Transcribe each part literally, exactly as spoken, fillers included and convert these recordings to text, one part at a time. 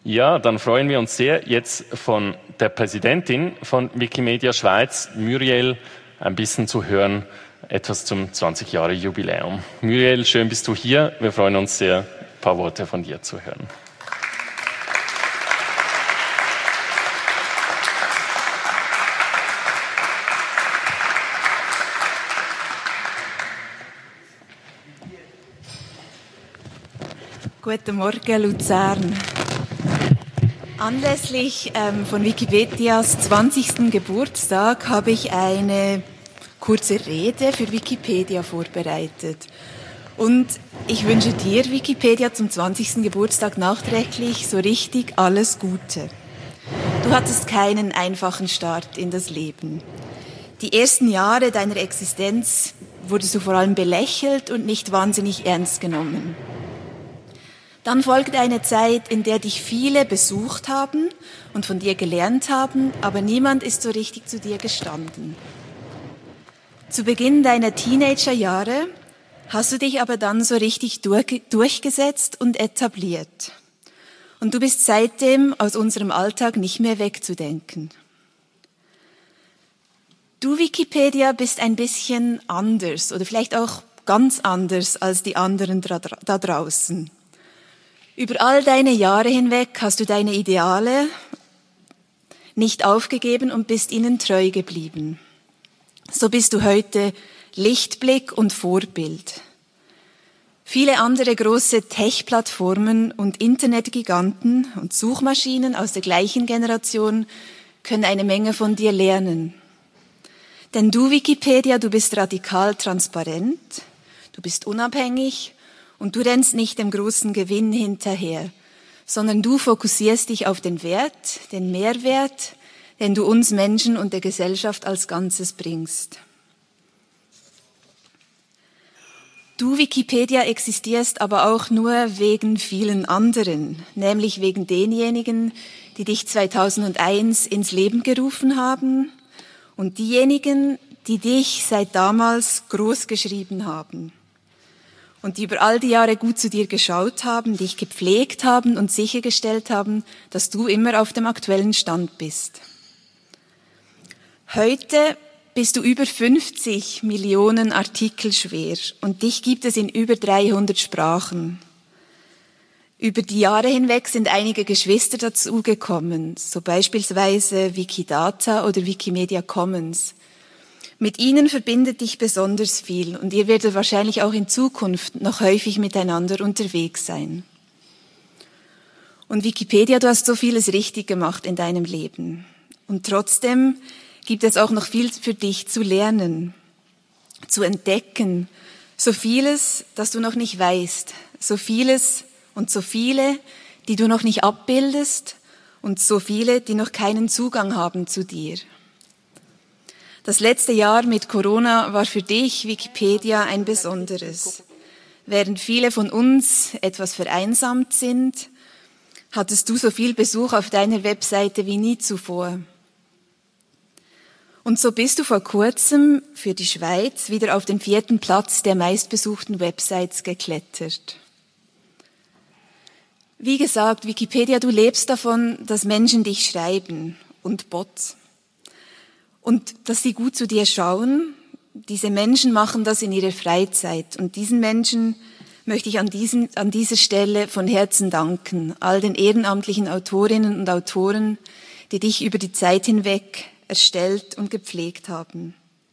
Ja, dann freuen wir uns sehr, jetzt von der Präsidentin von Wikimedia Schweiz, Muriel, ein bisschen zu hören, etwas zum zwanzig Jahre Jubiläum. Muriel, schön bist du hier. Wir freuen uns sehr, ein paar Worte von dir zu hören. Guten Morgen, Luzern. Anlässlich ähm, von Wikipedias zwanzigsten Geburtstag habe ich eine kurze Rede für Wikipedia vorbereitet. Und ich wünsche dir, Wikipedia, zum zwanzigsten Geburtstag nachträglich so richtig alles Gute. Du hattest keinen einfachen Start in das Leben. Die ersten Jahre deiner Existenz wurdest du vor allem belächelt und nicht wahnsinnig ernst genommen. Dann folgte eine Zeit, in der dich viele besucht haben und von dir gelernt haben, aber niemand ist so richtig zu dir gestanden. Zu Beginn deiner Teenagerjahre hast du dich aber dann so richtig durch, durchgesetzt und etabliert. Und du bist seitdem aus unserem Alltag nicht mehr wegzudenken. Du, Wikipedia, bist ein bisschen anders oder vielleicht auch ganz anders als die anderen da draußen. Über all deine Jahre hinweg hast du deine Ideale nicht aufgegeben und bist ihnen treu geblieben. So bist du heute Lichtblick und Vorbild. Viele andere große Tech-Plattformen und Internetgiganten und Suchmaschinen aus der gleichen Generation können eine Menge von dir lernen. Denn du, Wikipedia, du bist radikal transparent, du bist unabhängig und du rennst nicht dem großen Gewinn hinterher, sondern du fokussierst dich auf den Wert, den Mehrwert, den du uns Menschen und der Gesellschaft als Ganzes bringst. Du, Wikipedia, existierst aber auch nur wegen vielen anderen, nämlich wegen denjenigen, die dich zweitausendeins ins Leben gerufen haben und diejenigen, die dich seit damals groß geschrieben haben. Und die über all die Jahre gut zu dir geschaut haben, dich gepflegt haben und sichergestellt haben, dass du immer auf dem aktuellen Stand bist. Heute bist du über fünfzig Millionen Artikel schwer und dich gibt es in über dreihundert Sprachen. Über die Jahre hinweg sind einige Geschwister dazugekommen, so beispielsweise Wikidata oder Wikimedia Commons. Mit ihnen verbindet dich besonders viel und ihr werdet wahrscheinlich auch in Zukunft noch häufig miteinander unterwegs sein. Und Wikipedia, du hast so vieles richtig gemacht in deinem Leben. Und trotzdem gibt es auch noch viel für dich zu lernen, zu entdecken. So vieles, das du noch nicht weißt. So vieles und so viele, die du noch nicht abbildest und so viele, die noch keinen Zugang haben zu dir. Das letzte Jahr mit Corona war für dich, Wikipedia, ein besonderes. Während viele von uns etwas vereinsamt sind, hattest du so viel Besuch auf deiner Webseite wie nie zuvor. Und so bist du vor kurzem für die Schweiz wieder auf den vierten Platz der meistbesuchten Websites geklettert. Wie gesagt, Wikipedia, du lebst davon, dass Menschen dich schreiben und Bots. Und dass sie gut zu dir schauen. Diese Menschen machen das in ihrer Freizeit. Und diesen Menschen möchte ich an, diesen, an dieser Stelle von Herzen danken. All den ehrenamtlichen Autorinnen und Autoren, die dich über die Zeit hinweg erstellt und gepflegt haben.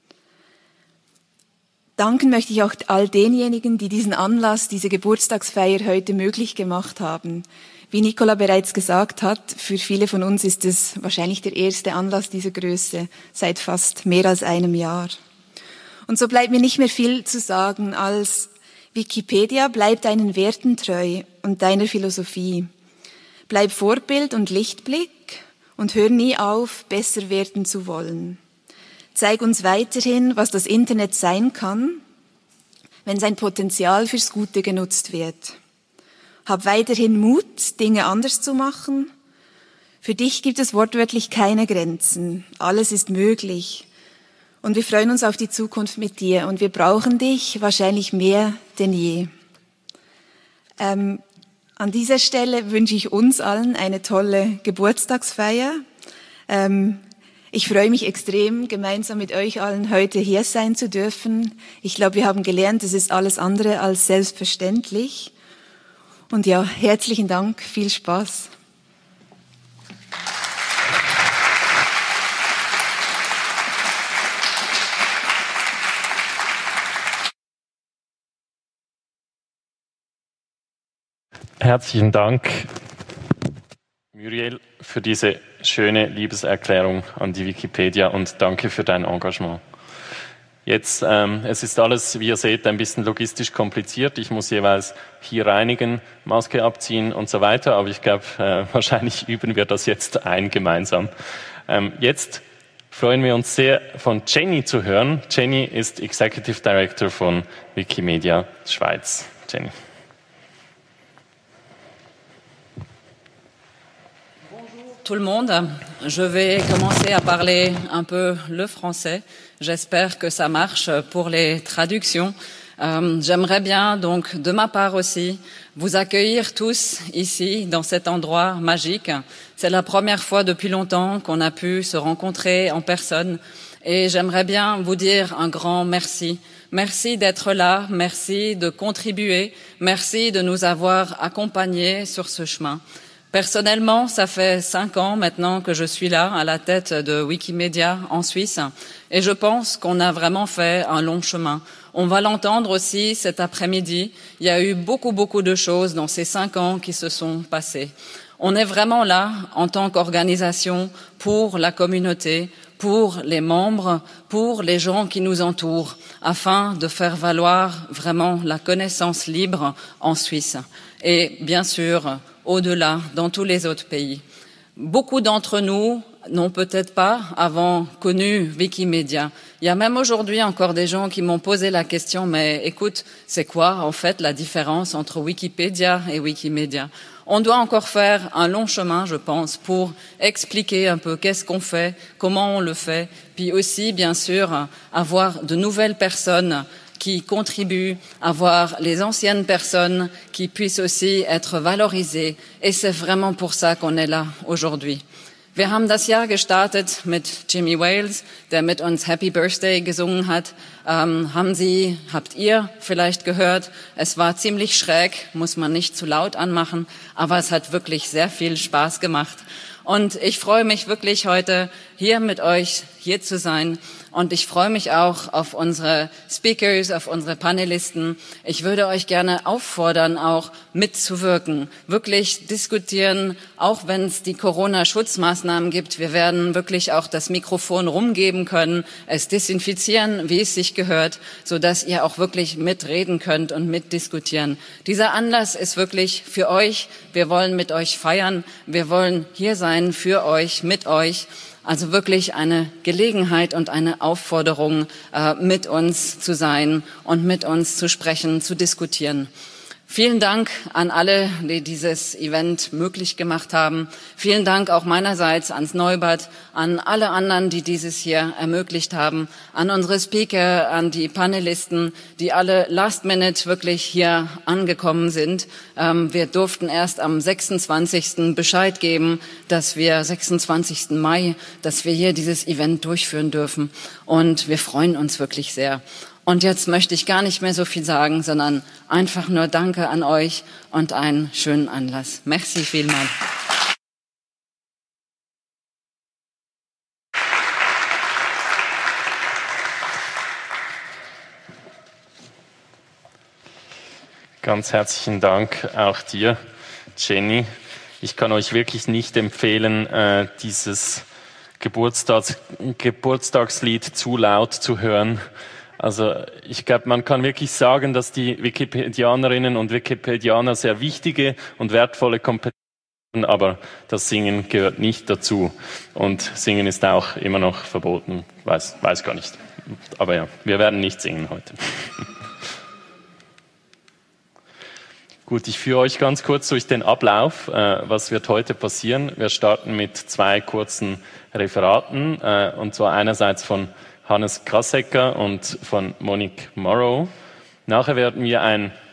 Danken möchte ich auch all denjenigen, die diesen Anlass, diese Geburtstagsfeier heute möglich gemacht haben. Wie Nicola bereits gesagt hat, für viele von uns ist es wahrscheinlich der erste Anlass dieser Größe seit fast mehr als einem Jahr. Und so bleibt mir nicht mehr viel zu sagen als Wikipedia, bleib deinen Werten treu und deiner Philosophie. Bleib Vorbild und Lichtblick und hör nie auf, besser werden zu wollen. Zeig uns weiterhin, was das Internet sein kann, wenn sein Potenzial fürs Gute genutzt wird. Hab weiterhin Mut, Dinge anders zu machen. Für dich gibt es wortwörtlich keine Grenzen. Alles ist möglich. Und wir freuen uns auf die Zukunft mit dir. Und wir brauchen dich wahrscheinlich mehr denn je. Ähm, An dieser Stelle wünsche ich uns allen eine tolle Geburtstagsfeier. Ähm, ich freue mich extrem, gemeinsam mit euch allen heute hier sein zu dürfen. Ich glaube, wir haben gelernt, es ist alles andere als selbstverständlich. Und ja, herzlichen Dank, viel Spaß. Herzlichen Dank, Muriel, für diese schöne Liebeserklärung an die Wikipedia und danke für dein Engagement. Jetzt, ähm, es ist alles, wie ihr seht, ein bisschen logistisch kompliziert. Ich muss jeweils hier reinigen, Maske abziehen und so weiter, aber ich glaube, äh, wahrscheinlich üben wir das jetzt ein gemeinsam. Ähm, jetzt freuen wir uns sehr, von Jenny zu hören. Jenny ist Executive Director von Wikimedia Schweiz. Jenny. Tout le monde, je vais commencer à parler un peu le français. J'espère que ça marche pour les traductions. Euh, j'aimerais bien donc de ma part aussi vous accueillir tous ici dans cet endroit magique. C'est la première fois depuis longtemps qu'on a pu se rencontrer en personne et j'aimerais bien vous dire un grand merci. Merci d'être là, merci de contribuer, merci de nous avoir accompagnés sur ce chemin. Personnellement, ça fait cinq ans maintenant que je suis là à la tête de Wikimedia en Suisse et je pense qu'on a vraiment fait un long chemin. On va l'entendre aussi cet après-midi. Il y a eu beaucoup, beaucoup de choses dans ces cinq ans qui se sont passées. On est vraiment là en tant qu'organisation pour la communauté, pour les membres, pour les gens qui nous entourent, afin de faire valoir vraiment la connaissance libre en Suisse. Et bien sûr, au-delà, dans tous les autres pays. Beaucoup d'entre nous n'ont peut-être pas avant connu Wikimedia. Il y a même aujourd'hui encore des gens qui m'ont posé la question, mais écoute, c'est quoi en fait la différence entre Wikipédia et Wikimedia? On doit encore faire un long chemin, je pense, pour expliquer un peu qu'est-ce qu'on fait, comment on le fait, puis aussi, bien sûr, avoir de nouvelles personnes qui contribuent, avoir les anciennes personnes qui puissent aussi être valorisées. Et c'est vraiment pour ça qu'on est là aujourd'hui. Wir haben das Jahr gestartet mit Jimmy Wales, der mit uns Happy Birthday gesungen hat. Ähm, haben Sie, habt ihr vielleicht gehört? Es war ziemlich schräg, muss man nicht zu laut anmachen, aber es hat wirklich sehr viel Spaß gemacht. Und ich freue mich wirklich heute hier mit euch hier zu sein. Und ich freue mich auch auf unsere Speakers, auf unsere Panelisten. Ich würde euch gerne auffordern, auch mitzuwirken, wirklich diskutieren, auch wenn es die Corona-Schutzmaßnahmen gibt. Wir werden wirklich auch das Mikrofon rumgeben können, es desinfizieren, wie es sich gehört, sodass ihr auch wirklich mitreden könnt und mitdiskutieren. Dieser Anlass ist wirklich für euch. Wir wollen mit euch feiern. Wir wollen hier sein für euch, mit euch. Also wirklich eine Gelegenheit und eine Aufforderung, äh, mit uns zu sein und mit uns zu sprechen, zu diskutieren. Vielen Dank an alle, die dieses Event möglich gemacht haben. Vielen Dank auch meinerseits ans Neubad, an alle anderen, die dieses hier ermöglicht haben, an unsere Speaker, an die Panelisten, die alle last minute wirklich hier angekommen sind. Ähm, wir durften erst am sechsundzwanzigsten Bescheid geben, dass wir sechsundzwanzigsten Mai, dass wir hier dieses Event durchführen dürfen. Und wir freuen uns wirklich sehr. Und jetzt möchte ich gar nicht mehr so viel sagen, sondern einfach nur Danke an euch und einen schönen Anlass. Merci vielmals. Ganz herzlichen Dank auch dir, Jenny. Ich kann euch wirklich nicht empfehlen, äh, dieses Geburtstags Geburtstagslied zu laut zu hören. Also ich glaube, man kann wirklich sagen, dass die Wikipedianerinnen und Wikipedianer sehr wichtige und wertvolle Kompetenzen haben, aber das Singen gehört nicht dazu. Und Singen ist auch immer noch verboten. Weiß, weiß gar nicht. Aber ja, wir werden nicht singen heute. Gut, ich führe euch ganz kurz durch den Ablauf. Äh, was wird heute passieren? Wir starten mit zwei kurzen Referaten, äh, und zwar einerseits von Hannes Krassecker und von Monique Morrow. Nachher werden wir ein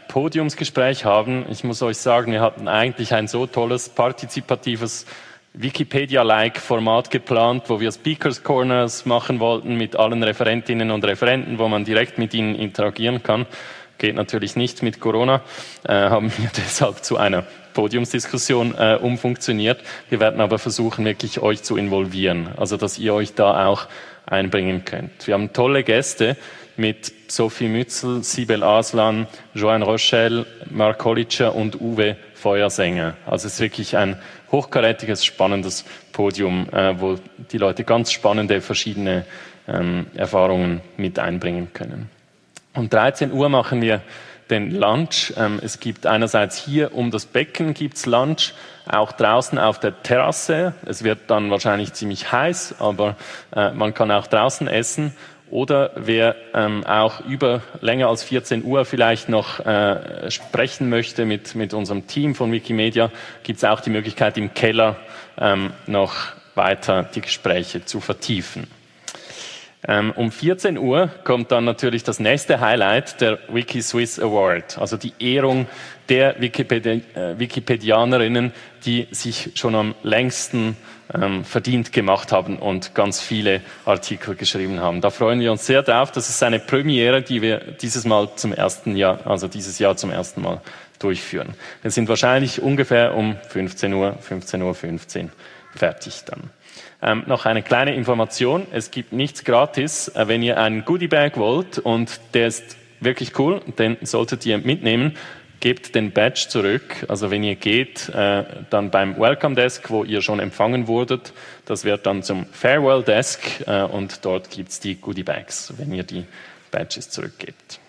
Podiumsgespräch haben. Ich muss euch sagen, wir hatten eigentlich ein so tolles, partizipatives Wikipedia-like Format geplant, wo wir Speakers Corners machen wollten mit allen Referentinnen und Referenten, wo man direkt mit ihnen interagieren kann. Geht natürlich nicht mit Corona, äh, haben wir deshalb zu einer Podiumsdiskussion äh, umfunktioniert. Wir werden aber versuchen, wirklich euch zu involvieren, also dass ihr euch da auch einbringen könnt. Wir haben tolle Gäste mit Sophie Mützel, Sibel Aslan, Joanne Rochelle, Mark Holitscher und Uwe Feuersänger. Also es ist wirklich ein hochkarätiges, spannendes Podium, äh, wo die Leute ganz spannende, verschiedene ähm, Erfahrungen mit einbringen können. Um dreizehn Uhr machen wir den Lunch. Ähm, es gibt einerseits hier um das Becken gibt's Lunch, auch draußen auf der Terrasse. Es wird dann wahrscheinlich ziemlich heiß, aber äh, man kann auch draußen essen. Oder wer ähm, auch über länger als vierzehn Uhr vielleicht noch äh, sprechen möchte mit, mit unserem Team von Wikimedia, gibt es auch die Möglichkeit, im Keller ähm, noch weiter die Gespräche zu vertiefen. Ähm, um vierzehn Uhr kommt dann natürlich das nächste Highlight, der WikiSwiss Award, also die Ehrung der Wikipedi- äh, Wikipedianerinnen, die sich schon am längsten ähm, verdient gemacht haben und ganz viele Artikel geschrieben haben. Da freuen wir uns sehr drauf. Das ist eine Premiere, die wir dieses Mal zum ersten Jahr, also dieses Jahr zum ersten Mal durchführen. Wir sind wahrscheinlich ungefähr um fünfzehn Uhr, fünfzehn Uhr fünfzehn fertig dann. Ähm, noch eine kleine Information. Es gibt nichts gratis. Äh, wenn ihr einen Goodiebag wollt und der ist wirklich cool, den solltet ihr mitnehmen. Gebt den Badge zurück. Also wenn ihr geht, äh, dann beim Welcome Desk, wo ihr schon empfangen wurdet. Das wird dann zum Farewell Desk äh, und dort gibt's die Goodiebags, wenn ihr die Badges zurückgebt.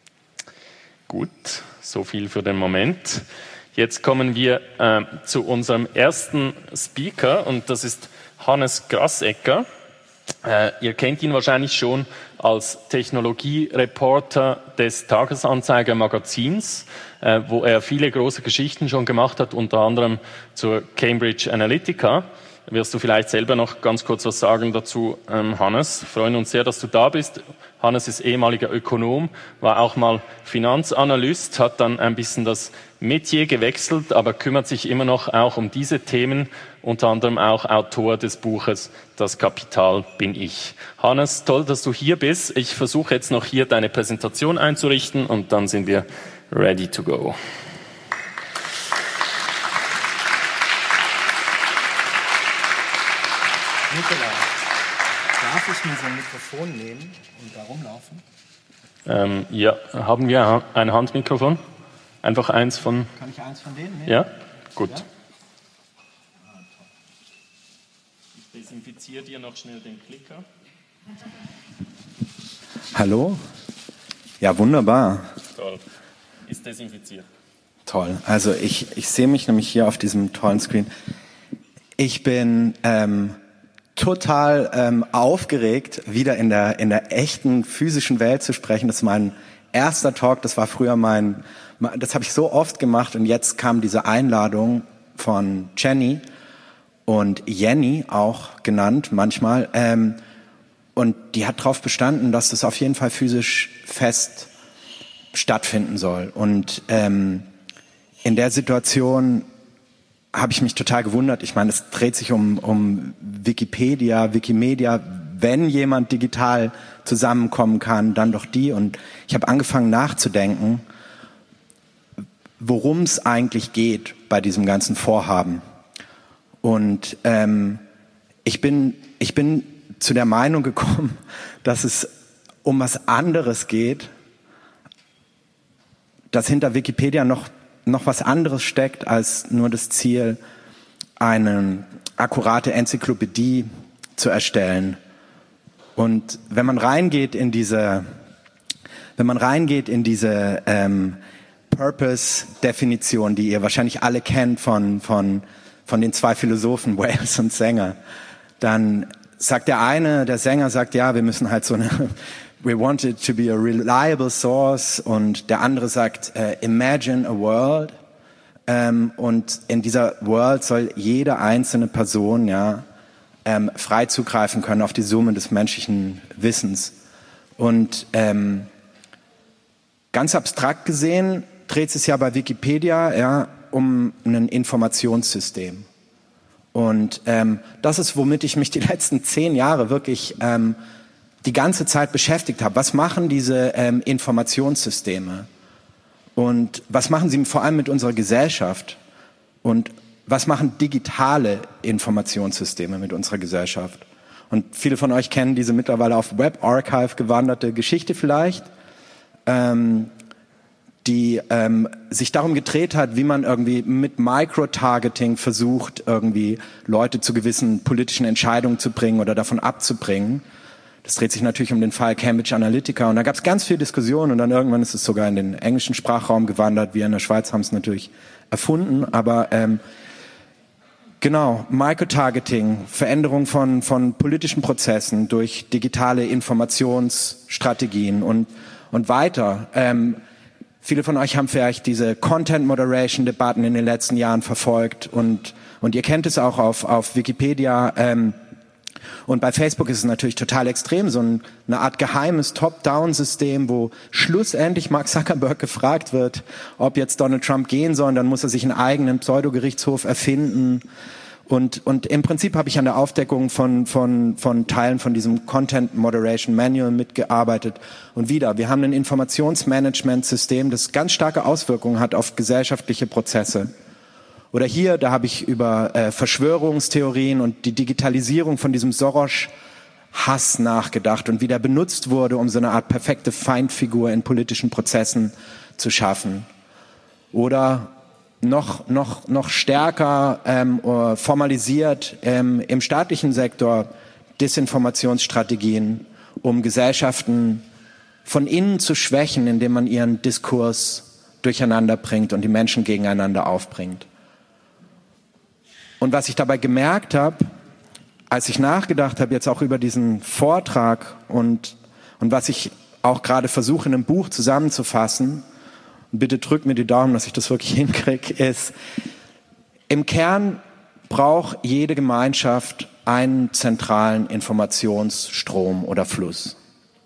Gut, so viel für den Moment. Jetzt kommen wir äh, zu unserem ersten Speaker und das ist Hannes Grassecker. Äh, ihr kennt ihn wahrscheinlich schon als Technologiereporter des Tagesanzeiger Magazins, äh, wo er viele große Geschichten schon gemacht hat, unter anderem zur Cambridge Analytica. Wirst du vielleicht selber noch ganz kurz was sagen dazu, ähm, Hannes? Wir freuen uns sehr, dass du da bist. Hannes ist ehemaliger Ökonom, war auch mal Finanzanalyst, hat dann ein bisschen das Metier gewechselt, aber kümmert sich immer noch auch um diese Themen, unter anderem auch Autor des Buches Das Kapital bin ich. Hannes, toll, dass du hier bist. Ich versuche jetzt noch hier deine Präsentation einzurichten und dann sind wir ready to go. Nicola, darf ich mir so ein Mikrofon nehmen und da rumlaufen? Ähm, ja, haben wir ein Handmikrofon? Einfach eins von... Kann ich eins von denen nehmen? Ja? Gut. Ja? Ich desinfiziere dir noch schnell den Klicker. Hallo? Ja, wunderbar. Toll. Ist desinfiziert. Toll. Also ich, ich sehe mich nämlich hier auf diesem tollen Screen. Ich bin... Ähm, total ähm, aufgeregt, wieder in der in der echten physischen Welt zu sprechen. Das ist mein erster Talk. Das war früher mein, das habe ich so oft gemacht und jetzt kam diese Einladung von Jenny und Jenny auch genannt manchmal ähm, und die hat darauf bestanden, dass das auf jeden Fall physisch fest stattfinden soll. Und ähm, in der Situation habe ich mich total gewundert. Ich meine, es dreht sich um, um Wikipedia, Wikimedia. Wenn jemand digital zusammenkommen kann, dann doch die. Und ich habe angefangen nachzudenken, worum es eigentlich geht bei diesem ganzen Vorhaben. Und ähm, ich bin, ich bin zu der Meinung gekommen, dass es um was anderes geht, dass hinter Wikipedia noch noch was anderes steckt als nur das Ziel, eine akkurate Enzyklopädie zu erstellen. Und wenn man reingeht in diese, wenn man reingeht in diese ähm, Purpose-Definition, die ihr wahrscheinlich alle kennt von von von den zwei Philosophen Wales und Sanger, dann sagt der eine, der Sänger sagt, ja, wir müssen halt so eine we want it to be a reliable source, und der andere sagt, uh, imagine a world, ähm, und in dieser World soll jede einzelne Person ja ähm, frei zugreifen können auf die Summe des menschlichen Wissens. Und ähm, ganz abstrakt gesehen dreht es ja bei Wikipedia ja, um ein Informationssystem. Und ähm, das ist, womit ich mich die letzten zehn Jahre wirklich ähm, die ganze Zeit beschäftigt habe. Was machen diese ähm, Informationssysteme? Und was machen sie vor allem mit unserer Gesellschaft? Und was machen digitale Informationssysteme mit unserer Gesellschaft? Und viele von euch kennen diese mittlerweile auf Web Archive gewanderte Geschichte vielleicht, ähm, die ähm, sich darum gedreht hat, wie man irgendwie mit Micro-Targeting versucht, irgendwie Leute zu gewissen politischen Entscheidungen zu bringen oder davon abzubringen. Das dreht sich natürlich um den Fall Cambridge Analytica. Und da gab es ganz viel Diskussion und dann irgendwann ist es sogar in den englischen Sprachraum gewandert. Wir in der Schweiz haben es natürlich erfunden. Aber ähm, genau, Microtargeting, Veränderung von, von politischen Prozessen durch digitale Informationsstrategien und, und weiter. Ähm, viele von euch haben vielleicht diese Content-Moderation-Debatten in den letzten Jahren verfolgt und, und ihr kennt es auch auf, auf Wikipedia. Ähm, Und bei Facebook ist es natürlich total extrem, so ein, eine Art geheimes Top-Down-System, wo schlussendlich Mark Zuckerberg gefragt wird, ob jetzt Donald Trump gehen soll, und dann muss er sich einen eigenen Pseudogerichtshof erfinden. Und, und im Prinzip habe ich an der Aufdeckung von, von, von Teilen von diesem Content Moderation Manual mitgearbeitet. Und wieder, wir haben ein Informationsmanagement-System, das ganz starke Auswirkungen hat auf gesellschaftliche Prozesse. Oder hier, da habe ich über äh, Verschwörungstheorien und die Digitalisierung von diesem Soros-Hass nachgedacht und wie der benutzt wurde, um so eine Art perfekte Feindfigur in politischen Prozessen zu schaffen. Oder noch noch noch stärker ähm, formalisiert ähm, im staatlichen Sektor Desinformationsstrategien, um Gesellschaften von innen zu schwächen, indem man ihren Diskurs durcheinander bringt und die Menschen gegeneinander aufbringt. Und was ich dabei gemerkt habe, als ich nachgedacht habe, jetzt auch über diesen Vortrag und, und was ich auch gerade versuche, in einem Buch zusammenzufassen, und bitte drückt mir die Daumen, dass ich das wirklich hinkriege, ist, im Kern braucht jede Gemeinschaft einen zentralen Informationsstrom oder Fluss.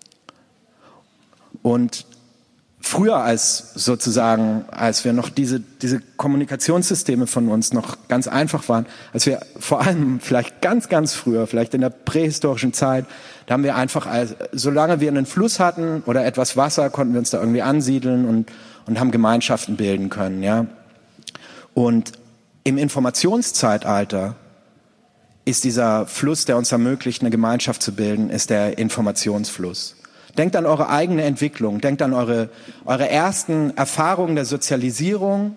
Und früher als sozusagen, als wir noch diese, diese Kommunikationssysteme von uns noch ganz einfach waren, als wir vor allem vielleicht ganz, ganz früher, vielleicht in der prähistorischen Zeit, da haben wir einfach, als, solange wir einen Fluss hatten oder etwas Wasser, konnten wir uns da irgendwie ansiedeln und, und haben Gemeinschaften bilden können, ja. Und im Informationszeitalter ist dieser Fluss, der uns ermöglicht, eine Gemeinschaft zu bilden, ist der Informationsfluss. Denkt an eure eigene Entwicklung, denkt an eure, eure ersten Erfahrungen der Sozialisierung,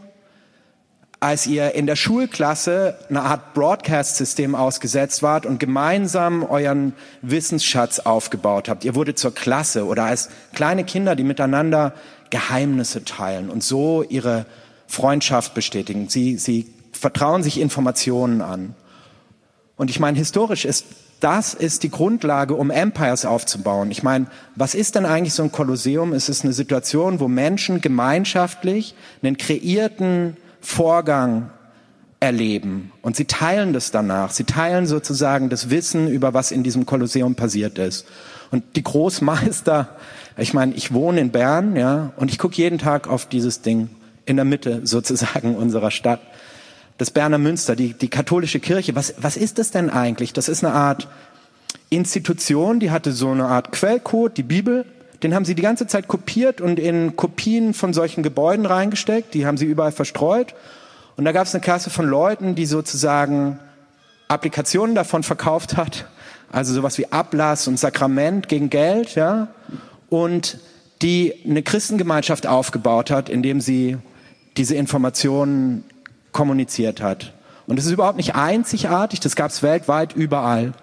als ihr in der Schulklasse eine Art Broadcast-System ausgesetzt wart und gemeinsam euren Wissensschatz aufgebaut habt. Ihr wurdet zur Klasse oder als kleine Kinder, die miteinander Geheimnisse teilen und so ihre Freundschaft bestätigen. Sie, sie vertrauen sich Informationen an. Und ich meine, historisch ist das ist die Grundlage, um Empires aufzubauen. Ich meine, was ist denn eigentlich so ein Kolosseum? Es ist eine Situation, wo Menschen gemeinschaftlich einen kreierten Vorgang erleben. Und sie teilen das danach. Sie teilen sozusagen das Wissen über was in diesem Kolosseum passiert ist. Und die Großmeister, ich meine, ich wohne in Bern, ja, und ich gucke jeden Tag auf dieses Ding in der Mitte sozusagen unserer Stadt. Das Berner Münster, die, die katholische Kirche, was, was ist das denn eigentlich? Das ist eine Art Institution, die hatte so eine Art Quellcode, die Bibel, den haben sie die ganze Zeit kopiert und in Kopien von solchen Gebäuden reingesteckt, die haben sie überall verstreut. Und da gab es eine Klasse von Leuten, die sozusagen Applikationen davon verkauft hat, also sowas wie Ablass und Sakrament gegen Geld, ja, und die eine Christengemeinschaft aufgebaut hat, indem sie diese Informationen kommuniziert hat. Und das ist überhaupt nicht einzigartig, das gab es weltweit überall.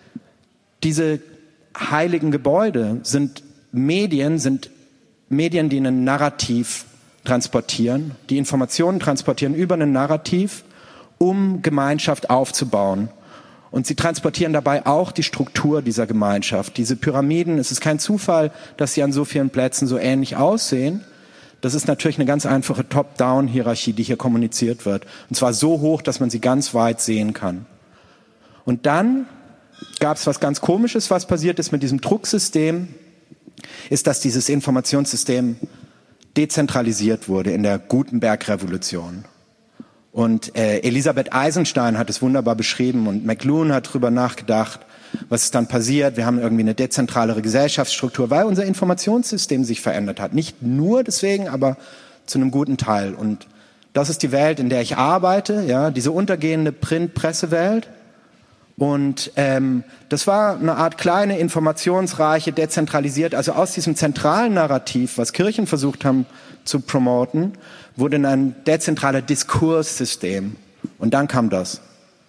Diese heiligen Gebäude sind Medien, sind Medien, die ein Narrativ transportieren, die Informationen transportieren über ein Narrativ, um Gemeinschaft aufzubauen. Und sie transportieren dabei auch die Struktur dieser Gemeinschaft. Diese Pyramiden, es ist kein Zufall, dass sie an so vielen Plätzen so ähnlich aussehen. Das ist natürlich eine ganz einfache Top-Down-Hierarchie, die hier kommuniziert wird. Und zwar so hoch, dass man sie ganz weit sehen kann. Und dann gab es was ganz Komisches, was passiert ist mit diesem Drucksystem, ist, dass dieses Informationssystem dezentralisiert wurde in der Gutenberg-Revolution. Und äh, Elisabeth Eisenstein hat es wunderbar beschrieben und McLuhan hat drüber nachgedacht, was ist dann passiert. Wir haben irgendwie eine dezentralere Gesellschaftsstruktur, weil unser Informationssystem sich verändert hat. Nicht nur deswegen, aber zu einem guten Teil. Und das ist die Welt, in der ich arbeite, ja, diese untergehende Print-Pressewelt. Und ähm, das war eine Art kleine, informationsreiche, dezentralisiert, also aus diesem zentralen Narrativ, was Kirchen versucht haben zu promoten, wurde ein dezentraler Diskurssystem. Und dann kam das.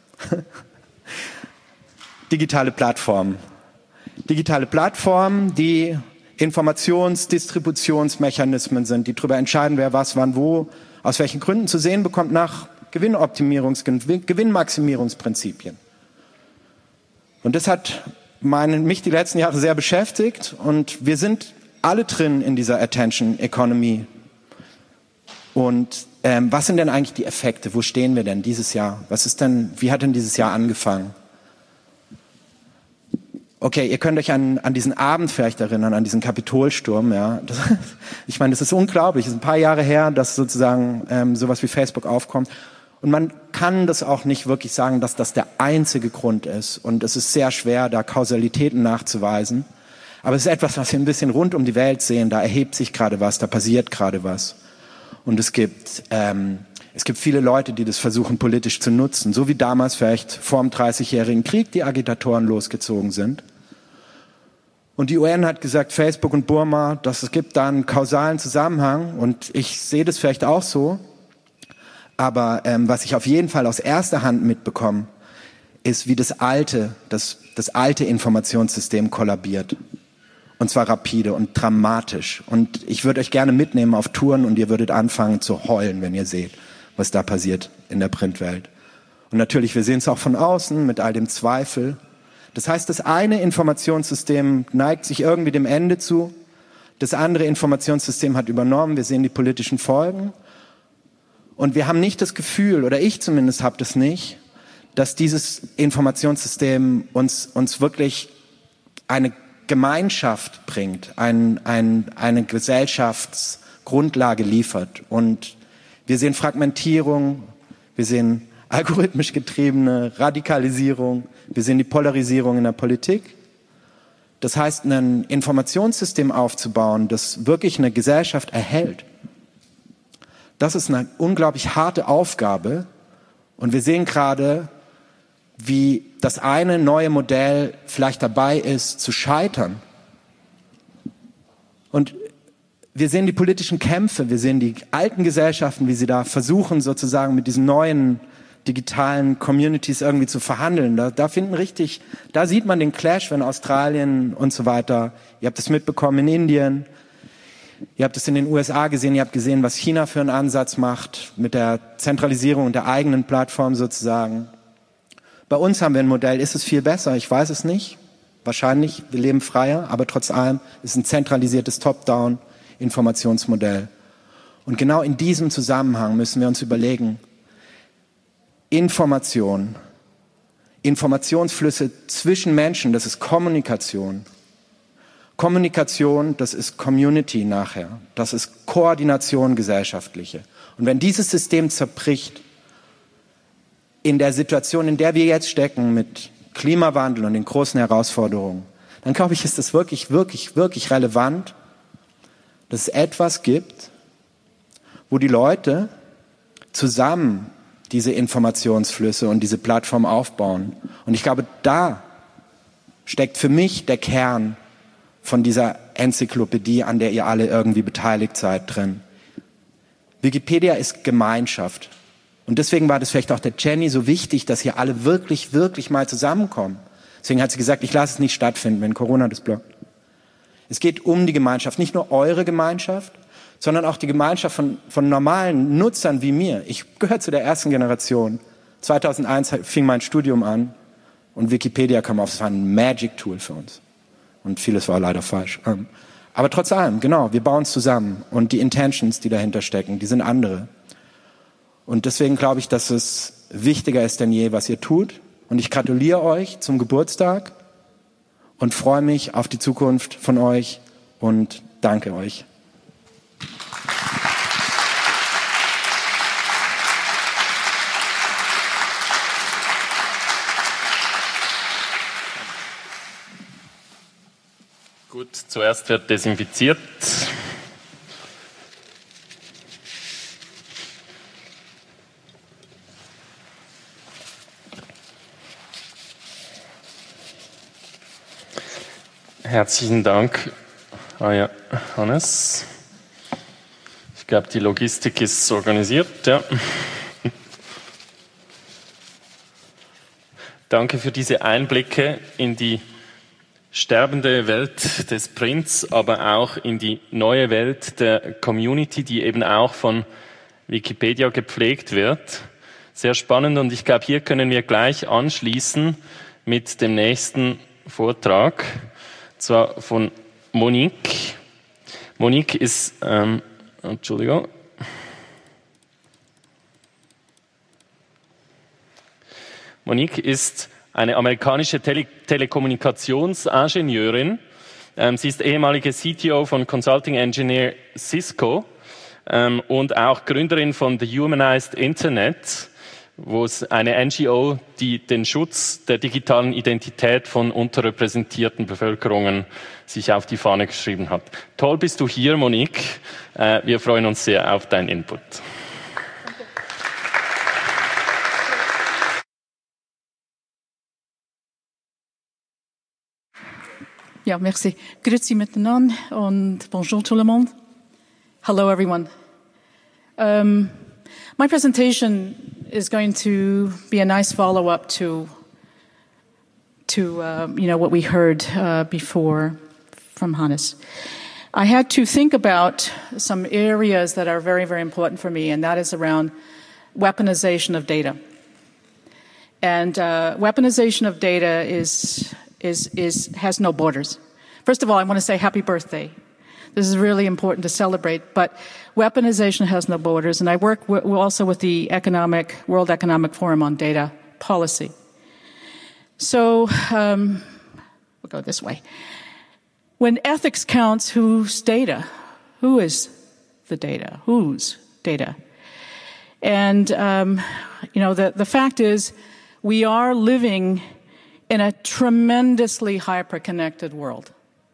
Digitale Plattformen. Digitale Plattformen, die Informationsdistributionsmechanismen sind, die darüber entscheiden, wer was, wann, wo, aus welchen Gründen zu sehen bekommt, nach Gewinnoptimierungs-, Gewinnmaximierungsprinzipien. Und das hat meine, mich die letzten Jahre sehr beschäftigt und wir sind alle drin in dieser Attention Economy. Und ähm, was sind denn eigentlich die Effekte? Wo stehen wir denn dieses Jahr? Was ist denn, wie hat denn dieses Jahr angefangen? Okay, ihr könnt euch an, an diesen Abend vielleicht erinnern, an diesen Kapitolsturm. Ja, das, ich meine, das ist unglaublich. Es ist ein paar Jahre her, dass sozusagen ähm, sowas wie Facebook aufkommt. Und man kann das auch nicht wirklich sagen, dass das der einzige Grund ist. Und es ist sehr schwer, da Kausalitäten nachzuweisen. Aber es ist etwas, was wir ein bisschen rund um die Welt sehen. Da erhebt sich gerade was, da passiert gerade was. Und es gibt, ähm, es gibt viele Leute, die das versuchen, politisch zu nutzen. So wie damals vielleicht vor dem dreißigjährigen Krieg die Agitatoren losgezogen sind. Und die U N hat gesagt, Facebook und Burma, dass es gibt da einen kausalen Zusammenhang. Und ich sehe das vielleicht auch so. Aber ähm, was ich auf jeden Fall aus erster Hand mitbekomme, ist, wie das alte, das, das alte Informationssystem kollabiert. Und zwar rapide und dramatisch. Und ich würde euch gerne mitnehmen auf Touren und ihr würdet anfangen zu heulen, wenn ihr seht, was da passiert in der Printwelt. Und natürlich, wir sehen es auch von außen mit all dem Zweifel. Das heißt, das eine Informationssystem neigt sich irgendwie dem Ende zu. Das andere Informationssystem hat übernommen. Wir sehen die politischen Folgen. Und wir haben nicht das Gefühl, oder ich zumindest habe das nicht, dass dieses Informationssystem uns, uns wirklich eine Gemeinschaft bringt, ein, ein, eine Gesellschaftsgrundlage liefert. Und wir sehen Fragmentierung, wir sehen algorithmisch getriebene Radikalisierung, wir sehen die Polarisierung in der Politik. Das heißt, ein Informationssystem aufzubauen, das wirklich eine Gesellschaft erhält, das ist eine unglaublich harte Aufgabe. Und wir sehen gerade, wie das eine neue Modell vielleicht dabei ist, zu scheitern. Und wir sehen die politischen Kämpfe, wir sehen die alten Gesellschaften, wie sie da versuchen, sozusagen mit diesen neuen digitalen Communities irgendwie zu verhandeln. Da, da finden richtig, da sieht man den Clash, wenn Australien und so weiter, ihr habt es mitbekommen in Indien, ihr habt es in den U S A gesehen, ihr habt gesehen, was China für einen Ansatz macht mit der Zentralisierung der eigenen Plattform sozusagen. Bei uns haben wir ein Modell, ist es viel besser? Ich weiß es nicht. Wahrscheinlich, wir leben freier, aber trotz allem ist es ein zentralisiertes Top-Down-Informationsmodell. Und genau in diesem Zusammenhang müssen wir uns überlegen, Information, Informationsflüsse zwischen Menschen, das ist Kommunikation. Kommunikation, das ist Community nachher. Das ist Koordination gesellschaftliche. Und wenn dieses System zerbricht, in der Situation, in der wir jetzt stecken, mit Klimawandel und den großen Herausforderungen, dann glaube ich, ist es wirklich, wirklich, wirklich relevant, dass es etwas gibt, wo die Leute zusammen diese Informationsflüsse und diese Plattform aufbauen. Und ich glaube, da steckt für mich der Kern von dieser Enzyklopädie, an der ihr alle irgendwie beteiligt seid, drin. Wikipedia ist Gemeinschaft. Und deswegen war das vielleicht auch der Jenny so wichtig, dass hier alle wirklich, wirklich mal zusammenkommen. Deswegen hat sie gesagt, ich lasse es nicht stattfinden, wenn Corona das blockt. Es geht um die Gemeinschaft, nicht nur eure Gemeinschaft, sondern auch die Gemeinschaft von, von normalen Nutzern wie mir. Ich gehöre zu der ersten Generation. zweitausendeins fing mein Studium an und Wikipedia kam auf. Es war ein Magic-Tool für uns. Und vieles war leider falsch. Aber trotz allem, genau, wir bauen es zusammen. Und die Intentions, die dahinter stecken, die sind andere. Und deswegen glaube ich, dass es wichtiger ist denn je, was ihr tut. Und ich gratuliere euch zum Geburtstag und freue mich auf die Zukunft von euch und danke euch. Gut, zuerst wird desinfiziert. Herzlichen Dank, ah ja, Hannes. Ich glaube, die Logistik ist organisiert. Ja. Danke für diese Einblicke in die sterbende Welt des Prints, aber auch in die neue Welt der Community, die eben auch von Wikipedia gepflegt wird. Sehr spannend, und ich glaube, hier können wir gleich anschließen mit dem nächsten Vortrag, zwar von Monique. Monique ist, ähm, Entschuldigung, Monique ist eine amerikanische Tele- Telekommunikationsingenieurin. Ähm, sie ist ehemalige C T O von Consulting Engineer Cisco ähm, und auch Gründerin von The Humanized Internet, wo es eine N G O, die den Schutz der digitalen Identität von unterrepräsentierten Bevölkerungen sich auf die Fahne geschrieben hat. Toll bist du hier, Monique. Äh, wir freuen uns sehr auf deinen Input. Ja, merci. Grüezi miteinander und bonjour tout le monde. Hello, everyone. Um, my presentation is going to be a nice follow-up to, to uh, you know, what we heard uh, before from Hannes. I had to think about some areas that are very, very important for me, and that is around weaponization of data. And uh, weaponization of data is is is has no borders. First of all, I want to say happy birthday. This is really important to celebrate, but weaponization has no borders, and I work w- also with the Economic World Economic Forum on data policy. So um, we'll go this way. When ethics counts, whose data? Who is the data? Whose data? And um, you know, the the fact is, we are living in a tremendously hyper-connected world.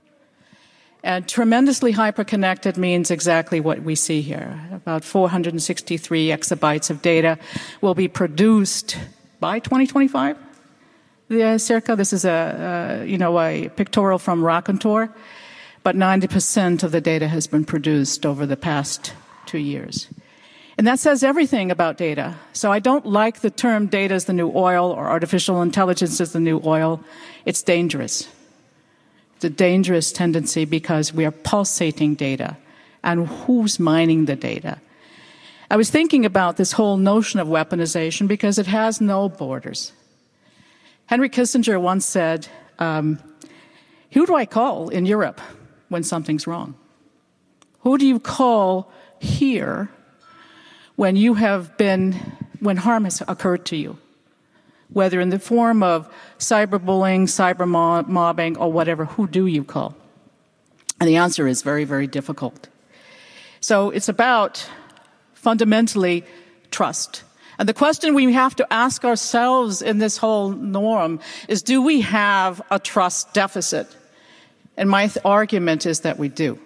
And tremendously hyper-connected means exactly what we see here. About four hundred sixty-three exabytes of data will be produced by twenty twenty-five. Yeah, circa. This is a, uh, you know, a pictorial from Raconteur, but ninety percent of the data has been produced over the past two years. And that says everything about data. So I don't like the term data is the new oil or artificial intelligence is the new oil. It's dangerous. It's a dangerous tendency because we are pulsating data. And who's mining the data? I was thinking about this whole notion of weaponization because it has no borders. Henry Kissinger once said, um, who do I call in Europe when something's wrong? Who do you call here when you have been, when harm has occurred to you, whether in the form of cyberbullying, cyber mobbing, or whatever, who do you call? And the answer is very, very difficult. So it's about fundamentally trust. And the question we have to ask ourselves in this whole norm is, do we have a trust deficit? And my th- argument is that we do.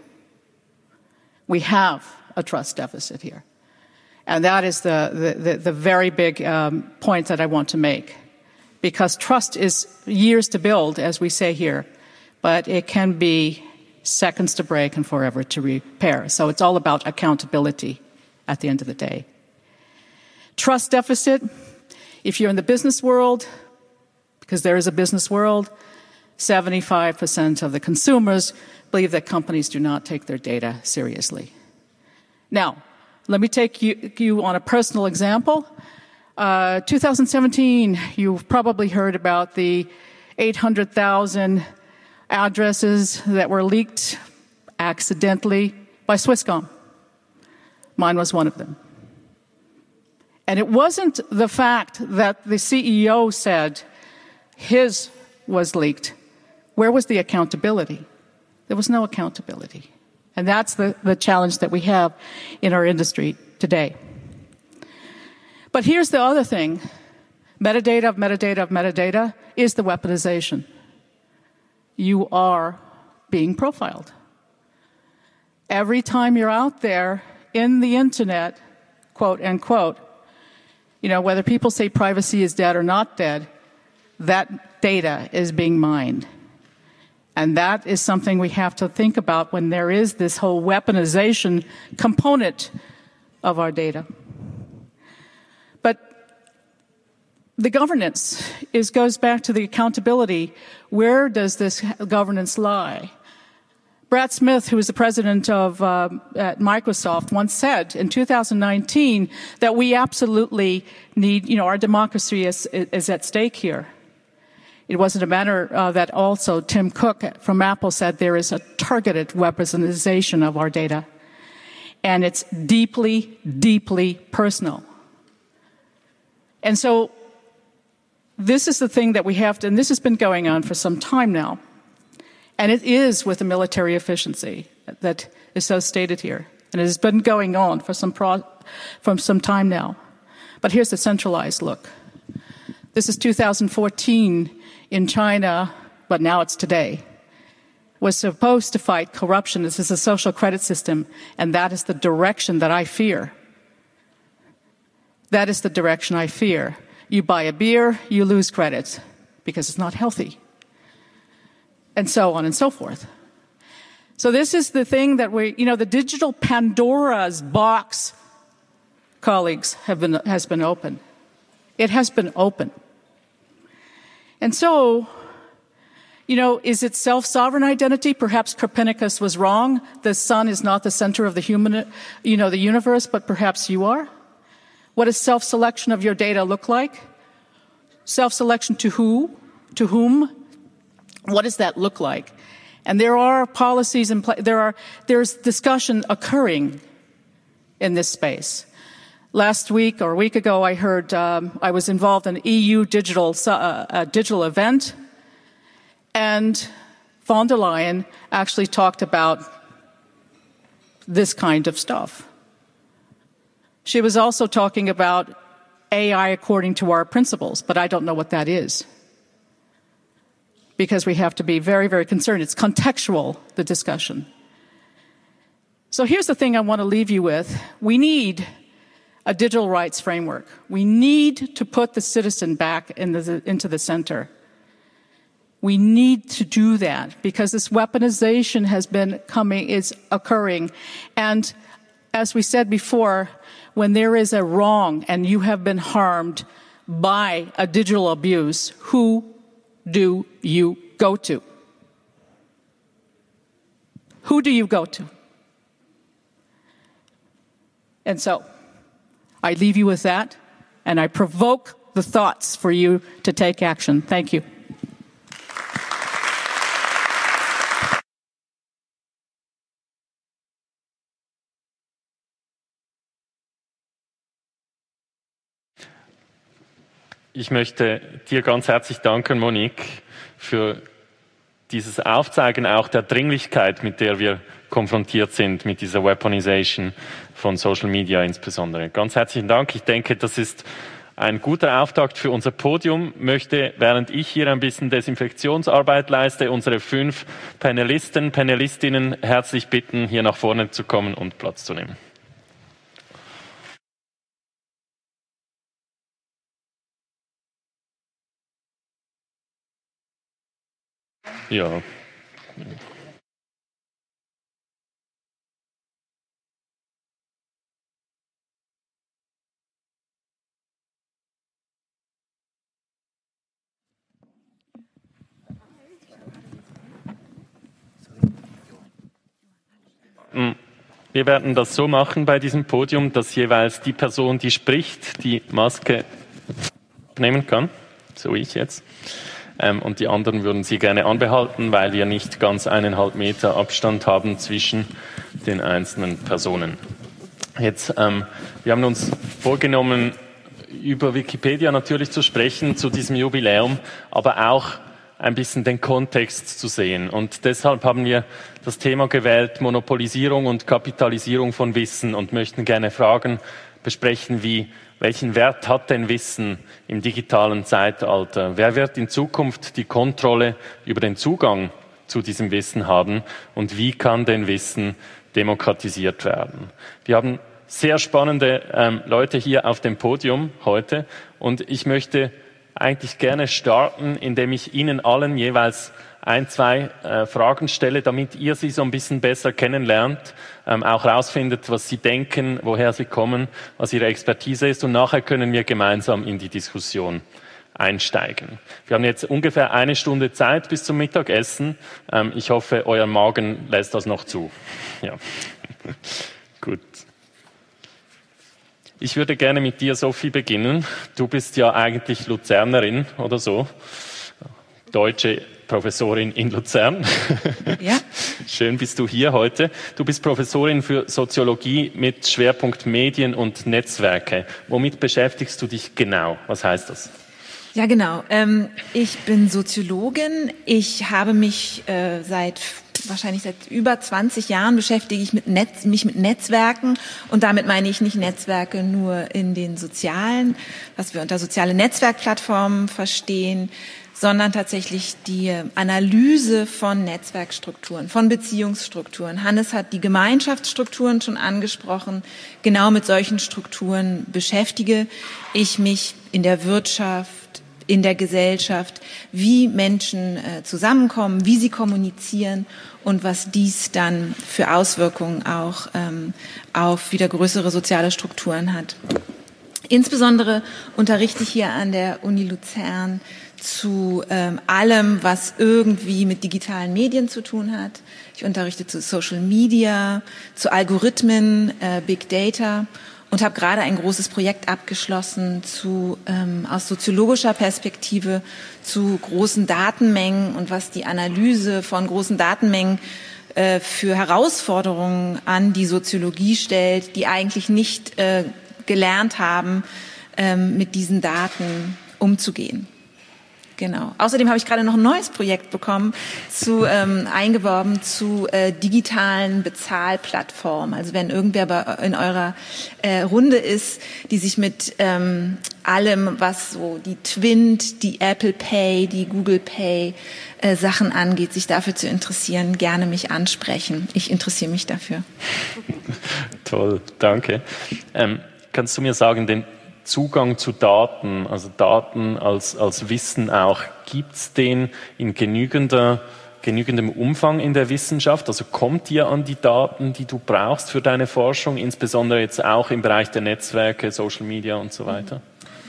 We have a trust deficit here. And that is the, the, the, the very big um, point that I want to make. Because trust is years to build, as we say here, but it can be seconds to break and forever to repair. So it's all about accountability at the end of the day. Trust deficit, if you're in the business world, because there is a business world, seventy-five percent of the consumers believe that companies do not take their data seriously. Now, let me take you, you on a personal example. Uh, two thousand seventeen, you've probably heard about the eight hundred thousand addresses that were leaked accidentally by Swisscom. Mine was one of them. And it wasn't the fact that the C E O said his was leaked. Where was the accountability? There was no accountability. And that's the, the challenge that we have in our industry today. But here's the other thing. Metadata of metadata of metadata is the weaponization. You are being profiled. Every time you're out there in the internet, quote unquote, you know, whether people say privacy is dead or not dead, that data is being mined. And that is something we have to think about when there is this whole weaponization component of our data. But the governance is, goes back to the accountability. Where does this governance lie? Brad Smith, who was the president of uh, at Microsoft, once said in two thousand nineteen that we absolutely need, you know, our democracy is, is at stake here. It wasn't a matter uh, that also Tim Cook from Apple said there is a targeted weaponization of our data. And it's deeply, deeply personal. And so this is the thing that we have to, and this has been going on for some time now. And it is with the military efficiency that is so stated here. And it has been going on for some pro, from some time now. But here's the centralized look. This is two thousand fourteen in China, but now it's today. Was supposed to fight corruption. This is a social credit system, and that is the direction that I fear. That is the direction I fear. You buy a beer, you lose credit because it's not healthy. And so on and so forth. So this is the thing that we, you know, the digital Pandora's box, colleagues, have been, has been open. It has been open. And so, you know, is it self-sovereign identity? Perhaps Copernicus was wrong. The sun is not the center of the human, you know, the universe, but perhaps you are. What does self-selection of your data look like? Self-selection to who? To whom? What does that look like? And there are policies in place. There are, there's discussion occurring in this space. Last week or a week ago, I heard, um, I was involved in an E U digital, uh, a digital event, and von der Leyen actually talked about this kind of stuff. She was also talking about A I according to our principles, but I don't know what that is. Because we have to be very, very concerned. It's contextual, the discussion. So here's the thing I want to leave you with. We need a digital rights framework. We need to put the citizen back in the, into the center. We need to do that because this weaponization has been coming, is occurring. And as we said before, when there is a wrong and you have been harmed by a digital abuse, who do you go to? Who do you go to? And so, I leave you with that, and I provoke the thoughts for you to take action. Thank you. Ich möchte dir ganz herzlich danken, Monique, für dieses Aufzeigen auch der Dringlichkeit, mit der wir konfrontiert sind, mit dieser Weaponization von Social Media insbesondere. Ganz herzlichen Dank. Ich denke, das ist ein guter Auftakt für unser Podium. Möchte, während ich hier ein bisschen Desinfektionsarbeit leiste, unsere fünf Panelisten, Panelistinnen herzlich bitten, hier nach vorne zu kommen und Platz zu nehmen. Ja. Wir werden das so machen bei diesem Podium, dass jeweils die Person, die spricht, die Maske nehmen kann, so wie ich jetzt. Ähm, und die anderen würden sie gerne anbehalten, weil wir nicht ganz eineinhalb Meter Abstand haben zwischen den einzelnen Personen. Jetzt, ähm, wir haben uns vorgenommen, über Wikipedia natürlich zu sprechen, zu diesem Jubiläum, aber auch ein bisschen den Kontext zu sehen. Und deshalb haben wir das Thema gewählt, Monopolisierung und Kapitalisierung von Wissen, und möchten gerne Fragen besprechen wie: Welchen Wert hat denn Wissen im digitalen Zeitalter? Wer wird in Zukunft die Kontrolle über den Zugang zu diesem Wissen haben und wie kann denn Wissen demokratisiert werden. Wir haben sehr spannende ähm, Leute hier auf dem Podium heute und ich möchte eigentlich gerne starten, indem ich Ihnen allen jeweils ein, zwei äh, Fragen stelle, damit ihr sie so ein bisschen besser kennenlernt, ähm, auch rausfindet, was sie denken, woher sie kommen, was ihre Expertise ist und nachher können wir gemeinsam in die Diskussion einsteigen. Wir haben jetzt ungefähr eine Stunde Zeit bis zum Mittagessen. Ähm, ich hoffe, euer Magen lässt das noch zu. Ja. Gut. Ich würde gerne mit dir, Sophie, beginnen. Du bist ja eigentlich Luzernerin oder so. Deutsche Professorin in Luzern. Ja. Schön bist du hier heute. Du bist Professorin für Soziologie mit Schwerpunkt Medien und Netzwerke. Womit beschäftigst du dich genau? Was heißt das? Ja, genau. Ähm, ich bin Soziologin. Ich habe mich äh, seit wahrscheinlich seit über zwanzig Jahren beschäftige ich mit Netz, mich mit Netzwerken und damit meine ich nicht Netzwerke nur in den sozialen, was wir unter soziale Netzwerkplattformen verstehen, sondern tatsächlich die Analyse von Netzwerkstrukturen, von Beziehungsstrukturen. Hannes hat die Gemeinschaftsstrukturen schon angesprochen. Genau mit solchen Strukturen beschäftige ich mich in der Wirtschaft, in der Gesellschaft, wie Menschen äh, zusammenkommen, wie sie kommunizieren und was dies dann für Auswirkungen auch ähm, auf wieder größere soziale Strukturen hat. Insbesondere unterrichte ich hier an der Uni Luzern zu ähm, allem, was irgendwie mit digitalen Medien zu tun hat. Ich unterrichte zu Social Media, zu Algorithmen, äh, Big Data und habe gerade ein großes Projekt abgeschlossen zu ähm, aus soziologischer Perspektive zu großen Datenmengen und was die Analyse von großen Datenmengen äh, für Herausforderungen an die Soziologie stellt, die eigentlich nicht äh, gelernt haben, ähm, mit diesen Daten umzugehen. Genau. Außerdem habe ich gerade noch ein neues Projekt bekommen, zu ähm, eingeworben zu äh, digitalen Bezahlplattformen. Also wenn irgendwer bei, in eurer äh, Runde ist, die sich mit ähm, allem, was so die Twint, die Apple Pay, die Google Pay äh, Sachen angeht, sich dafür zu interessieren, gerne mich ansprechen. Ich interessiere mich dafür. Toll, danke. Ähm, kannst du mir sagen, den Zugang zu Daten, also Daten als, als Wissen auch, gibt es den in genügender, genügendem Umfang in der Wissenschaft? Also kommt ihr an die Daten, die du brauchst für deine Forschung, insbesondere jetzt auch im Bereich der Netzwerke, Social Media und so weiter?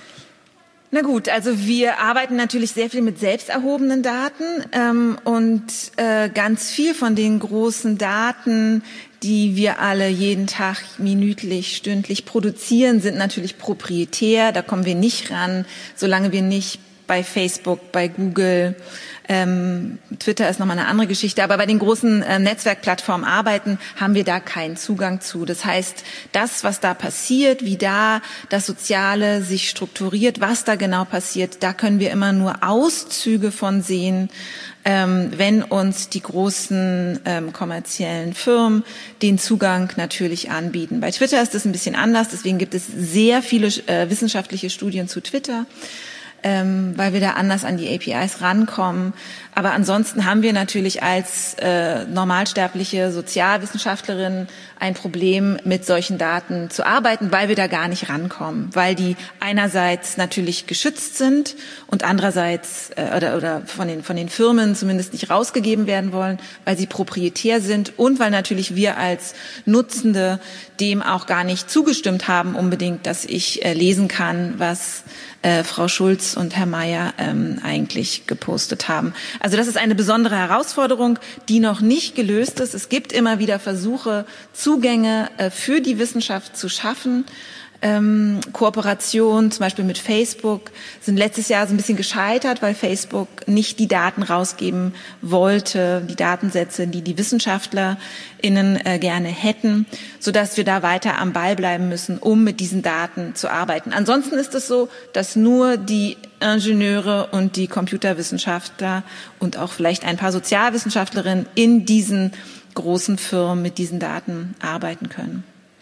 Na gut, also wir arbeiten natürlich sehr viel mit selbst erhobenen Daten ähm, und äh, ganz viel von den großen Daten, die wir alle jeden Tag minütlich, stündlich produzieren, sind natürlich proprietär. Da kommen wir nicht ran, solange wir nicht bei Facebook, bei Google, ähm, Twitter ist nochmal eine andere Geschichte, aber bei den großen äh, Netzwerkplattformen arbeiten, haben wir da keinen Zugang zu. Das heißt, das, was da passiert, wie da das Soziale sich strukturiert, was da genau passiert, da können wir immer nur Auszüge von sehen, ähm, wenn uns die großen ähm, kommerziellen Firmen den Zugang natürlich anbieten. Bei Twitter ist das ein bisschen anders, deswegen gibt es sehr viele äh, wissenschaftliche Studien zu Twitter. Ähm, weil wir da anders an die A P Is rankommen. Aber ansonsten haben wir natürlich als äh, normalsterbliche Sozialwissenschaftlerin ein Problem, mit solchen Daten zu arbeiten, weil wir da gar nicht rankommen, weil die einerseits natürlich geschützt sind und andererseits äh, oder, oder von den, von den Firmen zumindest nicht rausgegeben werden wollen, weil sie proprietär sind und weil natürlich wir als Nutzende dem auch gar nicht zugestimmt haben unbedingt, dass ich äh, lesen kann, was Äh, Frau Schulz und Herr Mayer ähm, eigentlich gepostet haben. Also das ist eine besondere Herausforderung, die noch nicht gelöst ist. Es gibt immer wieder Versuche, Zugänge äh, für die Wissenschaft zu schaffen. Ähm, Kooperationen, zum Beispiel mit Facebook, sind letztes Jahr so ein bisschen gescheitert, weil Facebook nicht die Daten rausgeben wollte, die Datensätze, die die WissenschaftlerInnen äh, gerne hätten, sodass wir da weiter am Ball bleiben müssen, um mit diesen Daten zu arbeiten. Ansonsten ist es so, dass nur die Ingenieure und die Computerwissenschaftler und auch vielleicht ein paar Sozialwissenschaftlerinnen in diesen großen Firmen mit diesen Daten arbeiten können.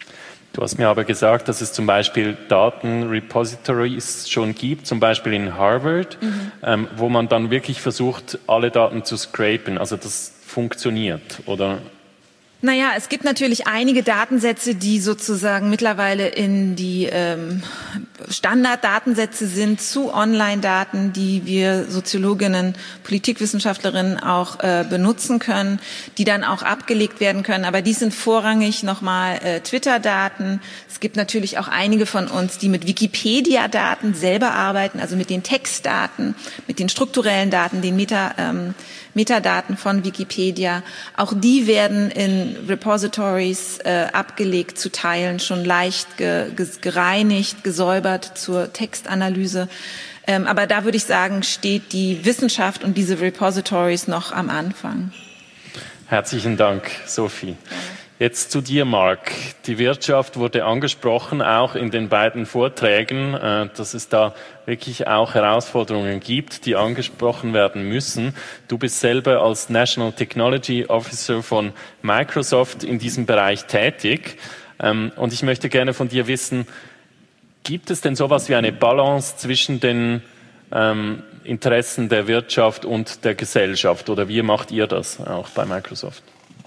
Du hast mir aber gesagt, dass es zum Beispiel Datenrepositories schon gibt, zum Beispiel in Harvard, mhm. ähm, wo man dann wirklich versucht, alle Daten zu scrapen. Also das funktioniert, oder? Naja, es gibt natürlich einige Datensätze, die sozusagen mittlerweile in die ähm, Standarddatensätze sind zu Online-Daten, die wir Soziologinnen, Politikwissenschaftlerinnen auch äh, benutzen können, die dann auch abgelegt werden können. Aber die sind vorrangig nochmal äh, Twitter-Daten. Es gibt natürlich auch einige von uns, die mit Wikipedia-Daten selber arbeiten, also mit den Textdaten, mit den strukturellen Daten, den Meta, ähm, Metadaten von Wikipedia. Auch die werden in Repositories äh, abgelegt, zu Teilen schon leicht ge, ge, gereinigt, gesäubert zur Textanalyse. Ähm, aber da würde ich sagen, steht die Wissenschaft und diese Repositories noch am Anfang. Herzlichen Dank, Sophie. Jetzt zu dir, Marc. Die Wirtschaft wurde angesprochen, auch in den beiden Vorträgen, dass es da wirklich auch Herausforderungen gibt, die angesprochen werden müssen. Du bist selber als National Technology Officer von Microsoft in diesem Bereich tätig. Und ich möchte gerne von dir wissen, gibt es denn sowas wie eine Balance zwischen den ähm, Interessen der Wirtschaft und der Gesellschaft? Oder wie macht ihr das auch bei Microsoft?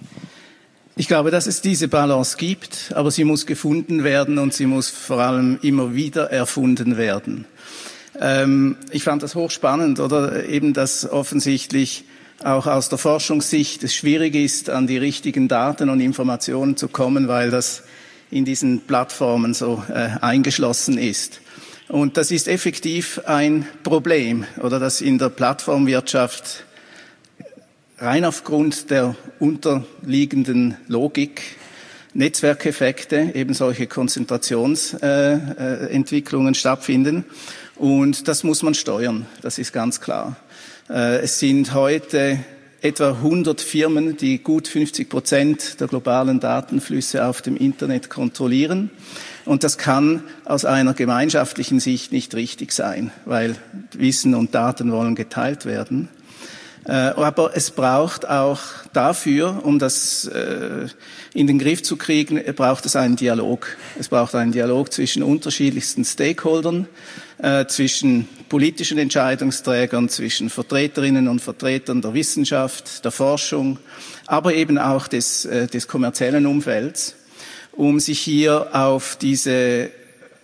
Ich glaube, dass es diese Balance gibt, aber sie muss gefunden werden und sie muss vor allem immer wieder erfunden werden. Ähm, ich fand das hochspannend, oder eben, dass offensichtlich auch aus der Forschungssicht es schwierig ist, an die richtigen Daten und Informationen zu kommen, weil das in diesen Plattformen so äh, eingeschlossen ist. Und das ist effektiv ein Problem, oder dass in der Plattformwirtschaft rein aufgrund der unterliegenden Logik, Netzwerkeffekte, eben solche Konzentrationsentwicklungen äh, stattfinden. Und das muss man steuern, das ist ganz klar. Äh, es sind heute etwa hundert Firmen, die gut fünfzig Prozent der globalen Datenflüsse auf dem Internet kontrollieren. Und das kann aus einer gemeinschaftlichen Sicht nicht richtig sein, weil Wissen und Daten wollen geteilt werden. Aber es braucht auch dafür, um das in den Griff zu kriegen, braucht es einen Dialog. Es braucht einen Dialog zwischen unterschiedlichsten Stakeholdern, zwischen politischen Entscheidungsträgern, zwischen Vertreterinnen und Vertretern der Wissenschaft, der Forschung, aber eben auch des, des kommerziellen Umfelds, um sich hier auf diese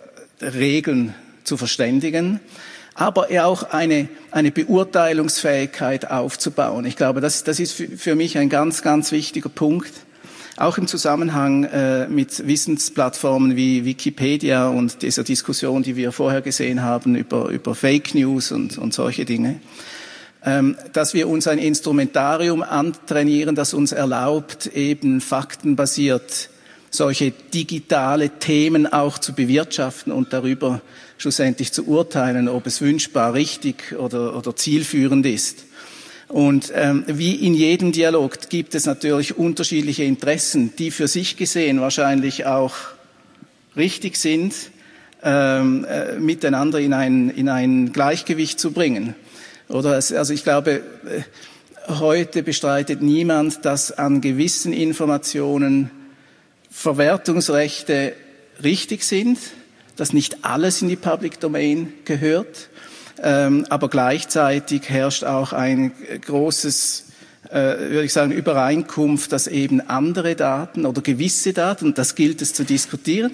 Regeln zu verständigen, aber auch eine, eine Beurteilungsfähigkeit aufzubauen. Ich glaube, das, das ist für mich ein ganz, ganz wichtiger Punkt, auch im Zusammenhang äh, mit Wissensplattformen wie Wikipedia und dieser Diskussion, die wir vorher gesehen haben über, über Fake News und, und solche Dinge, ähm, dass wir uns ein Instrumentarium antrainieren, das uns erlaubt, eben faktenbasiert solche digitale Themen auch zu bewirtschaften und darüber schlussendlich zu urteilen, ob es wünschbar, richtig oder, oder zielführend ist. Und ähm, wie in jedem Dialog gibt es natürlich unterschiedliche Interessen, die für sich gesehen wahrscheinlich auch richtig sind, ähm, äh, miteinander in ein, in ein Gleichgewicht zu bringen. Oder es, also ich glaube, äh, heute bestreitet niemand, dass an gewissen Informationen Verwertungsrechte richtig sind, dass nicht alles in die Public Domain gehört, ähm, aber gleichzeitig herrscht auch ein großes, äh, würde ich sagen, Übereinkunft, dass eben andere Daten oder gewisse Daten, und das gilt es zu diskutieren,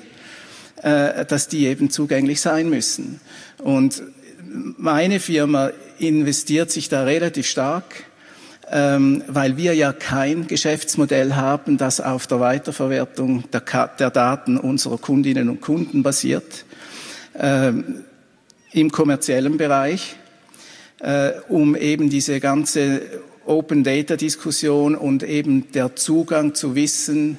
äh, dass die eben zugänglich sein müssen. Und meine Firma investiert sich da relativ stark, Ähm, weil wir ja kein Geschäftsmodell haben, das auf der Weiterverwertung der, der Daten unserer Kundinnen und Kunden basiert, ähm, im kommerziellen Bereich, äh, um eben diese ganze Open-Data-Diskussion und eben der Zugang zu Wissen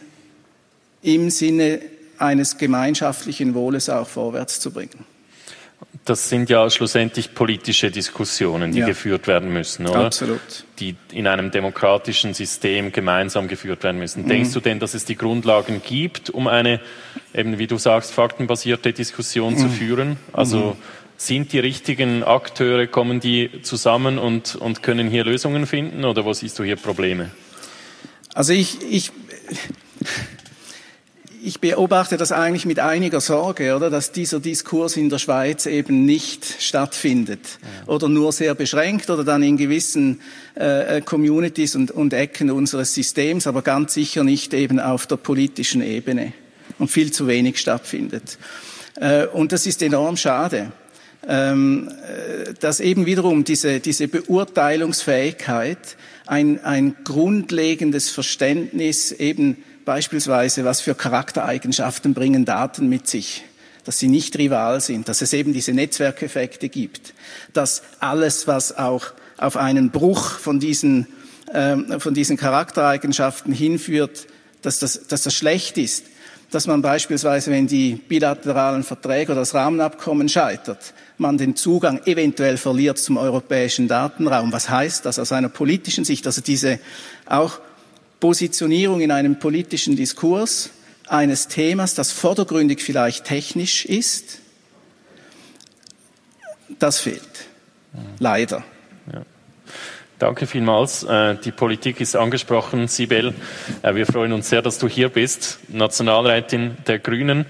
im Sinne eines gemeinschaftlichen Wohles auch vorwärts zu bringen. Das sind ja schlussendlich politische Diskussionen, die ja. geführt werden müssen, oder? Absolut. Die in einem demokratischen System gemeinsam geführt werden müssen. Mhm. Denkst du denn, dass es die Grundlagen gibt, um eine, eben wie du sagst, faktenbasierte Diskussion mhm. zu führen? Also mhm. sind die richtigen Akteure, kommen die zusammen und, und können hier Lösungen finden, oder wo siehst du hier Probleme? Also ich, ich, ich beobachte das eigentlich mit einiger Sorge, oder, dass dieser Diskurs in der Schweiz eben nicht stattfindet oder nur sehr beschränkt oder dann in gewissen äh, Communities und, und Ecken unseres Systems, aber ganz sicher nicht eben auf der politischen Ebene und viel zu wenig stattfindet. Äh, und das ist enorm schade, ähm, dass eben wiederum diese, diese Beurteilungsfähigkeit ein, ein grundlegendes Verständnis eben beispielsweise, was für Charaktereigenschaften bringen Daten mit sich, dass sie nicht rival sind, dass es eben diese Netzwerkeffekte gibt, dass alles, was auch auf einen Bruch von diesen, ähm, von diesen Charaktereigenschaften hinführt, dass das, dass das schlecht ist, dass man beispielsweise, wenn die bilateralen Verträge oder das Rahmenabkommen scheitert, man den Zugang eventuell verliert zum europäischen Datenraum. Was heißt das aus einer politischen Sicht? Also diese auch Positionierung in einem politischen Diskurs eines Themas, das vordergründig vielleicht technisch ist, das fehlt. Leider. Ja. Danke vielmals. Die Politik ist angesprochen. Sibel, wir freuen uns sehr, dass du hier bist, Nationalrätin der Grünen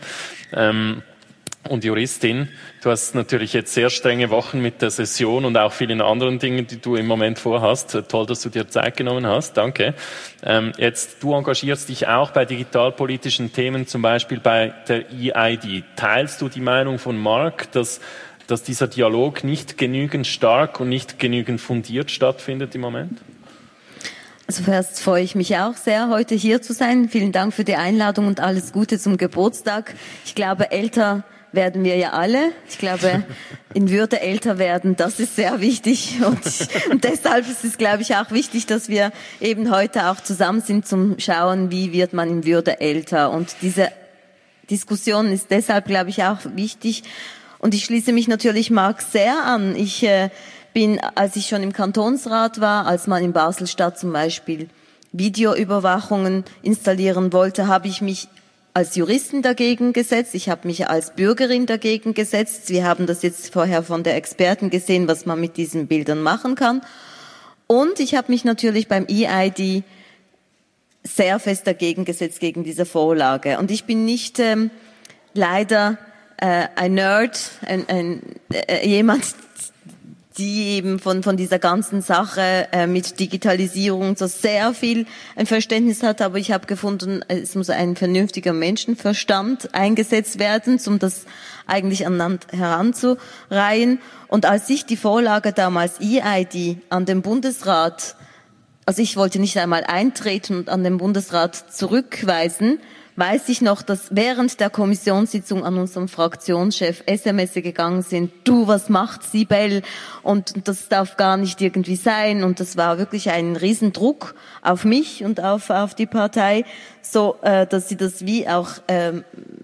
und Juristin. Du hast natürlich jetzt sehr strenge Wochen mit der Session und auch vielen anderen Dingen, die du im Moment vorhast. Toll, dass du dir Zeit genommen hast. Danke. Ähm, jetzt, du engagierst dich auch bei digitalpolitischen Themen, zum Beispiel bei der E I D. Teilst du die Meinung von Marc, dass, dass dieser Dialog nicht genügend stark und nicht genügend fundiert stattfindet im Moment? Also zuerst freue ich mich auch sehr, heute hier zu sein. Vielen Dank für die Einladung und alles Gute zum Geburtstag. Ich glaube, älter werden wir ja alle. Ich glaube, in Würde älter werden, das ist sehr wichtig. Und, und deshalb ist es, glaube ich, auch wichtig, dass wir eben heute auch zusammen sind zum Schauen, wie wird man in Würde älter. Und diese Diskussion ist deshalb, glaube ich, auch wichtig. Und ich schließe mich natürlich Marc sehr an. Ich äh, bin, als ich schon im Kantonsrat war, als man in Basel-Stadt zum Beispiel Videoüberwachungen installieren wollte, habe ich mich als Juristin dagegen gesetzt, ich habe mich als Bürgerin dagegen gesetzt. Wir haben das jetzt vorher von der Experten gesehen, was man mit diesen Bildern machen kann. Und ich habe mich natürlich beim E I D sehr fest dagegen gesetzt, gegen diese Vorlage. Und ich bin nicht ähm, leider äh, ein Nerd, ein, ein, äh, jemand, die eben von, von dieser ganzen Sache äh, mit Digitalisierung so sehr viel ein Verständnis hat. Aber ich habe gefunden, es muss ein vernünftiger Menschenverstand eingesetzt werden, um das eigentlich aneinander heranzureihen. Und als ich die Vorlage damals E I D an den Bundesrat, also ich wollte nicht einmal eintreten und an den Bundesrat zurückweisen, weiß ich noch, dass während der Kommissionssitzung an unserem Fraktionschef S M S gegangen sind, du, was macht Sibel? Und das darf gar nicht irgendwie sein. Und das war wirklich ein Riesendruck auf mich und auf, auf die Partei, so, äh, dass sie das wie auch ähm,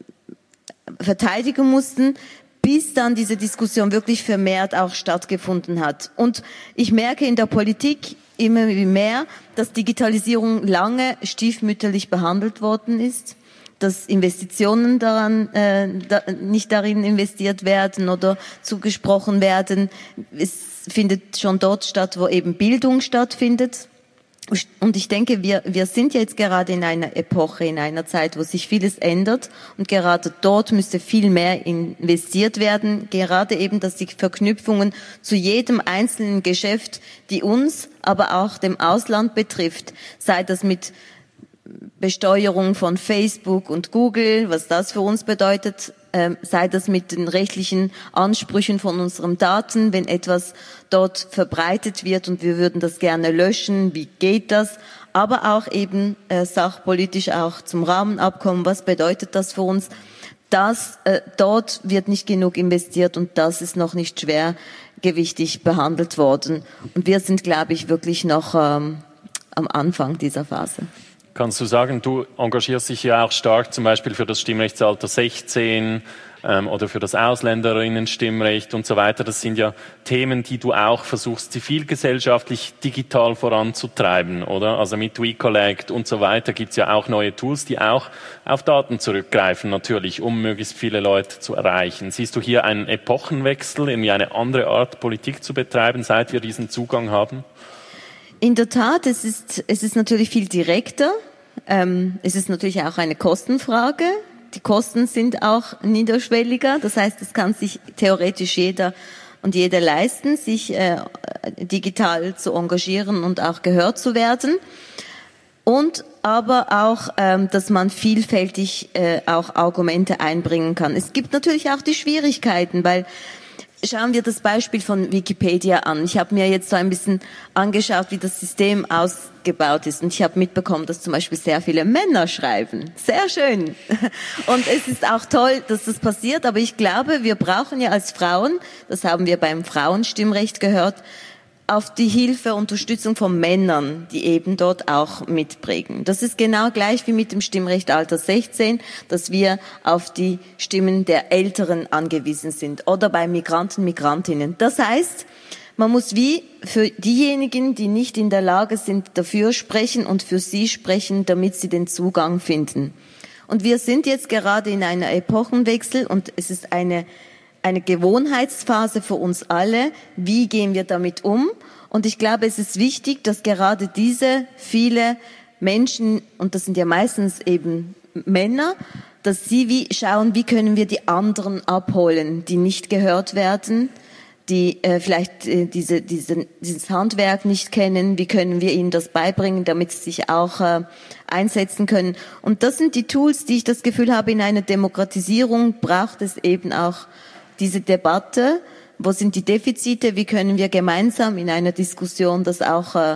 verteidigen mussten, bis dann diese Diskussion wirklich vermehrt auch stattgefunden hat. Und ich merke in der Politik immer mehr, dass Digitalisierung lange stiefmütterlich behandelt worden ist, dass Investitionen daran äh, da, nicht darin investiert werden oder zugesprochen werden. Es findet schon dort statt, wo eben Bildung stattfindet. Und ich denke, wir, wir sind jetzt gerade in einer Epoche, in einer Zeit, wo sich vieles ändert. Und gerade dort müsste viel mehr investiert werden. Gerade eben, dass die Verknüpfungen zu jedem einzelnen Geschäft, die uns, aber auch dem Ausland betrifft, sei das mit Besteuerung von Facebook und Google, was das für uns bedeutet, äh, sei das mit den rechtlichen Ansprüchen von unseren Daten, wenn etwas dort verbreitet wird und wir würden das gerne löschen, wie geht das? Aber auch eben äh, sachpolitisch auch zum Rahmenabkommen, was bedeutet das für uns? Das, äh, dort wird nicht genug investiert und das ist noch nicht schwergewichtig behandelt worden. Und wir sind, glaube ich, wirklich noch ähm, am Anfang dieser Phase. Kannst du sagen, du engagierst dich ja auch stark zum Beispiel für das Stimmrechtsalter sechzehn ähm, oder für das Ausländerinnenstimmrecht und so weiter. Das sind ja Themen, die du auch versuchst, zivilgesellschaftlich digital voranzutreiben, oder? Also mit WeCollect und so weiter gibt's ja auch neue Tools, die auch auf Daten zurückgreifen natürlich, um möglichst viele Leute zu erreichen. Siehst du hier einen Epochenwechsel, irgendwie eine andere Art Politik zu betreiben, seit wir diesen Zugang haben? In der Tat, es ist, es ist natürlich viel direkter. Ähm, es ist natürlich auch eine Kostenfrage. Die Kosten sind auch niederschwelliger. Das heißt, es kann sich theoretisch jeder und jede leisten, sich äh, digital zu engagieren und auch gehört zu werden. Und aber auch, ähm, dass man vielfältig äh, auch Argumente einbringen kann. Es gibt natürlich auch die Schwierigkeiten, weil schauen wir das Beispiel von Wikipedia an. Ich habe mir jetzt so ein bisschen angeschaut, wie das System ausgebaut ist. Und ich habe mitbekommen, dass zum Beispiel sehr viele Männer schreiben. Sehr schön. Und es ist auch toll, dass das passiert. Aber ich glaube, wir brauchen ja als Frauen, das haben wir beim Frauenstimmrecht gehört, auf die Hilfe, Unterstützung von Männern, die eben dort auch mitprägen. Das ist genau gleich wie mit dem Stimmrecht Alter sechzehn, dass wir auf die Stimmen der Älteren angewiesen sind oder bei Migranten, Migrantinnen. Das heißt, man muss wie für diejenigen, die nicht in der Lage sind, dafür sprechen und für sie sprechen, damit sie den Zugang finden. Und wir sind jetzt gerade in einer Epochenwechsel und es ist eine eine Gewohnheitsphase für uns alle. Wie gehen wir damit um? Und ich glaube, es ist wichtig, dass gerade diese viele Menschen, und das sind ja meistens eben Männer, dass sie wie schauen, wie können wir die anderen abholen, die nicht gehört werden, die äh, vielleicht äh, diese, diese, dieses Handwerk nicht kennen, wie können wir ihnen das beibringen, damit sie sich auch äh, einsetzen können. Und das sind die Tools, die ich das Gefühl habe, in einer Demokratisierung braucht es eben auch diese Debatte, wo sind die Defizite, wie können wir gemeinsam in einer Diskussion das auch äh,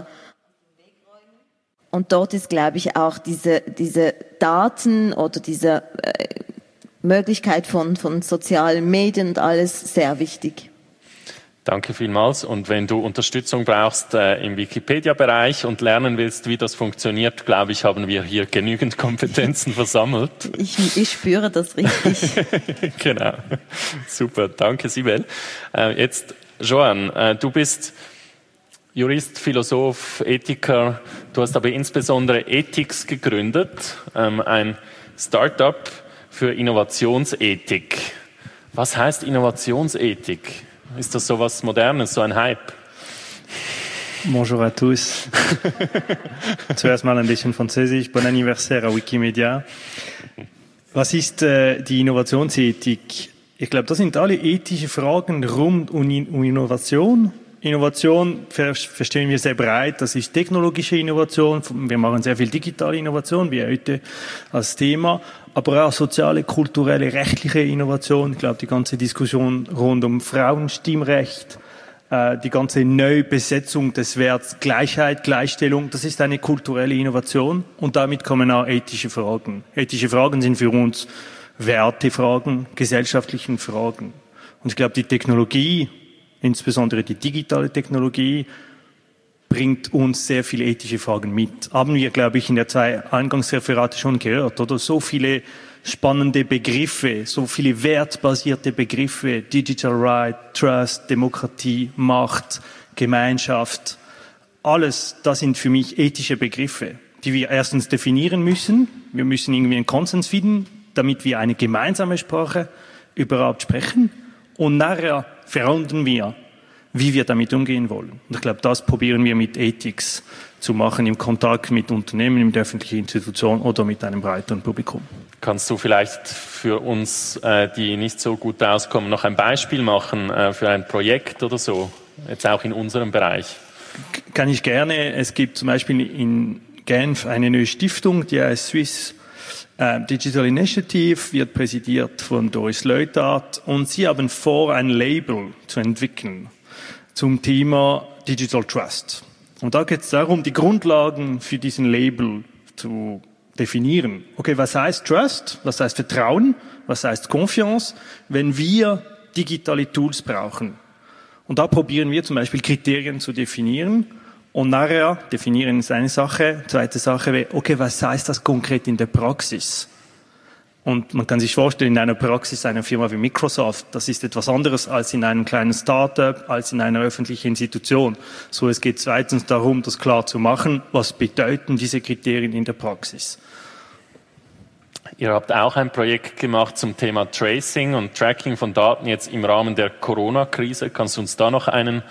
und dort ist, glaube ich, auch diese diese Daten oder diese äh, Möglichkeit von von sozialen Medien und alles sehr wichtig. Danke vielmals. Und wenn du Unterstützung brauchst äh, im Wikipedia-Bereich und lernen willst, wie das funktioniert, glaube ich, haben wir hier genügend Kompetenzen versammelt. Ich, ich spüre das richtig. Genau. Super. Danke, Sibel. Äh, jetzt, Joan, äh, du bist Jurist, Philosoph, Ethiker. Du hast aber insbesondere Ethics gegründet, ähm, ein Start-up für Innovationsethik. Was heißt Innovationsethik? Ist das so was Modernes, so ein Hype? Bonjour à tous. Zuerst mal ein bisschen Französisch. Bon anniversaire à Wikimedia. Was ist äh, die Innovationsethik? Ich glaube, das sind alle ethische Fragen rund um, um Innovation. Innovation ver- verstehen wir sehr breit. Das ist technologische Innovation. Wir machen sehr viel digitale Innovation, wie heute als Thema. Aber auch soziale, kulturelle, rechtliche Innovation. Ich glaube, die ganze Diskussion rund um Frauenstimmrecht, äh, die ganze Neubesetzung des Werts Gleichheit, Gleichstellung, das ist eine kulturelle Innovation. Und damit kommen auch ethische Fragen. Ethische Fragen sind für uns Wertefragen, gesellschaftlichen Fragen. Und ich glaube, die Technologie, insbesondere die digitale Technologie, bringt uns sehr viele ethische Fragen mit. Haben wir, glaube ich, in der zwei Eingangsreferate schon gehört, oder? So viele spannende Begriffe, so viele wertbasierte Begriffe, Digital Right, Trust, Demokratie, Macht, Gemeinschaft. Alles, das sind für mich ethische Begriffe, die wir erstens definieren müssen. Wir müssen irgendwie einen Konsens finden, damit wir eine gemeinsame Sprache überhaupt sprechen. Und nachher verhandeln wir, wie wir damit umgehen wollen. Und ich glaube, das probieren wir mit Ethics zu machen, im Kontakt mit Unternehmen, mit öffentlichen Institutionen oder mit einem breiteren Publikum. Kannst du vielleicht für uns, äh, die nicht so gut auskommen, noch ein Beispiel machen äh, für ein Projekt oder so, jetzt auch in unserem Bereich? Kann ich gerne. Es gibt zum Beispiel in Genf eine neue Stiftung, die heißt Swiss Digital Initiative, wird präsidiert von Doris Leuthard, und sie haben vor, ein Label zu entwickeln zum Thema Digital Trust. Und da geht es darum, die Grundlagen für diesen Label zu definieren. Okay, was heißt Trust? Was heißt Vertrauen? Was heißt Confiance? Wenn wir digitale Tools brauchen. Und da probieren wir zum Beispiel Kriterien zu definieren. Und nachher definieren ist eine Sache. Zweite Sache wäre, okay, was heißt das konkret in der Praxis? Und man kann sich vorstellen, in einer Praxis einer Firma wie Microsoft, das ist etwas anderes als in einem kleinen Startup, als in einer öffentlichen Institution. So, es geht zweitens darum, das klar zu machen, was bedeuten diese Kriterien in der Praxis. Ihr habt auch ein Projekt gemacht zum Thema Tracing und Tracking von Daten jetzt im Rahmen der Corona-Krise. Kannst du uns da noch einen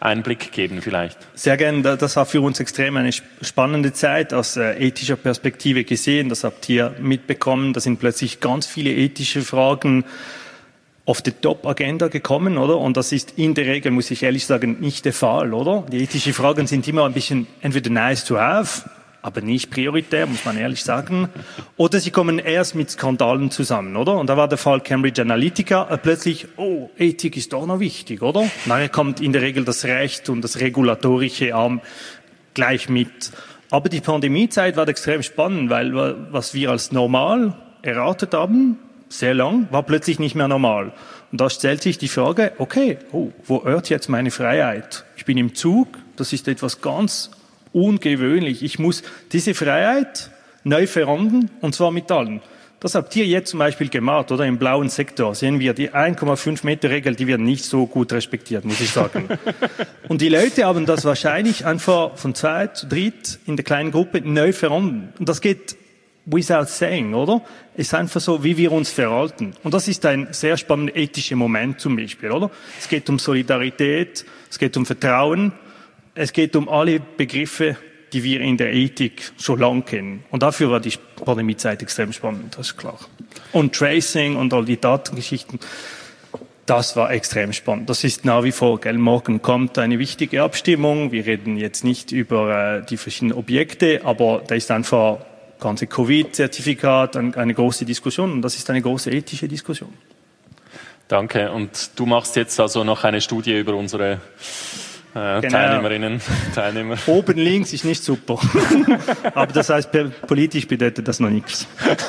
Einblick geben vielleicht? Sehr gerne. Das war für uns extrem eine spannende Zeit aus äh, ethischer Perspektive gesehen. Das habt ihr mitbekommen. Da sind plötzlich ganz viele ethische Fragen auf die Top-Agenda gekommen, oder? Und das ist in der Regel, muss ich ehrlich sagen, nicht der Fall, oder? Die ethischen Fragen sind immer ein bisschen entweder nice to have, aber nicht prioritär, muss man ehrlich sagen. Oder sie kommen erst mit Skandalen zusammen, oder? Und da war der Fall Cambridge Analytica, äh, plötzlich, oh, Ethik ist doch noch wichtig, oder? Nachher kommt in der Regel das Recht und das regulatorische Arm gleich mit. Aber die Pandemiezeit war extrem spannend, weil was wir als normal erwartet haben, sehr lang, war plötzlich nicht mehr normal. Und da stellt sich die Frage, okay, oh, wo hört jetzt meine Freiheit? Ich bin im Zug, das ist etwas ganz ungewöhnlich. Ich muss diese Freiheit neu verändern, und zwar mit allen. Das habt ihr jetzt zum Beispiel gemacht, oder? Im blauen Sektor sehen wir die eins Komma fünf Meter Regel, die wird nicht so gut respektiert, muss ich sagen. Und die Leute haben das wahrscheinlich einfach von zwei zu dritt in der kleinen Gruppe neu verändert. Und das geht without saying, oder? Es ist einfach so, wie wir uns verhalten. Und das ist ein sehr spannender ethischer Moment zum Beispiel, oder? Es geht um Solidarität, es geht um Vertrauen, es geht um alle Begriffe, die wir in der Ethik schon lange kennen. Und dafür war die Pandemiezeit extrem spannend, das ist klar. Und Tracing und all die Datengeschichten, das war extrem spannend. Das ist nach wie vor, gell? Morgen kommt eine wichtige Abstimmung. Wir reden jetzt nicht über äh, die verschiedenen Objekte, aber da ist einfach ganze Covid-Zertifikat, eine große Diskussion, und das ist eine große ethische Diskussion. Danke. Und du machst jetzt also noch eine Studie über unsere äh, genau. Teilnehmerinnen, Teilnehmer. Oben links ist nicht super, aber das heißt, politisch bedeutet das noch nichts.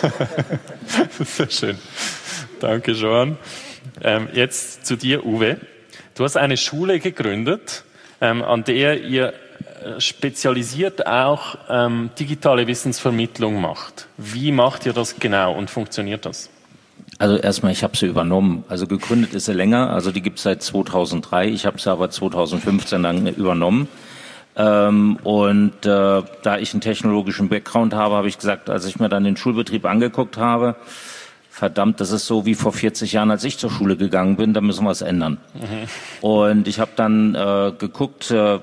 Sehr schön. Danke, Johann. Ähm, jetzt zu dir, Uwe. Du hast eine Schule gegründet, ähm, an der ihr spezialisiert auch ähm, digitale Wissensvermittlung macht. Wie macht ihr das genau und funktioniert das? Also erstmal, ich habe sie übernommen. Also gegründet ist sie länger, also die gibt es seit zweitausenddrei. Ich habe sie aber zweitausendfünfzehn dann übernommen. Ähm, und äh, da ich einen technologischen Background habe, habe ich gesagt, als ich mir dann den Schulbetrieb angeguckt habe, verdammt, das ist so wie vor vierzig Jahren, als ich zur Schule gegangen bin, da müssen wir es ändern. Mhm. Und ich habe dann äh, geguckt, äh,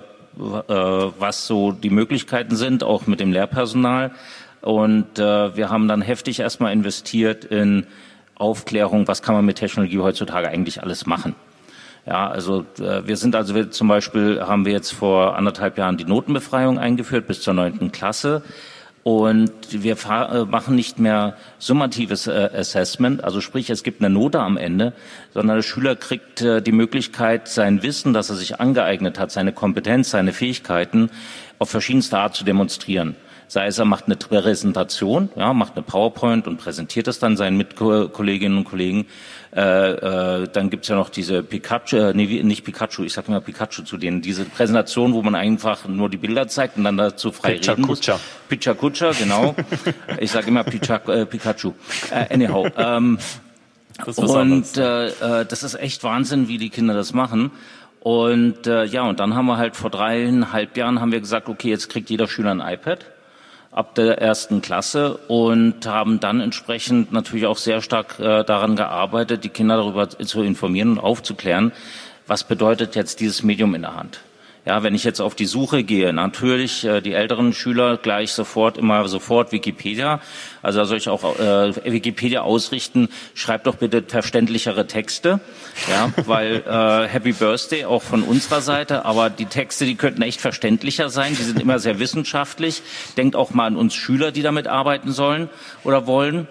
was so die Möglichkeiten sind, auch mit dem Lehrpersonal. Und äh, wir haben dann heftig erstmal investiert in Aufklärung, was kann man mit Technologie heutzutage eigentlich alles machen. Ja, also äh, wir sind also wir, zum Beispiel haben wir jetzt vor anderthalb Jahren die Notenbefreiung eingeführt bis zur neunten Klasse. Und wir äh, machen nicht mehr summatives äh, Assessment, also sprich, es gibt eine Note am Ende, sondern der Schüler kriegt äh, die Möglichkeit, sein Wissen, das er sich angeeignet hat, seine Kompetenz, seine Fähigkeiten auf verschiedenste Art zu demonstrieren. Sei es, er macht eine Präsentation, ja, macht eine PowerPoint und präsentiert es dann seinen Mitkolleginnen und Kollegen. Äh, äh, dann gibt's ja noch diese Pikachu, äh, nee, nicht Pikachu, ich sag immer Pikachu zu denen, diese Präsentation, wo man einfach nur die Bilder zeigt und dann dazu frei Picha reden muss. Pichakucha, genau. Ich sage immer Picha, äh, Pikachu. Äh, anyhow. Ähm, das und äh, äh, das ist echt Wahnsinn, wie die Kinder das machen. Und äh, ja, und dann haben wir halt vor dreieinhalb Jahren haben wir gesagt, okay, jetzt kriegt jeder Schüler ein iPad ab der ersten Klasse und haben dann entsprechend natürlich auch sehr stark äh, daran gearbeitet, die Kinder darüber zu informieren und aufzuklären, was bedeutet jetzt dieses Medium in der Hand. Ja, wenn ich jetzt auf die Suche gehe, natürlich äh, die älteren Schüler gleich sofort immer sofort Wikipedia. Also da soll ich auch äh, Wikipedia ausrichten. Schreibt doch bitte verständlichere Texte, ja, weil äh, Happy Birthday auch von unserer Seite. Aber die Texte, die könnten echt verständlicher sein. Die sind immer sehr wissenschaftlich. Denkt auch mal an uns Schüler, die damit arbeiten sollen oder wollen.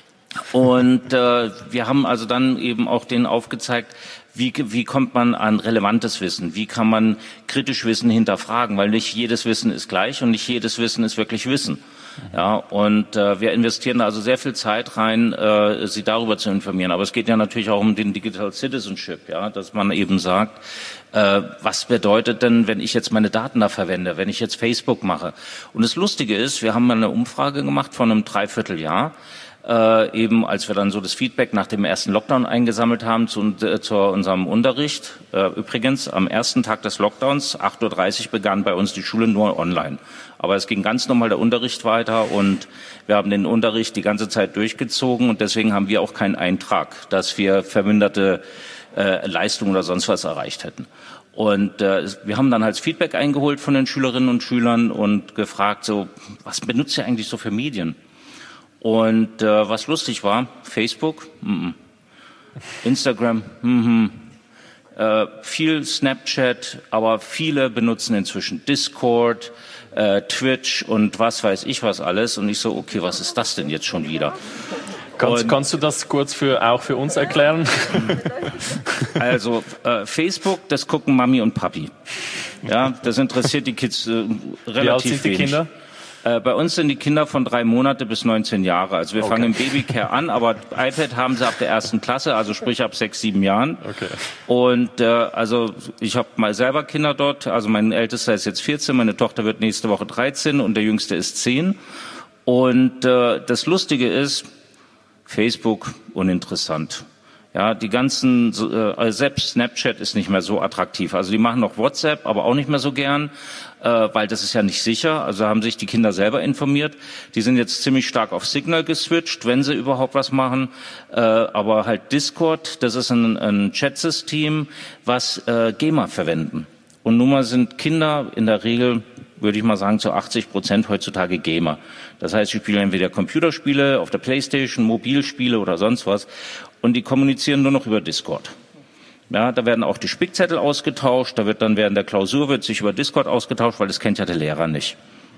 Und äh, wir haben also dann eben auch denen aufgezeigt, wie, wie kommt man an relevantes Wissen? Wie kann man kritisch Wissen hinterfragen? Weil nicht jedes Wissen ist gleich und nicht jedes Wissen ist wirklich Wissen. Ja, und äh, wir investieren da also sehr viel Zeit rein, äh, sie darüber zu informieren. Aber es geht ja natürlich auch um den Digital Citizenship, ja, dass man eben sagt, äh, was bedeutet denn, wenn ich jetzt meine Daten da verwende, wenn ich jetzt Facebook mache? Und das Lustige ist, wir haben mal eine Umfrage gemacht von einem Dreivierteljahr. Äh, eben als wir dann so das Feedback nach dem ersten Lockdown eingesammelt haben zu, äh, zu unserem Unterricht. Äh, übrigens, am ersten Tag des Lockdowns, acht Uhr dreißig, begann bei uns die Schule nur online. Aber es ging ganz normal der Unterricht weiter und wir haben den Unterricht die ganze Zeit durchgezogen und deswegen haben wir auch keinen Eintrag, dass wir verminderte äh, Leistungen oder sonst was erreicht hätten. Und äh, wir haben dann halt Feedback eingeholt von den Schülerinnen und Schülern und gefragt, so, was benutzt ihr eigentlich so für Medien? Und äh, was lustig war, Facebook, mm-mm. Instagram, mm-hmm. äh, viel Snapchat, aber viele benutzen inzwischen Discord, äh, Twitch und was weiß ich was alles. Und ich so, okay, was ist das denn jetzt schon wieder? Kannst, kannst du das kurz für, auch für uns erklären? Also äh, Facebook, das gucken Mami und Papi. Ja, das interessiert die Kids äh, relativ Wie alt sind die wenig. Kinder? Äh, bei uns sind die Kinder von drei Monate bis neunzehn Jahre. Also wir Okay. fangen im Babycare an, aber iPad haben sie ab der ersten Klasse, also sprich ab sechs, sieben Jahren. Okay. Und äh, also ich habe mal selber Kinder dort. Also mein Ältester ist jetzt vierzehn, meine Tochter wird nächste Woche dreizehn und der Jüngste ist zehn. Und äh, das Lustige ist, Facebook uninteressant. Ja, die ganzen, äh, selbst Snapchat ist nicht mehr so attraktiv. Also die machen noch WhatsApp, aber auch nicht mehr so gern, äh, weil das ist ja nicht sicher. Also haben sich die Kinder selber informiert. Die sind jetzt ziemlich stark auf Signal geswitcht, wenn sie überhaupt was machen. Äh, aber halt Discord, das ist ein, ein Chatsystem, was äh, Gamer verwenden. Und nun mal sind Kinder in der Regel, würde ich mal sagen, zu achtzig Prozent heutzutage Gamer. Das heißt, sie spielen entweder Computerspiele auf der Playstation, Mobilspiele oder sonst was. Und die kommunizieren nur noch über Discord. Ja, da werden auch die Spickzettel ausgetauscht. Da wird dann während der Klausur wird sich über Discord ausgetauscht, weil das kennt ja der Lehrer nicht.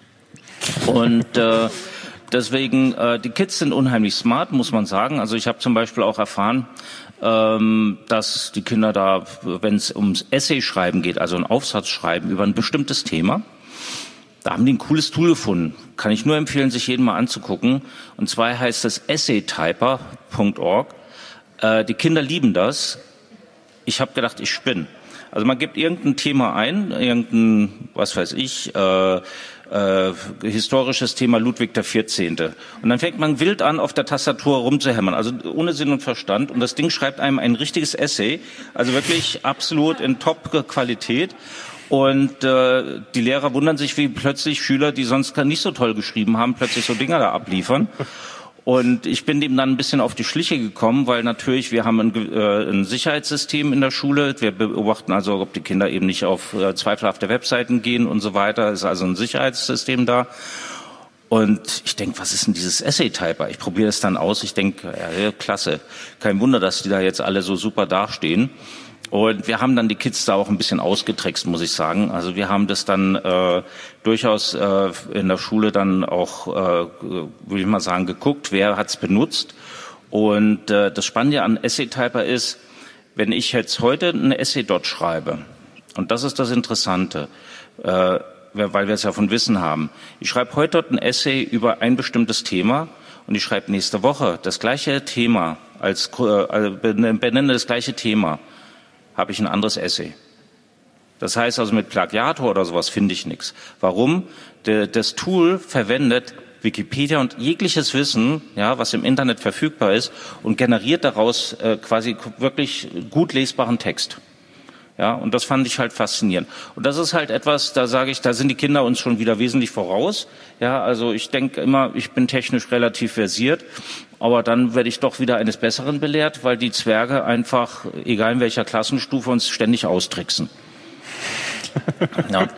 Und äh, deswegen, äh, die Kids sind unheimlich smart, muss man sagen. Also ich habe zum Beispiel auch erfahren, ähm, dass die Kinder da, wenn es ums Essay-Schreiben geht, also ein Aufsatz schreiben über ein bestimmtes Thema, da haben die ein cooles Tool gefunden. Kann ich nur empfehlen, sich jeden mal anzugucken. Und zwar heißt das essaytyper punkt org. Äh, die Kinder lieben das. Ich habe gedacht, ich spinne. Also man gibt irgendein Thema ein, irgendein, was weiß ich, äh, äh, historisches Thema Ludwig der vierzehnte. Und dann fängt man wild an, auf der Tastatur rumzuhämmern, also ohne Sinn und Verstand. Und das Ding schreibt einem ein richtiges Essay, also wirklich absolut in Top-Qualität. Und äh, die Lehrer wundern sich, wie plötzlich Schüler, die sonst nicht so toll geschrieben haben, plötzlich so Dinger da abliefern. Und ich bin dem dann ein bisschen auf die Schliche gekommen, weil natürlich, wir haben ein, äh, ein Sicherheitssystem in der Schule. Wir beobachten also, ob die Kinder eben nicht auf äh, zweifelhafte Webseiten gehen und so weiter. Es ist also ein Sicherheitssystem da. Und ich denke, was ist denn dieses Essay-Typer? Ich probiere es dann aus. Ich denke, ja, klasse. Kein Wunder, dass die da jetzt alle so super dastehen. Und wir haben dann die Kids da auch ein bisschen ausgetrickst, muss ich sagen. Also wir haben das dann äh, durchaus äh, in der Schule dann auch, äh, würde ich mal sagen, geguckt, wer hat's benutzt. Und äh, das Spannende an Essay-Typer ist, wenn ich jetzt heute ein Essay dort schreibe, und das ist das Interessante, äh, weil wir es ja von Wissen haben. Ich schreibe heute dort ein Essay über ein bestimmtes Thema und ich schreibe nächste Woche das gleiche Thema, als äh, benenne das gleiche Thema, habe ich ein anderes Essay. Das heißt also, mit Plagiator oder sowas finde ich nichts. Warum? De, das Tool verwendet Wikipedia und jegliches Wissen, ja, was im Internet verfügbar ist, und generiert daraus äh, quasi wirklich gut lesbaren Text. Ja, und das fand ich halt faszinierend. Und das ist halt etwas, da sage ich, da sind die Kinder uns schon wieder wesentlich voraus. Ja, also ich denke immer, ich bin technisch relativ versiert, aber dann werde ich doch wieder eines Besseren belehrt, weil die Zwerge einfach, egal in welcher Klassenstufe, uns ständig austricksen. Ja.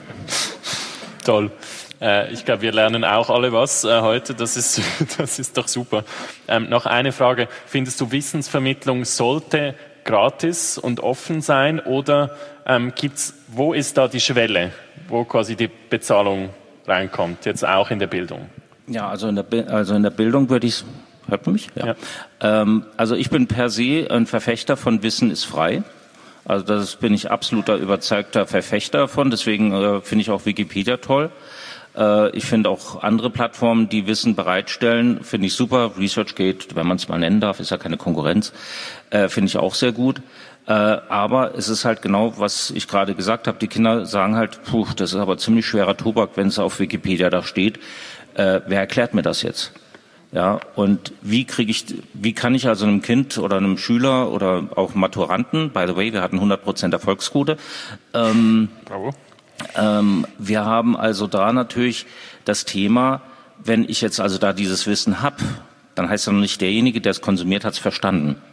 Toll. Äh, ich glaube, wir lernen auch alle was äh, heute. Das ist, das ist doch super. Ähm, noch eine Frage. Findest du, Wissensvermittlung sollte gratis und offen sein, oder ähm, gibt's, wo ist da die Schwelle, wo quasi die Bezahlung reinkommt, jetzt auch in der Bildung? Ja, also in der, also in der Bildung würde ich, hört man mich? Ja. ja. Ähm, also ich bin per se ein Verfechter von Wissen ist frei. Also das bin ich absoluter überzeugter Verfechter davon. Deswegen äh, finde ich auch Wikipedia toll. Äh, ich finde auch andere Plattformen, die Wissen bereitstellen, finde ich super. ResearchGate, wenn man es mal nennen darf, ist ja keine Konkurrenz, äh, finde ich auch sehr gut. Äh, aber es ist halt genau, was ich gerade gesagt habe. Die Kinder sagen halt, puh, das ist aber ziemlich schwerer Tobak, wenn es auf Wikipedia da steht. Äh, wer erklärt mir das jetzt? Ja, und wie kriege ich, wie kann ich also einem Kind oder einem Schüler oder auch Maturanten, by the way, wir hatten hundert Prozent Erfolgsquote, ähm, Bravo. Ähm, wir haben also da natürlich das Thema, wenn ich jetzt also da dieses Wissen hab, dann heißt das noch nicht, derjenige, der es konsumiert, hat es verstanden.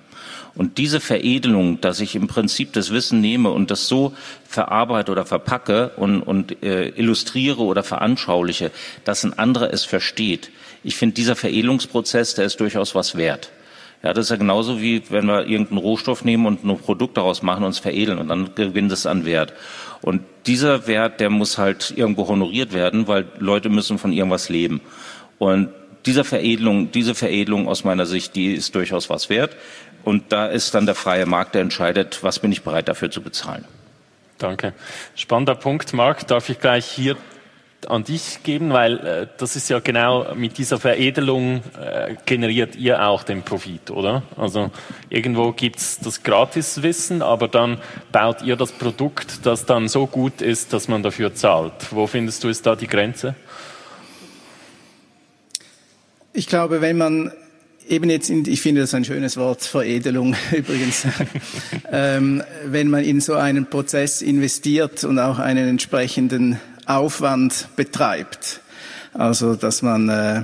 Und diese Veredelung, dass ich im Prinzip das Wissen nehme und das so verarbeite oder verpacke und, und äh, illustriere oder veranschauliche, dass ein anderer es versteht. Ich finde, dieser Veredelungsprozess, der ist durchaus was wert. Ja, das ist ja genauso wie, wenn wir irgendeinen Rohstoff nehmen und ein Produkt daraus machen und es veredeln und dann gewinnt es an Wert. Und dieser Wert, der muss halt irgendwo honoriert werden, weil Leute müssen von irgendwas leben. Und diese Veredelung, diese Veredelung aus meiner Sicht, die ist durchaus was wert. Und da ist dann der freie Markt, der entscheidet, was bin ich bereit dafür zu bezahlen. Danke. Spannender Punkt, Marc. Darf ich gleich hier an dich geben, weil äh, das ist ja genau mit dieser Veredelung äh, generiert ihr auch den Profit, oder? Also irgendwo gibt's das Gratiswissen, aber dann baut ihr das Produkt, das dann so gut ist, dass man dafür zahlt. Wo findest du, ist da die Grenze? Ich glaube, wenn man eben jetzt, in, ich finde das ein schönes Wort, Veredelung übrigens, ähm, wenn man in so einen Prozess investiert und auch einen entsprechenden Aufwand betreibt, also dass man äh,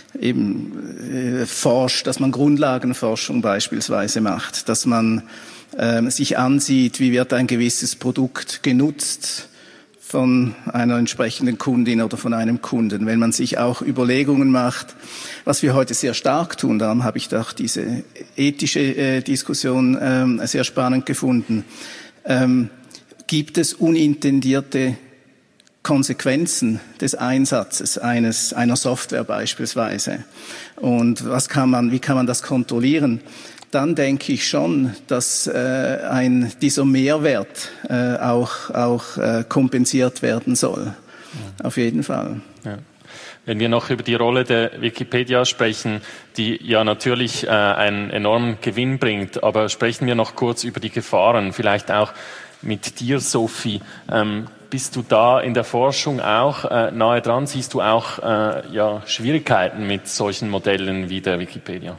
eben äh, forscht, dass man Grundlagenforschung beispielsweise macht, dass man äh, sich ansieht, wie wird ein gewisses Produkt genutzt von einer entsprechenden Kundin oder von einem Kunden. Wenn man sich auch Überlegungen macht, was wir heute sehr stark tun, darum habe ich auch diese ethische äh, Diskussion äh, sehr spannend gefunden, ähm, gibt es unintendierte Konsequenzen des Einsatzes eines, einer Software beispielsweise. Und was kann man, wie kann man das kontrollieren? Dann denke ich schon, dass äh, ein, dieser Mehrwert äh, auch, auch äh, kompensiert werden soll. Ja. Auf jeden Fall. Ja. Wenn wir noch über die Rolle der Wikipedia sprechen, die ja natürlich äh, einen enormen Gewinn bringt, aber sprechen wir noch kurz über die Gefahren, vielleicht auch mit dir, Sophie. Ähm, bist du da in der Forschung auch äh, nahe dran? Siehst du auch äh, ja, Schwierigkeiten mit solchen Modellen wie der Wikipedia?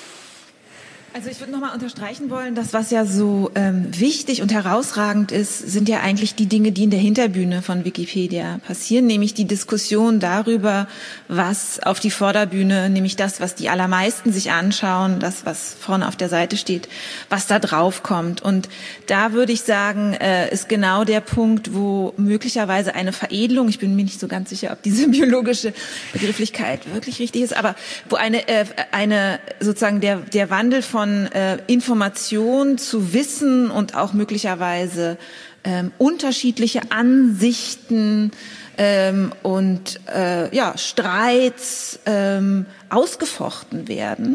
Also ich würde nochmal unterstreichen wollen, dass was ja so ähm, wichtig und herausragend ist, sind ja eigentlich die Dinge, die in der Hinterbühne von Wikipedia passieren, nämlich die Diskussion darüber, was auf die Vorderbühne, nämlich das, was die allermeisten sich anschauen, das, was vorne auf der Seite steht, was da drauf kommt. Und da würde ich sagen, äh, ist genau der Punkt, wo möglicherweise eine Veredelung, ich bin mir nicht so ganz sicher, ob diese biologische Begrifflichkeit wirklich richtig ist, aber wo eine, äh, eine sozusagen der, der Wandel von von äh, Information zu Wissen und auch möglicherweise ähm, unterschiedliche Ansichten ähm, und äh, ja, Streits ähm, ausgefochten werden.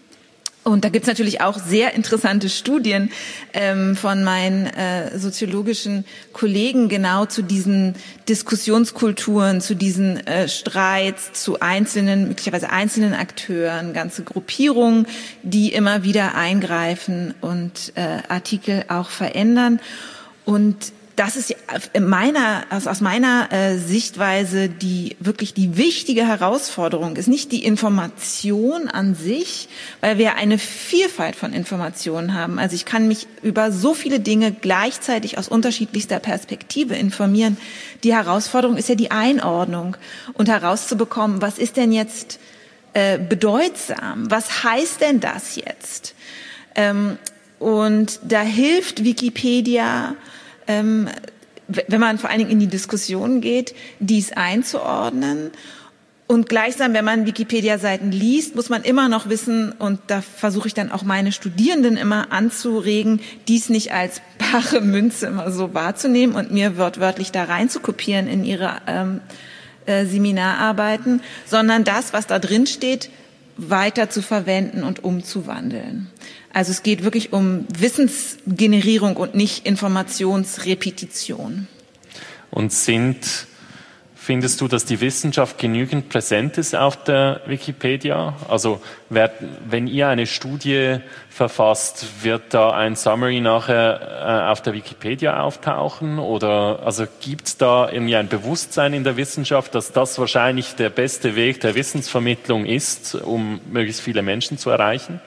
Und da gibt's natürlich auch sehr interessante Studien ähm, von meinen äh, soziologischen Kollegen genau zu diesen Diskussionskulturen, zu diesen äh, Streits, zu einzelnen, möglicherweise einzelnen Akteuren, ganze Gruppierungen, die immer wieder eingreifen und äh, Artikel auch verändern. Und das ist in meiner, also aus meiner äh, Sichtweise die wirklich die wichtige Herausforderung ist nicht die Information an sich, weil wir eine Vielfalt von Informationen haben. Also ich kann mich über so viele Dinge gleichzeitig aus unterschiedlichster Perspektive informieren. Die Herausforderung ist ja die Einordnung und herauszubekommen, was ist denn jetzt äh, bedeutsam? Was heißt denn das jetzt? Ähm, und da hilft Wikipedia, Ähm, wenn man vor allen Dingen in die Diskussion geht, dies einzuordnen. Und gleichsam, wenn man Wikipedia-Seiten liest, muss man immer noch wissen, und da versuche ich dann auch meine Studierenden immer anzuregen, dies nicht als bare Münze immer so wahrzunehmen und mir wortwörtlich da rein zu kopieren in ihre ähm, äh, Seminararbeiten, sondern das, was da drin steht, weiter zu verwenden und umzuwandeln. Also es geht wirklich um Wissensgenerierung und nicht Informationsrepetition. Und sind, findest du, dass die Wissenschaft genügend präsent ist auf der Wikipedia? Also wenn ihr eine Studie verfasst, wird da ein Summary nachher auf der Wikipedia auftauchen? Oder also gibt es da irgendwie ein Bewusstsein in der Wissenschaft, dass das wahrscheinlich der beste Weg der Wissensvermittlung ist, um möglichst viele Menschen zu erreichen?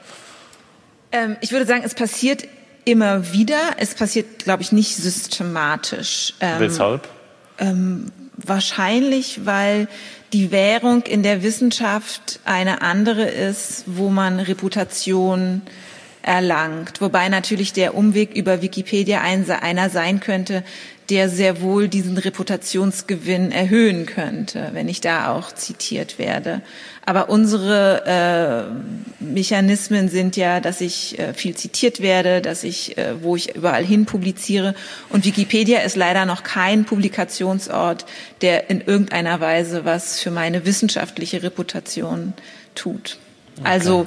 Ähm, ich würde sagen, es passiert immer wieder. Es passiert, glaube ich, nicht systematisch. Ähm, Weshalb? Ähm, wahrscheinlich, weil die Währung in der Wissenschaft eine andere ist, wo man Reputation erlangt. Wobei natürlich der Umweg über Wikipedia einer sein könnte, der sehr wohl diesen Reputationsgewinn erhöhen könnte, wenn ich da auch zitiert werde. Aber unsere äh, Mechanismen sind ja, dass ich äh, viel zitiert werde, dass ich, äh, wo ich überall hin publiziere. Und Wikipedia ist leider noch kein Publikationsort, der in irgendeiner Weise was für meine wissenschaftliche Reputation tut. Okay. Also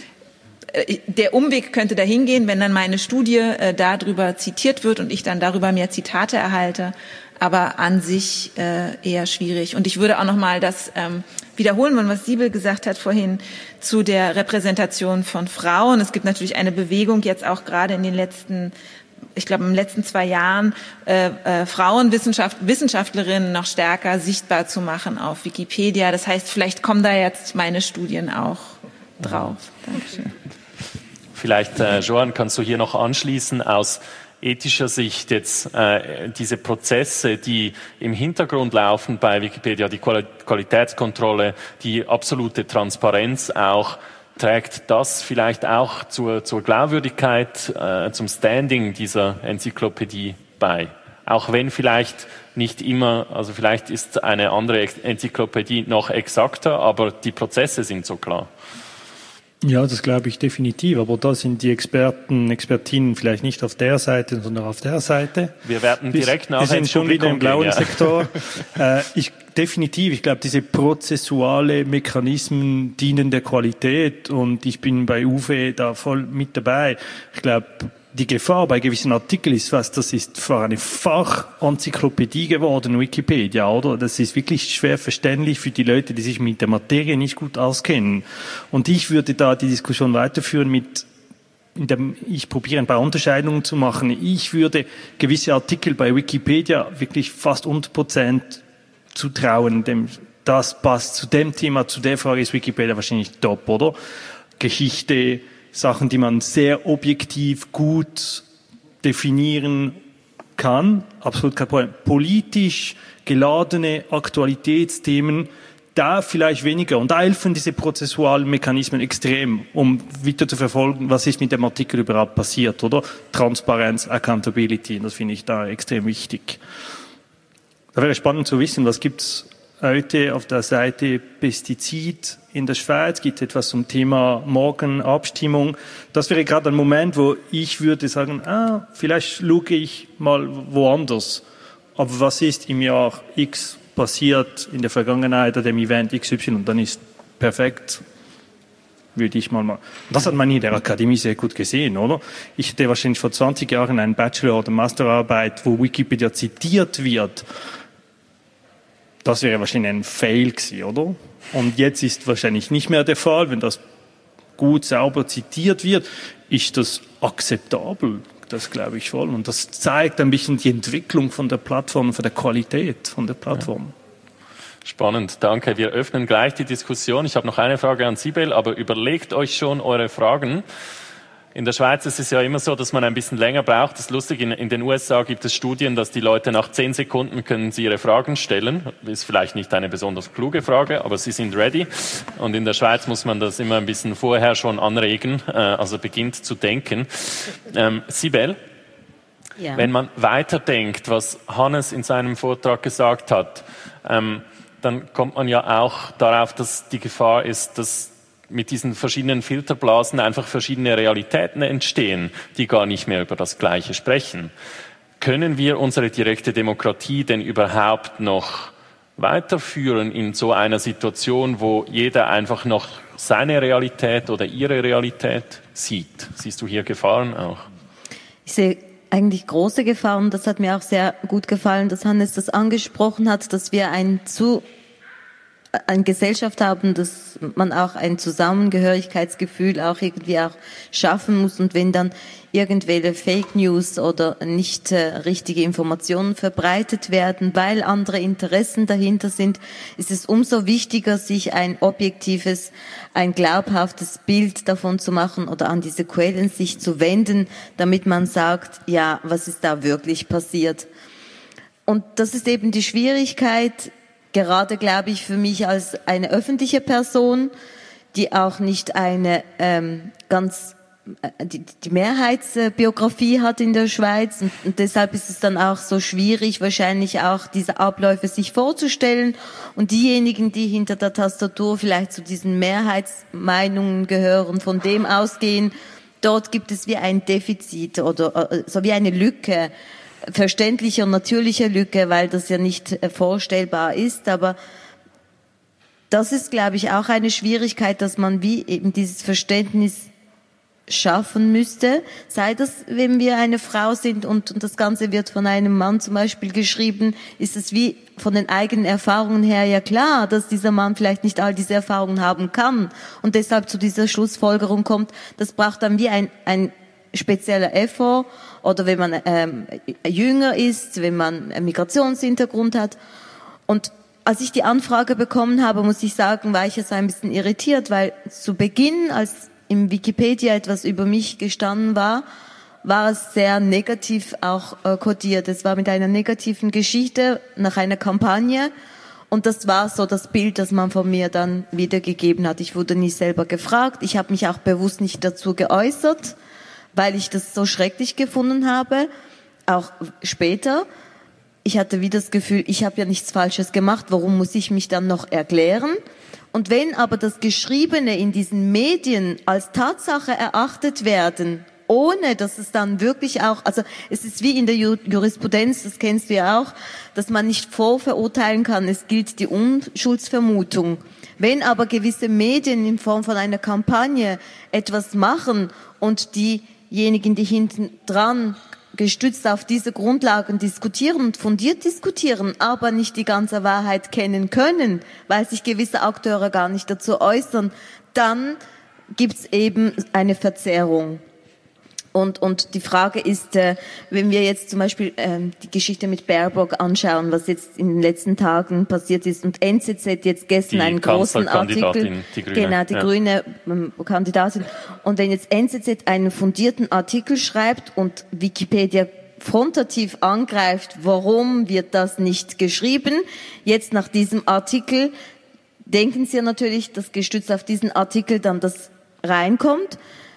der Umweg könnte dahin gehen, wenn dann meine Studie äh, darüber zitiert wird und ich dann darüber mehr Zitate erhalte, aber an sich äh, eher schwierig. Und ich würde auch noch mal das ähm, wiederholen, was Sibel gesagt hat vorhin zu der Repräsentation von Frauen. Es gibt natürlich eine Bewegung jetzt auch gerade in den letzten, ich glaube in den letzten zwei Jahren, äh, äh, Frauenwissenschaft, Wissenschaftlerinnen noch stärker sichtbar zu machen auf Wikipedia. Das heißt, vielleicht kommen da jetzt meine Studien auch drauf. Dankeschön. Vielleicht, äh, Joan, kannst du hier noch anschließen aus ethischer Sicht jetzt äh, diese Prozesse, die im Hintergrund laufen bei Wikipedia, die Quali- Qualitätskontrolle, die absolute Transparenz auch, trägt das vielleicht auch zur, zur Glaubwürdigkeit, äh, zum Standing dieser Enzyklopädie bei? Auch wenn vielleicht nicht immer, also vielleicht ist eine andere Enzyklopädie noch exakter, aber die Prozesse sind so klar. Ja, das glaube ich definitiv. Aber da sind die Experten, Expertinnen vielleicht nicht auf der Seite, sondern auf der Seite. Wir werden direkt nachher Wir sind schon wieder im blauen gehen, ja. Sektor. äh, ich, definitiv. Ich glaube, diese prozessuale Mechanismen dienen der Qualität und ich bin bei Uwe da voll mit dabei. Ich glaube, die Gefahr bei gewissen Artikeln ist, was das ist für eine Fachenzyklopädie geworden, Wikipedia, oder? Das ist wirklich schwer verständlich für die Leute, die sich mit der Materie nicht gut auskennen. Und ich würde da die Diskussion weiterführen mit, in dem ich probiere ein paar Unterscheidungen zu machen. Ich würde gewisse Artikel bei Wikipedia wirklich fast hundert Prozent zutrauen, dem, das passt zu dem Thema, zu der Frage ist Wikipedia wahrscheinlich top, oder? Geschichte, Sachen, die man sehr objektiv gut definieren kann, absolut kein Problem. Politisch geladene Aktualitätsthemen, da vielleicht weniger. Und da helfen diese prozessualen Mechanismen extrem, um weiter zu verfolgen, was ist mit dem Artikel überhaupt passiert, oder? Transparenz, Accountability, das finde ich da extrem wichtig. Da wäre spannend zu wissen, was gibt's heute auf der Seite Pestizid in der Schweiz, gibt es etwas zum Thema Morgenabstimmung. Das wäre gerade ein Moment, wo ich würde sagen, ah, vielleicht schaue ich mal woanders. Aber was ist im Jahr X passiert in der Vergangenheit an dem Event X Y? Und dann ist perfekt, würde ich mal mal. Das hat man in der Akademie sehr gut gesehen, oder? Ich hatte wahrscheinlich vor zwanzig Jahren einen Bachelor- oder Masterarbeit, wo Wikipedia zitiert wird. Das wäre wahrscheinlich ein Fail gewesen, oder? Und jetzt ist wahrscheinlich nicht mehr der Fall. Wenn das gut, sauber zitiert wird, ist das akzeptabel. Das glaube ich voll. Und das zeigt ein bisschen die Entwicklung von der Plattform, von der Qualität von der Plattform. Spannend, danke. Wir öffnen gleich die Diskussion. Ich habe noch eine Frage an Sibel, aber überlegt euch schon eure Fragen. In der Schweiz ist es ja immer so, dass man ein bisschen länger braucht. Das ist lustig, in, in den U S A gibt es Studien, dass die Leute nach zehn Sekunden können sie ihre Fragen stellen. Ist vielleicht nicht eine besonders kluge Frage, aber sie sind ready. Und in der Schweiz muss man das immer ein bisschen vorher schon anregen, äh, also beginnt zu denken. Ähm, Sibel, ja. Wenn man weiterdenkt, was Hannes in seinem Vortrag gesagt hat, ähm, dann kommt man ja auch darauf, dass die Gefahr ist, dass mit diesen verschiedenen Filterblasen einfach verschiedene Realitäten entstehen, die gar nicht mehr über das Gleiche sprechen. Können wir unsere direkte Demokratie denn überhaupt noch weiterführen in so einer Situation, wo jeder einfach noch seine Realität oder ihre Realität sieht? Siehst du hier Gefahren auch? Ich sehe eigentlich große Gefahren. Das hat mir auch sehr gut gefallen, dass Hannes das angesprochen hat, dass wir ein zu eine Gesellschaft haben, dass man auch ein Zusammengehörigkeitsgefühl auch irgendwie auch schaffen muss. Und wenn dann irgendwelche Fake News oder nicht äh, richtige Informationen verbreitet werden, weil andere Interessen dahinter sind, ist es umso wichtiger, sich ein objektives, ein glaubhaftes Bild davon zu machen oder an diese Quellen sich zu wenden, damit man sagt, ja, was ist da wirklich passiert? Und das ist eben die Schwierigkeit, gerade, glaube ich, für mich als eine öffentliche Person, die auch nicht eine ähm, ganz die, die Mehrheitsbiografie hat in der Schweiz und, und deshalb ist es dann auch so schwierig, wahrscheinlich auch diese Abläufe sich vorzustellen und diejenigen, die hinter der Tastatur vielleicht zu diesen Mehrheitsmeinungen gehören, von dem ausgehen, dort gibt es wie ein Defizit oder so wie eine Lücke, verständliche und natürliche Lücke, weil das ja nicht vorstellbar ist, aber das ist, glaube ich, auch eine Schwierigkeit, dass man wie eben dieses Verständnis schaffen müsste, sei das, wenn wir eine Frau sind und, und das Ganze wird von einem Mann zum Beispiel geschrieben, ist es wie von den eigenen Erfahrungen her ja klar, dass dieser Mann vielleicht nicht all diese Erfahrungen haben kann und deshalb zu dieser Schlussfolgerung kommt. Das braucht dann wie ein, ein spezieller Effort oder wenn man ähm, jünger ist, wenn man einen Migrationshintergrund hat. Und als ich die Anfrage bekommen habe, muss ich sagen, war ich jetzt ein bisschen irritiert, weil zu Beginn, als im Wikipedia etwas über mich gestanden war, war es sehr negativ auch äh, kodiert. Es war mit einer negativen Geschichte nach einer Kampagne und das war so das Bild, das man von mir dann wiedergegeben hat. Ich wurde nie selber gefragt, ich habe mich auch bewusst nicht dazu geäußert, weil ich das so schrecklich gefunden habe, auch später. Ich hatte wie das Gefühl, ich habe ja nichts Falsches gemacht, warum muss ich mich dann noch erklären? Und wenn aber das Geschriebene in diesen Medien als Tatsache erachtet werden, ohne dass es dann wirklich auch, also es ist wie in der Jurisprudenz, das kennst du ja auch, dass man nicht vorverurteilen kann, es gilt die Unschuldsvermutung. Wenn aber gewisse Medien in Form von einer Kampagne etwas machen und diejenigen, die hinten dran gestützt auf diese Grundlagen diskutieren und fundiert diskutieren, aber nicht die ganze Wahrheit kennen können, weil sich gewisse Akteure gar nicht dazu äußern, dann gibt's eben eine Verzerrung. Und, und die Frage ist, äh, wenn wir jetzt zum Beispiel äh, die Geschichte mit Baerbock anschauen, was jetzt in den letzten Tagen passiert ist und N Z Z jetzt gestern die einen großen Artikel, die Grüne. genau, die ja. grüne ähm, Kandidatin, und wenn jetzt N Z Z einen fundierten Artikel schreibt und Wikipedia frontativ angreift, warum wird das nicht geschrieben, jetzt nach diesem Artikel, denken Sie ja natürlich, dass gestützt auf diesen Artikel dann das reinkommt.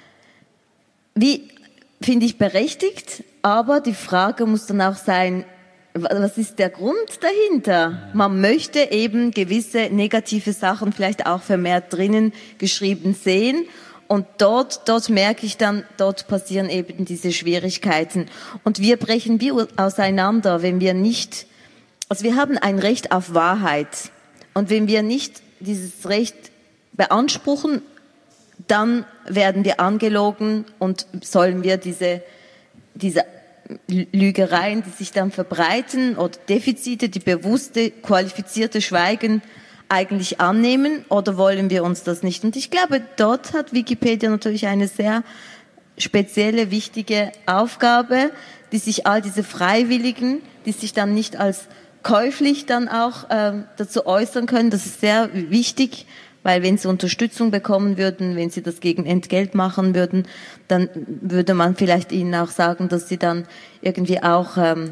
Wie finde ich berechtigt, aber die Frage muss dann auch sein, was ist der Grund dahinter? Man möchte eben gewisse negative Sachen vielleicht auch vermehrt drinnen geschrieben sehen und dort, dort merke ich dann, dort passieren eben diese Schwierigkeiten und wir brechen wie auseinander, wenn wir nicht, also wir haben ein Recht auf Wahrheit und wenn wir nicht dieses Recht beanspruchen, dann werden wir angelogen und sollen wir diese, diese Lügereien, die sich dann verbreiten oder Defizite, die bewusste, qualifizierte Schweigen eigentlich annehmen oder wollen wir uns das nicht? Und ich glaube, dort hat Wikipedia natürlich eine sehr spezielle, wichtige Aufgabe, die sich all diese Freiwilligen, die sich dann nicht als käuflich dann auch äh, dazu äußern können, das ist sehr wichtig, weil wenn sie Unterstützung bekommen würden, wenn sie das gegen Entgelt machen würden, dann würde man vielleicht ihnen auch sagen, dass sie dann irgendwie auch ähm,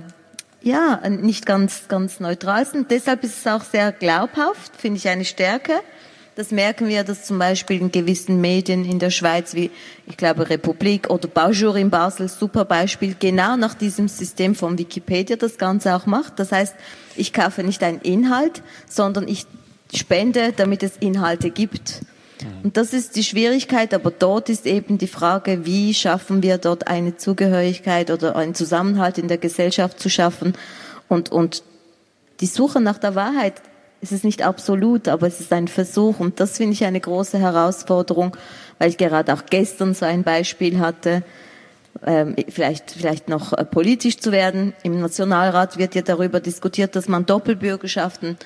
ja nicht ganz ganz neutral sind. Deshalb ist es auch sehr glaubhaft, finde ich eine Stärke. Das merken wir, dass zum Beispiel in gewissen Medien in der Schweiz, wie ich glaube Republik oder Bonjour in Basel, super Beispiel, genau nach diesem System von Wikipedia das Ganze auch macht. Das heißt, ich kaufe nicht einen Inhalt, sondern ich spende, damit es Inhalte gibt. Und das ist die Schwierigkeit, aber dort ist eben die Frage, wie schaffen wir dort eine Zugehörigkeit oder einen Zusammenhalt in der Gesellschaft zu schaffen und, und die Suche nach der Wahrheit, es ist nicht absolut, aber es ist ein Versuch und das finde ich eine große Herausforderung, weil ich gerade auch gestern so ein Beispiel hatte, ähm, vielleicht, vielleicht noch äh, politisch zu werden. Im Nationalrat wird ja darüber diskutiert, dass man Doppelbürgerschaften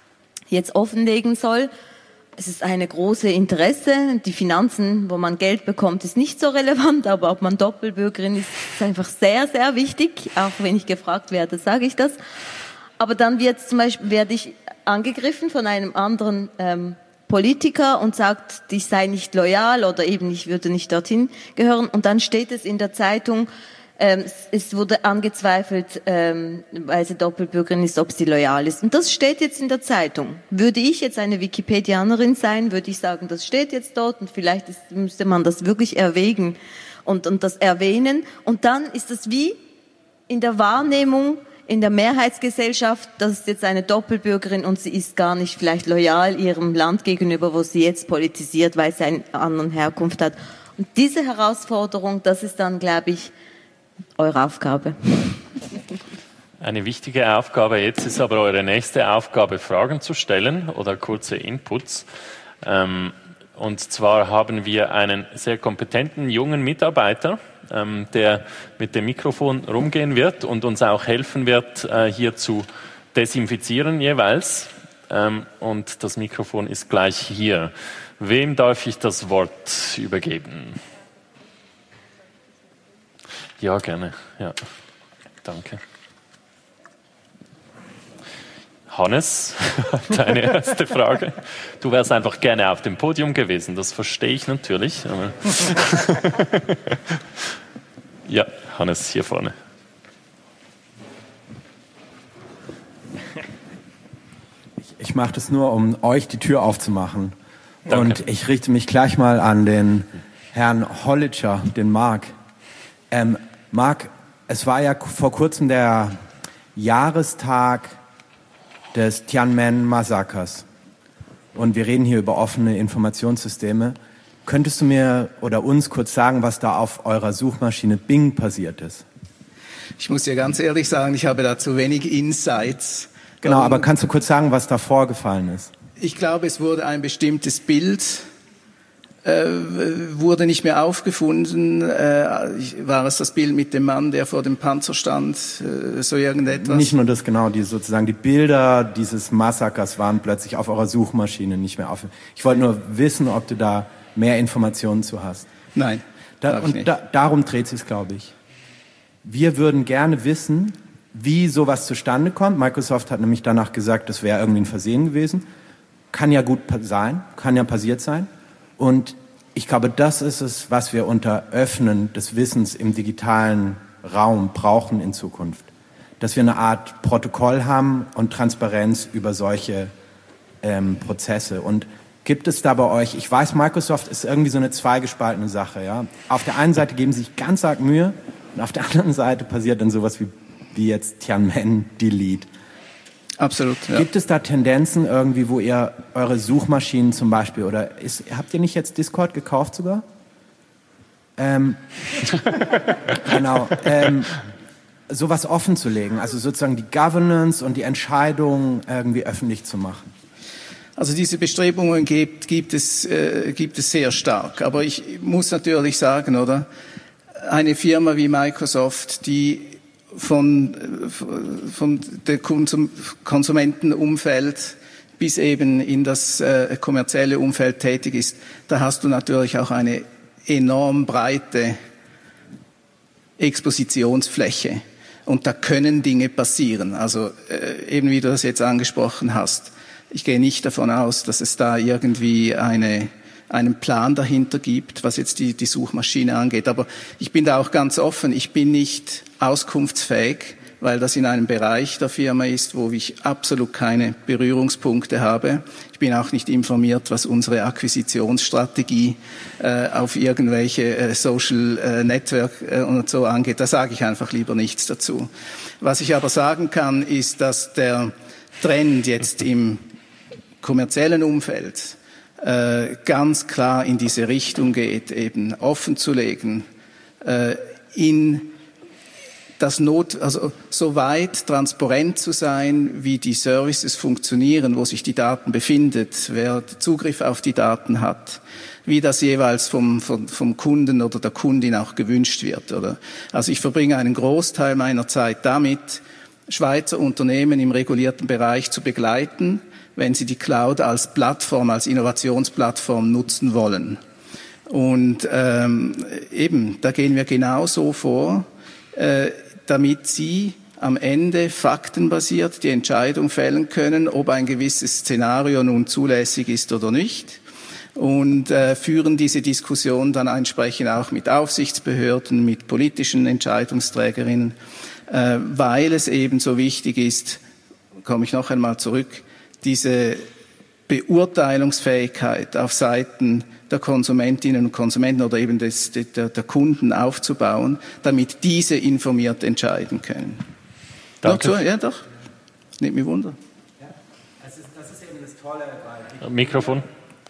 jetzt offenlegen soll. Es ist eine große Interesse. Die Finanzen, wo man Geld bekommt, ist nicht so relevant, aber ob man Doppelbürgerin ist, ist einfach sehr, sehr wichtig. Auch wenn ich gefragt werde, sage ich das. Aber dann wird zum Beispiel, werde ich angegriffen von einem anderen ähm, Politiker und sagt, ich sei nicht loyal oder eben ich würde nicht dorthin gehören. Und dann steht es in der Zeitung, Ähm, es wurde angezweifelt, ähm, weil sie Doppelbürgerin ist, ob sie loyal ist. Und das steht jetzt in der Zeitung. Würde ich jetzt eine Wikipedianerin sein, würde ich sagen, das steht jetzt dort und vielleicht ist, müsste man das wirklich erwägen und, und das erwähnen. Und dann ist das wie in der Wahrnehmung, in der Mehrheitsgesellschaft, das ist jetzt eine Doppelbürgerin und sie ist gar nicht vielleicht loyal ihrem Land gegenüber, wo sie jetzt politisiert, weil sie eine andere Herkunft hat. Und diese Herausforderung, das ist dann, glaube ich, eure Aufgabe. Eine wichtige Aufgabe jetzt ist aber eure nächste Aufgabe, Fragen zu stellen oder kurze Inputs. Und zwar haben wir einen sehr kompetenten jungen Mitarbeiter, der mit dem Mikrofon rumgehen wird und uns auch helfen wird, hier zu desinfizieren jeweils. Und das Mikrofon ist gleich hier. Wem darf ich das Wort übergeben? Ja, gerne. Ja, danke. Hannes, deine erste Frage. Du wärst einfach gerne auf dem Podium gewesen, das verstehe ich natürlich. Aber ja, Hannes, hier vorne. Ich, ich mache das nur, um euch die Tür aufzumachen. Danke. Und ich richte mich gleich mal an den Herrn Hollitscher, den Marc. Ähm, Marc, es war ja vor kurzem der Jahrestag des Tiananmen-Massakers. Und wir reden hier über offene Informationssysteme. Könntest du mir oder uns kurz sagen, was da auf eurer Suchmaschine Bing passiert ist? Ich muss dir ganz ehrlich sagen, ich habe da zu wenig Insights. Genau, aber kannst du kurz sagen, was da vorgefallen ist? Ich glaube, es wurde ein bestimmtes Bild Äh, wurde nicht mehr aufgefunden. Äh, war es das Bild mit dem Mann, der vor dem Panzer stand, äh, so irgendetwas? Nicht nur das, genau, die sozusagen die Bilder dieses Massakers waren plötzlich auf eurer Suchmaschine nicht mehr auf. Ich wollte nur wissen, ob du da mehr Informationen zu hast. Nein, da, und nicht. Da, darum dreht sich es, glaube ich. Wir würden gerne wissen, wie sowas zustande kommt. Microsoft hat nämlich danach gesagt, das wäre irgendwie ein Versehen gewesen. Kann ja gut sein, kann ja passiert sein. Und ich glaube, das ist es, was wir unter Öffnen des Wissens im digitalen Raum brauchen in Zukunft. Dass wir eine Art Protokoll haben und Transparenz über solche ähm, Prozesse. Und gibt es da bei euch, ich weiß, Microsoft ist irgendwie so eine zweigespaltene Sache. Ja? Auf der einen Seite geben sie sich ganz arg Mühe und auf der anderen Seite passiert dann sowas wie, wie jetzt Tiananmen Delete. Absolut, ja. Gibt es da Tendenzen irgendwie, wo ihr eure Suchmaschinen zum Beispiel, oder ist, habt ihr nicht jetzt Discord gekauft sogar? Ähm, genau. Ähm, sowas offen zu legen, also sozusagen die Governance und die Entscheidung irgendwie öffentlich zu machen. Also diese Bestrebungen gibt, gibt es, äh, gibt es sehr stark. Aber ich muss natürlich sagen, oder, eine Firma wie Microsoft, die von, von dem Konsum, Konsumentenumfeld bis eben in das äh, kommerzielle Umfeld tätig ist, da hast du natürlich auch eine enorm breite Expositionsfläche. Und da können Dinge passieren. Also äh, eben wie du das jetzt angesprochen hast. Ich gehe nicht davon aus, dass es da irgendwie eine, einen Plan dahinter gibt, was jetzt die, die Suchmaschine angeht. Aber ich bin da auch ganz offen. Ich bin nicht auskunftsfähig, weil das in einem Bereich der Firma ist, wo ich absolut keine Berührungspunkte habe. Ich bin auch nicht informiert, was unsere Akquisitionsstrategie äh, auf irgendwelche äh, Social äh, Network äh, und so angeht. Da sage ich einfach lieber nichts dazu. Was ich aber sagen kann, ist, dass der Trend jetzt im kommerziellen Umfeld äh, ganz klar in diese Richtung geht, eben offenzulegen, äh, in das Not, also so weit transparent zu sein, wie die Services funktionieren, wo sich die Daten befindet, wer Zugriff auf die Daten hat, wie das jeweils vom, vom, vom Kunden oder der Kundin auch gewünscht wird, oder? Also ich verbringe einen Großteil meiner Zeit damit, Schweizer Unternehmen im regulierten Bereich zu begleiten, wenn sie die Cloud als Plattform, als Innovationsplattform nutzen wollen. Und ähm, eben, da gehen wir genauso vor, äh, damit sie am Ende faktenbasiert die Entscheidung fällen können, ob ein gewisses Szenario nun zulässig ist oder nicht. und äh, führen diese Diskussion dann entsprechend auch mit Aufsichtsbehörden, mit politischen Entscheidungsträgerinnen, äh, weil es eben so wichtig ist, komme ich noch einmal zurück, diese Beurteilungsfähigkeit auf Seiten der Konsumentinnen und Konsumenten oder eben des, der, der Kunden aufzubauen, damit diese informiert entscheiden können. Danke. Noch zu? Ja, doch. Nimmt mich Wunder. Ja, das, ist, das ist eben das Tolle bei Mikrofon.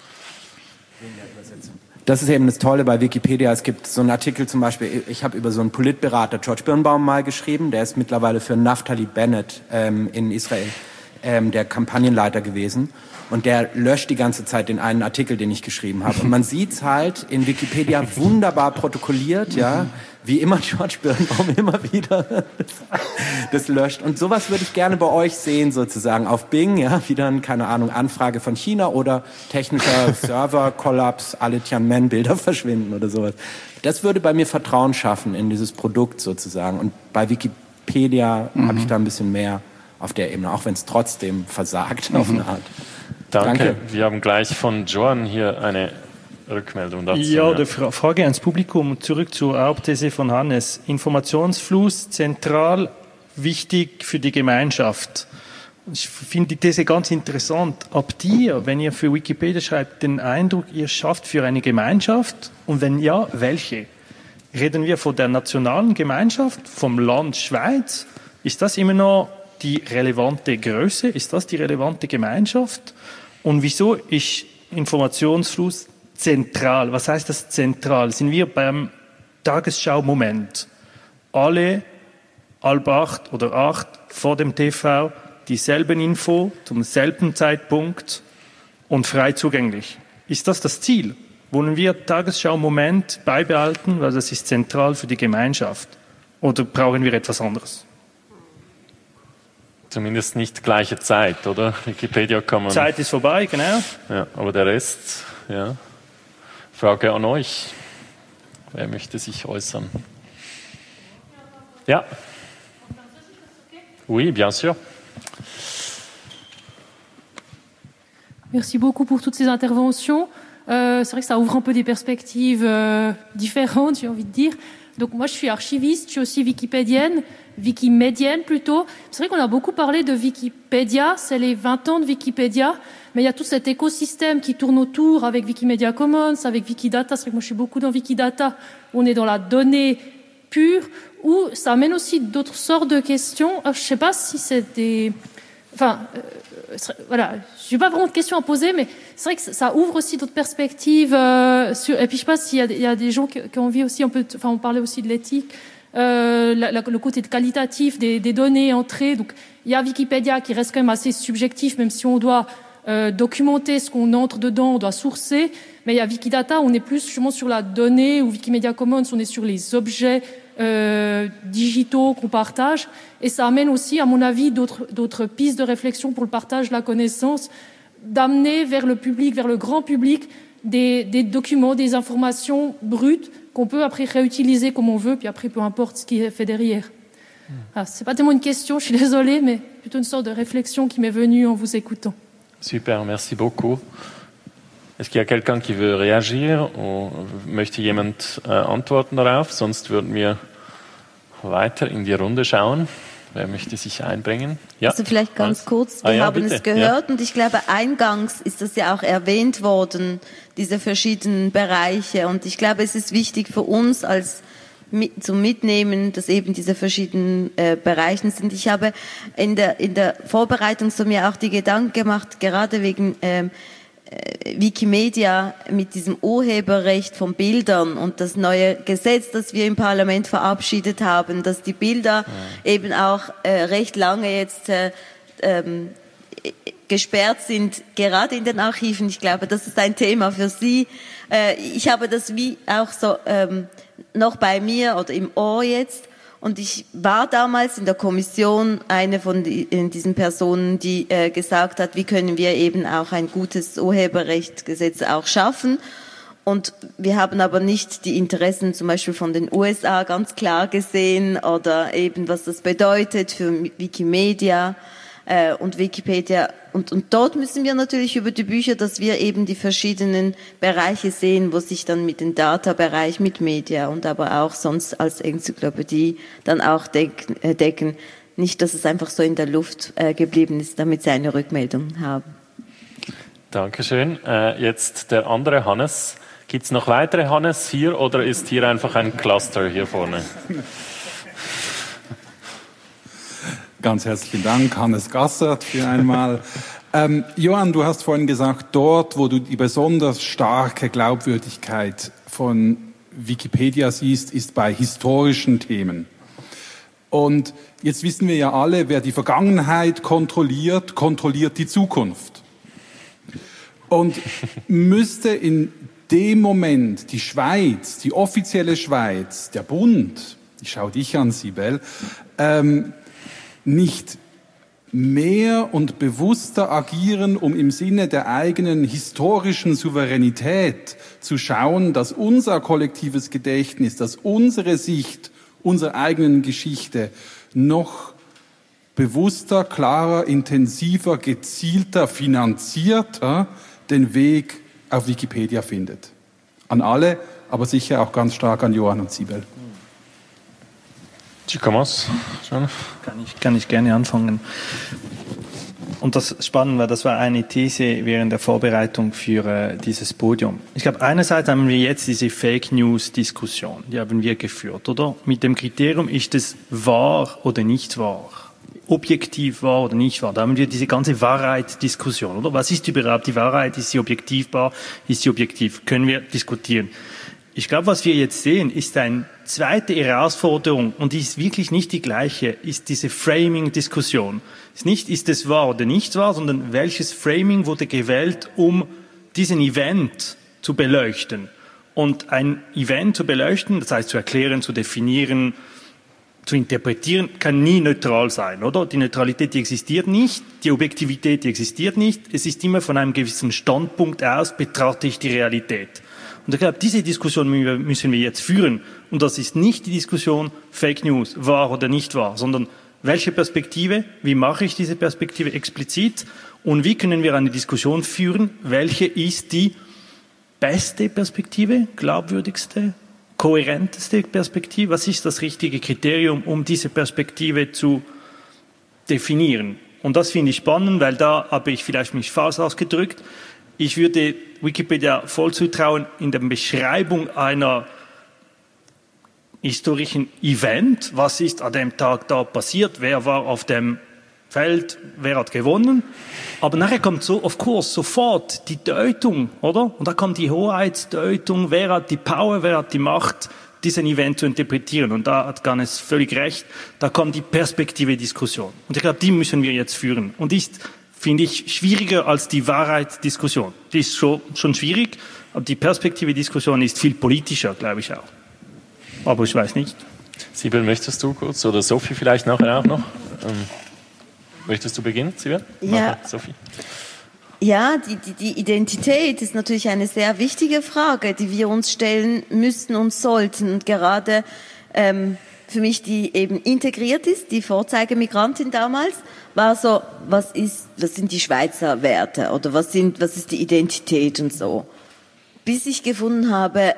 Das ist eben das Tolle bei Wikipedia. Es gibt so einen Artikel zum Beispiel, ich habe über so einen Politberater, George Birnbaum, mal geschrieben. Der ist mittlerweile für Naftali Bennett ähm, in Israel ähm, der Kampagnenleiter gewesen. Und der löscht die ganze Zeit den einen Artikel, den ich geschrieben habe. Und man sieht's halt in Wikipedia wunderbar protokolliert, ja, wie immer George Birnbaum immer wieder das löscht. Und sowas würde ich gerne bei euch sehen, sozusagen auf Bing, ja, wieder eine, keine Ahnung, Anfrage von China oder technischer Server-Kollaps, alle Tiananmen-Bilder verschwinden oder sowas. Das würde bei mir Vertrauen schaffen in dieses Produkt sozusagen. Und bei Wikipedia mhm. habe ich da ein bisschen mehr auf der Ebene, auch wenn es trotzdem versagt mhm. auf eine Art. Danke. Danke. Wir haben gleich von Joan hier eine Rückmeldung dazu. Ja, die Frage ans Publikum, zurück zur Hauptthese von Hannes. Informationsfluss zentral wichtig für die Gemeinschaft. Ich finde die These ganz interessant. Habt ihr, wenn ihr für Wikipedia schreibt, den Eindruck, ihr schafft für eine Gemeinschaft? Und wenn ja, welche? Reden wir von der nationalen Gemeinschaft, vom Land Schweiz? Ist das immer noch die relevante Größe? Ist das die relevante Gemeinschaft? Und wieso ist Informationsfluss zentral? Was heißt das zentral? Sind wir beim Tagesschau-Moment alle halb acht oder acht vor dem T V dieselben Info zum selben Zeitpunkt und frei zugänglich? Ist das das Ziel? Wollen wir Tagesschau-Moment beibehalten, weil das ist zentral für die Gemeinschaft? Oder brauchen wir etwas anderes? Zumindest nicht gleiche Zeit, oder? Wikipedia kann man... Zeit ist vorbei, genau. Ja, aber der Rest, ja. Frage an euch. Wer möchte sich äußern? Ja. Oui, bien sûr. Merci beaucoup pour toutes ces interventions. Euh, c'est vrai que ça ouvre un peu des perspectives euh, différentes, j'ai envie de dire. Donc moi, je suis archiviste, je suis aussi wikipédienne, wikimédienne plutôt. C'est vrai qu'on a beaucoup parlé de Wikipédia, c'est les vingt ans de Wikipédia, mais il y a tout cet écosystème qui tourne autour avec Wikimedia Commons, avec Wikidata. C'est vrai que moi, je suis beaucoup dans Wikidata, où on est dans la donnée pure, où ça amène aussi d'autres sortes de questions. Alors, je ne sais pas si c'est des... Enfin, euh, voilà, je n'ai pas vraiment de questions à poser, mais c'est vrai que ça ouvre aussi d'autres perspectives. Euh, sur, et puis, je ne sais pas s'il y a, il y a des gens qui, qui ont envie aussi un peu... De, enfin, on parlait aussi de l'éthique, euh, la, la, le côté qualitatif des, des données entrées. Donc, il y a Wikipédia qui reste quand même assez subjectif, même si on doit euh, documenter ce qu'on entre dedans, on doit sourcer. Mais il y a Wikidata, on est plus justement sur la donnée, ou Wikimedia Commons, on est sur les objets Euh, digitaux qu'on partage, et ça amène aussi, à mon avis, d'autres, d'autres pistes de réflexion pour le partage de la connaissance, d'amener vers le public, vers le grand public, des, des documents, des informations brutes qu'on peut après réutiliser comme on veut, puis après, peu importe ce qui est fait derrière. Ah, c'est pas tellement une question, je suis désolée, mais plutôt une sorte de réflexion qui m'est venue en vous écoutant. Super, merci beaucoup. Est-ce qu'il y a quelqu'un qui veut réagir oder möchte jemand äh, antworten darauf? Sonst würden wir weiter in die Runde schauen. Wer möchte sich einbringen? Ja. Also vielleicht ganz Was? kurz, wir ah, ja, haben bitte. es gehört ja. und ich glaube, eingangs ist das ja auch erwähnt worden, diese verschiedenen Bereiche. Und ich glaube, es ist wichtig für uns als mit, zum Mitnehmen, dass eben diese verschiedenen äh, Bereichen sind. Ich habe in der, in der Vorbereitung so mir auch die Gedanken gemacht, gerade wegen ähm, Wikimedia mit diesem Urheberrecht von Bildern und das neue Gesetz, das wir im Parlament verabschiedet haben, dass die Bilder ja. eben auch äh, recht lange jetzt äh, ähm, gesperrt sind, gerade in den Archiven. Ich glaube, das ist ein Thema für Sie. Äh, ich habe das wie auch so ähm, noch bei mir oder im Ohr jetzt. Und ich war damals in der Kommission eine von die, diesen Personen, die äh, gesagt hat, wie können wir eben auch ein gutes Urheberrechtsgesetz auch schaffen. Und wir haben aber nicht die Interessen zum Beispiel von den U S A ganz klar gesehen oder eben was das bedeutet für Wikimedia. äh, und Wikipedia. Und, und dort müssen wir natürlich über die Bücher, dass wir eben die verschiedenen Bereiche sehen, wo sich dann mit dem Data-Bereich, mit Media und aber auch sonst als Enzyklopädie dann auch decken. Äh, decken. Nicht, dass es einfach so in der Luft äh, geblieben ist, damit Sie eine Rückmeldung haben. Dankeschön. Äh, jetzt der andere Hannes. Gibt es noch weitere Hannes hier oder ist hier einfach ein Cluster hier vorne? Ganz herzlichen Dank, Hannes Gassert, für einmal. ähm, Johann, du hast vorhin gesagt, dort, wo du die besonders starke Glaubwürdigkeit von Wikipedia siehst, ist bei historischen Themen. Und jetzt wissen wir ja alle, wer die Vergangenheit kontrolliert, kontrolliert die Zukunft. Und müsste in dem Moment die Schweiz, die offizielle Schweiz, der Bund, ich schaue dich an, Sibel, ähm, nicht mehr und bewusster agieren, um im Sinne der eigenen historischen Souveränität zu schauen, dass unser kollektives Gedächtnis, dass unsere Sicht unserer eigenen Geschichte noch bewusster, klarer, intensiver, gezielter, finanzierter den Weg auf Wikipedia findet. An alle, aber sicher auch ganz stark an Johann und Sibel. Tu commences, John? Kann ich, kann ich gerne anfangen. Und das spannend war, das war eine These während der Vorbereitung für äh, dieses Podium. Ich glaube, einerseits haben wir jetzt diese Fake News Diskussion, die haben wir geführt, oder? Mit dem Kriterium, ist es wahr oder nicht wahr? Objektiv wahr oder nicht wahr? Da haben wir diese ganze Wahrheit-Diskussion, oder? Was ist überhaupt die Wahrheit? Ist sie objektivbar? Ist sie objektiv? Können wir diskutieren. Ich glaube, was wir jetzt sehen, ist eine zweite Herausforderung, und die ist wirklich nicht die gleiche, ist diese Framing-Diskussion. Ist nicht, ist es wahr oder nicht wahr, sondern welches Framing wurde gewählt, um diesen Event zu beleuchten. Und ein Event zu beleuchten, das heißt zu erklären, zu definieren, zu interpretieren, kann nie neutral sein, oder? Die Neutralität, die existiert nicht, die Objektivität, die existiert nicht. Es ist immer von einem gewissen Standpunkt aus, betrachte ich die Realität. Und ich glaube, diese Diskussion müssen wir jetzt führen. Und das ist nicht die Diskussion Fake News, wahr oder nicht wahr, sondern welche Perspektive, wie mache ich diese Perspektive explizit und wie können wir eine Diskussion führen, welche ist die beste Perspektive, glaubwürdigste, kohärenteste Perspektive, was ist das richtige Kriterium, um diese Perspektive zu definieren. Und das finde ich spannend, weil da habe ich vielleicht mich falsch ausgedrückt. Ich würde Wikipedia voll zutrauen in der Beschreibung einer historischen Event. Was ist an dem Tag da passiert? Wer war auf dem Feld? Wer hat gewonnen? Aber nachher kommt so, of course, sofort die Deutung, oder? Und da kommt die Hoheitsdeutung. Wer hat die Power? Wer hat die Macht, diesen Event zu interpretieren? Und da hat Gannes völlig recht. Da kommt die Perspektive-Diskussion. Und ich glaube, die müssen wir jetzt führen. Und ist, finde ich, schwieriger als die Wahrheitsdiskussion. Die ist schon, schon schwierig, aber die Perspektive-Diskussion ist viel politischer, glaube ich auch. Aber ich weiß nicht. Sibel, möchtest du kurz, oder Sophie vielleicht nachher auch noch? Ähm, möchtest du beginnen, Sibel? Ja. Sophie? Ja, die, die, die Identität ist natürlich eine sehr wichtige Frage, die wir uns stellen müssen und sollten. Und gerade ähm, für mich, die eben integriert ist, die Vorzeigemigrantin damals, war so, was ist, was sind die Schweizer Werte oder was sind, was ist die Identität und so. Bis ich gefunden habe,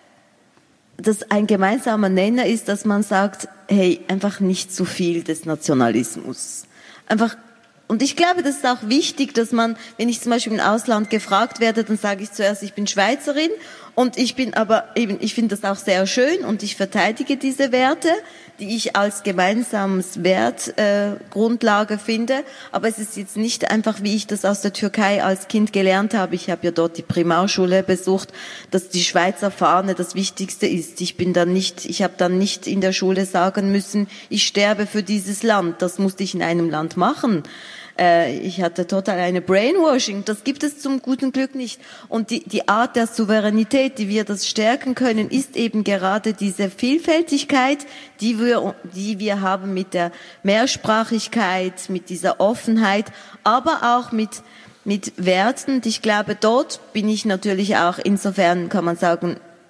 dass ein gemeinsamer Nenner ist, dass man sagt, hey, einfach nicht zu viel des Nationalismus. Einfach, und ich glaube, das ist auch wichtig, dass man, wenn ich zum Beispiel im Ausland gefragt werde, dann sage ich zuerst, ich bin Schweizerin und ich bin aber eben, ich finde das auch sehr schön und ich verteidige diese Werte, die ich als gemeinsames Wertgrundlage äh, finde. Aber es ist jetzt nicht einfach, wie ich das aus der Türkei als Kind gelernt habe. Ich habe ja dort die Primarschule besucht, dass die Schweizer Fahne das Wichtigste ist. Ich bin dann nicht, ich habe dann nicht in der Schule sagen müssen, ich sterbe für dieses Land. Das musste ich in einem Land machen. Ich hatte total eine Brainwashing. Das gibt es zum guten Glück nicht. Und die, die Art der Souveränität, die wir das stärken können, ist eben gerade diese Vielfältigkeit, die wir, die wir haben mit der Mehrsprachigkeit, mit dieser Offenheit, aber auch mit, mit Werten. Und ich glaube, dort bin ich natürlich auch, insofern kann man sagen,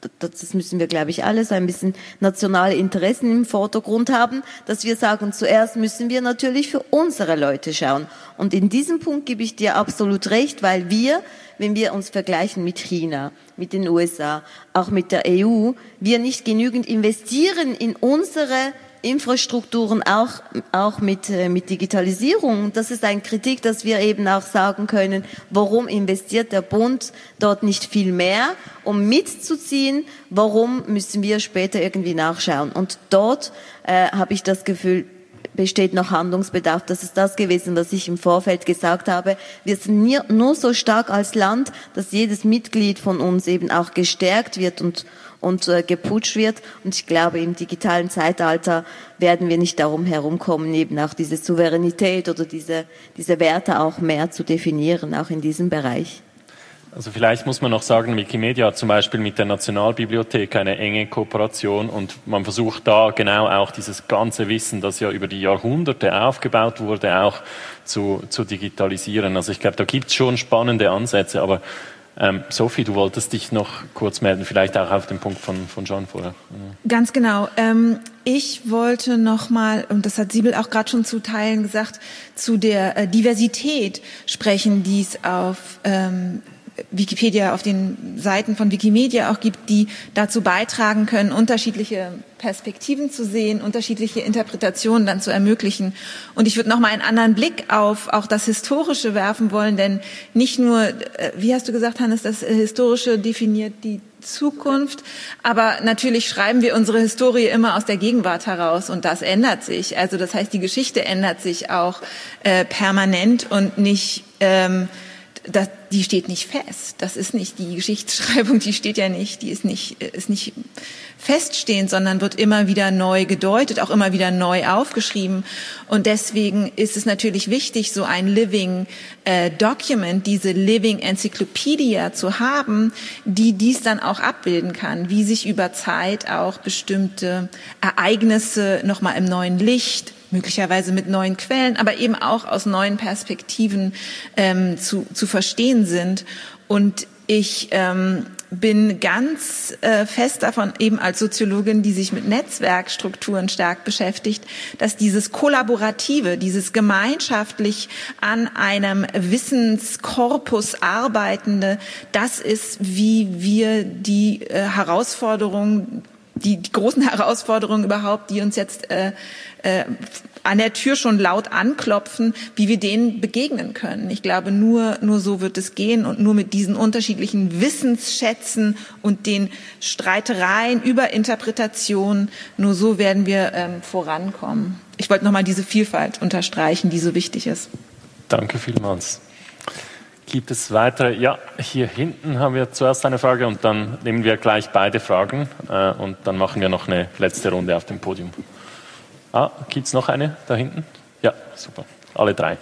das müssen wir, glaube ich, alle so ein bisschen nationale Interessen im Vordergrund haben, dass wir sagen, zuerst müssen wir natürlich für unsere Leute schauen. Und in diesem Punkt gebe ich dir absolut recht, weil wir, wenn wir uns vergleichen mit China, mit den U S A, auch mit der E U, wir nicht genügend investieren in unsere Infrastrukturen, auch, auch mit, mit Digitalisierung. Das ist eine Kritik, dass wir eben auch sagen können, warum investiert der Bund dort nicht viel mehr, um mitzuziehen, warum müssen wir später irgendwie nachschauen. Und dort äh, habe ich das Gefühl, besteht noch Handlungsbedarf. Das ist das gewesen, was ich im Vorfeld gesagt habe. Wir sind nur so stark als Land, dass jedes Mitglied von uns eben auch gestärkt wird und und äh, gepusht wird. Und ich glaube, im digitalen Zeitalter werden wir nicht darum herumkommen, eben auch diese Souveränität oder diese, diese Werte auch mehr zu definieren, auch in diesem Bereich. Also vielleicht muss man noch sagen, Wikimedia hat zum Beispiel mit der Nationalbibliothek eine enge Kooperation und man versucht da genau auch dieses ganze Wissen, das ja über die Jahrhunderte aufgebaut wurde, auch zu, zu digitalisieren. Also ich glaube, da gibt es schon spannende Ansätze, aber Ähm, Sophie, du wolltest dich noch kurz melden, vielleicht auch auf den Punkt von, von Jean vorher. Ganz genau. Ähm, ich wollte noch mal, und das hat Sibyl auch gerade schon zu Teilen gesagt, zu der äh, Diversität sprechen, die es auf ähm, Wikipedia, auf den Seiten von Wikimedia auch gibt, die dazu beitragen können, unterschiedliche Perspektiven zu sehen, unterschiedliche Interpretationen dann zu ermöglichen. Und ich würde noch mal einen anderen Blick auf auch das Historische werfen wollen, denn nicht nur, wie hast du gesagt, Hannes, das Historische definiert die Zukunft, aber natürlich schreiben wir unsere Historie immer aus der Gegenwart heraus und das ändert sich. Also das heißt, die Geschichte ändert sich auch äh, permanent und nicht ähm, Das, die steht nicht fest. Das ist nicht die Geschichtsschreibung, die steht ja nicht, die ist nicht, ist nicht feststehend, sondern wird immer wieder neu gedeutet, auch immer wieder neu aufgeschrieben. Und deswegen ist es natürlich wichtig, so ein Living äh, Document, diese Living Encyclopedia zu haben, die dies dann auch abbilden kann, wie sich über Zeit auch bestimmte Ereignisse nochmal im neuen Licht, möglicherweise mit neuen Quellen, aber eben auch aus neuen Perspektiven ähm, zu, zu verstehen sind. Und ich ähm, bin ganz äh, fest davon, eben als Soziologin, die sich mit Netzwerkstrukturen stark beschäftigt, dass dieses Kollaborative, dieses gemeinschaftlich an einem Wissenskorpus arbeitende, das ist, wie wir die äh, Herausforderungen, die, die großen Herausforderungen überhaupt, die uns jetzt äh, äh, an der Tür schon laut anklopfen, wie wir denen begegnen können. Ich glaube, nur, nur so wird es gehen und nur mit diesen unterschiedlichen Wissensschätzen und den Streitereien über Interpretation, nur so werden wir ähm, vorankommen. Ich wollte nochmal diese Vielfalt unterstreichen, die so wichtig ist. Danke vielmals. Gibt es weitere? Ja, hier hinten haben wir zuerst eine Frage und dann nehmen wir gleich beide Fragen äh, und dann machen wir noch eine letzte Runde auf dem Podium. Ah, gibt es noch eine da hinten? Ja, super. Alle drei.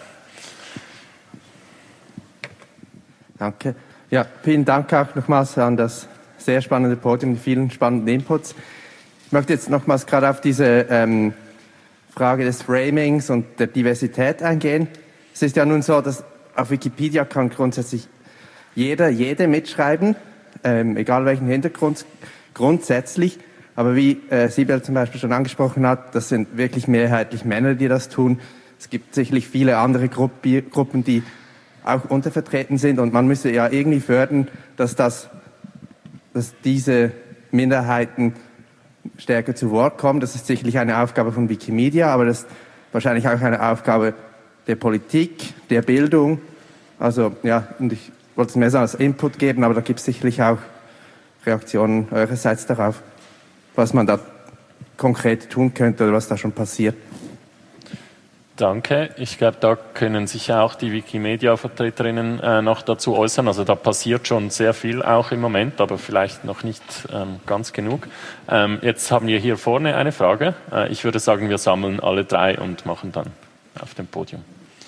Danke. Ja, vielen Dank auch nochmals an das sehr spannende Podium, die vielen spannenden Inputs. Ich möchte jetzt nochmals gerade auf diese ähm, Frage des Framings und der Diversität eingehen. Es ist ja nun so, dass auf Wikipedia kann grundsätzlich jeder, jede mitschreiben, ähm, egal welchen Hintergrund, grundsätzlich. Aber wie äh, Sibyl zum Beispiel schon angesprochen hat, das sind wirklich mehrheitlich Männer, die das tun. Es gibt sicherlich viele andere Gruppi- Gruppen, die auch untervertreten sind. Und man müsse ja irgendwie fördern, dass, das, dass diese Minderheiten stärker zu Wort kommen. Das ist sicherlich eine Aufgabe von Wikimedia, aber das ist wahrscheinlich auch eine Aufgabe der Politik, der Bildung. Also ja, und ich wollte es mehr so als Input geben, aber da gibt es sicherlich auch Reaktionen eurerseits darauf, was man da konkret tun könnte oder was da schon passiert. Danke. Ich glaube, da können sicher auch die Wikimedia-Vertreterinnen äh, noch dazu äußern. Also da passiert schon sehr viel auch im Moment, aber vielleicht noch nicht ähm, ganz genug. Ähm, jetzt haben wir hier vorne eine Frage. Äh, ich würde sagen, wir sammeln alle drei und machen dann auf dem Podium.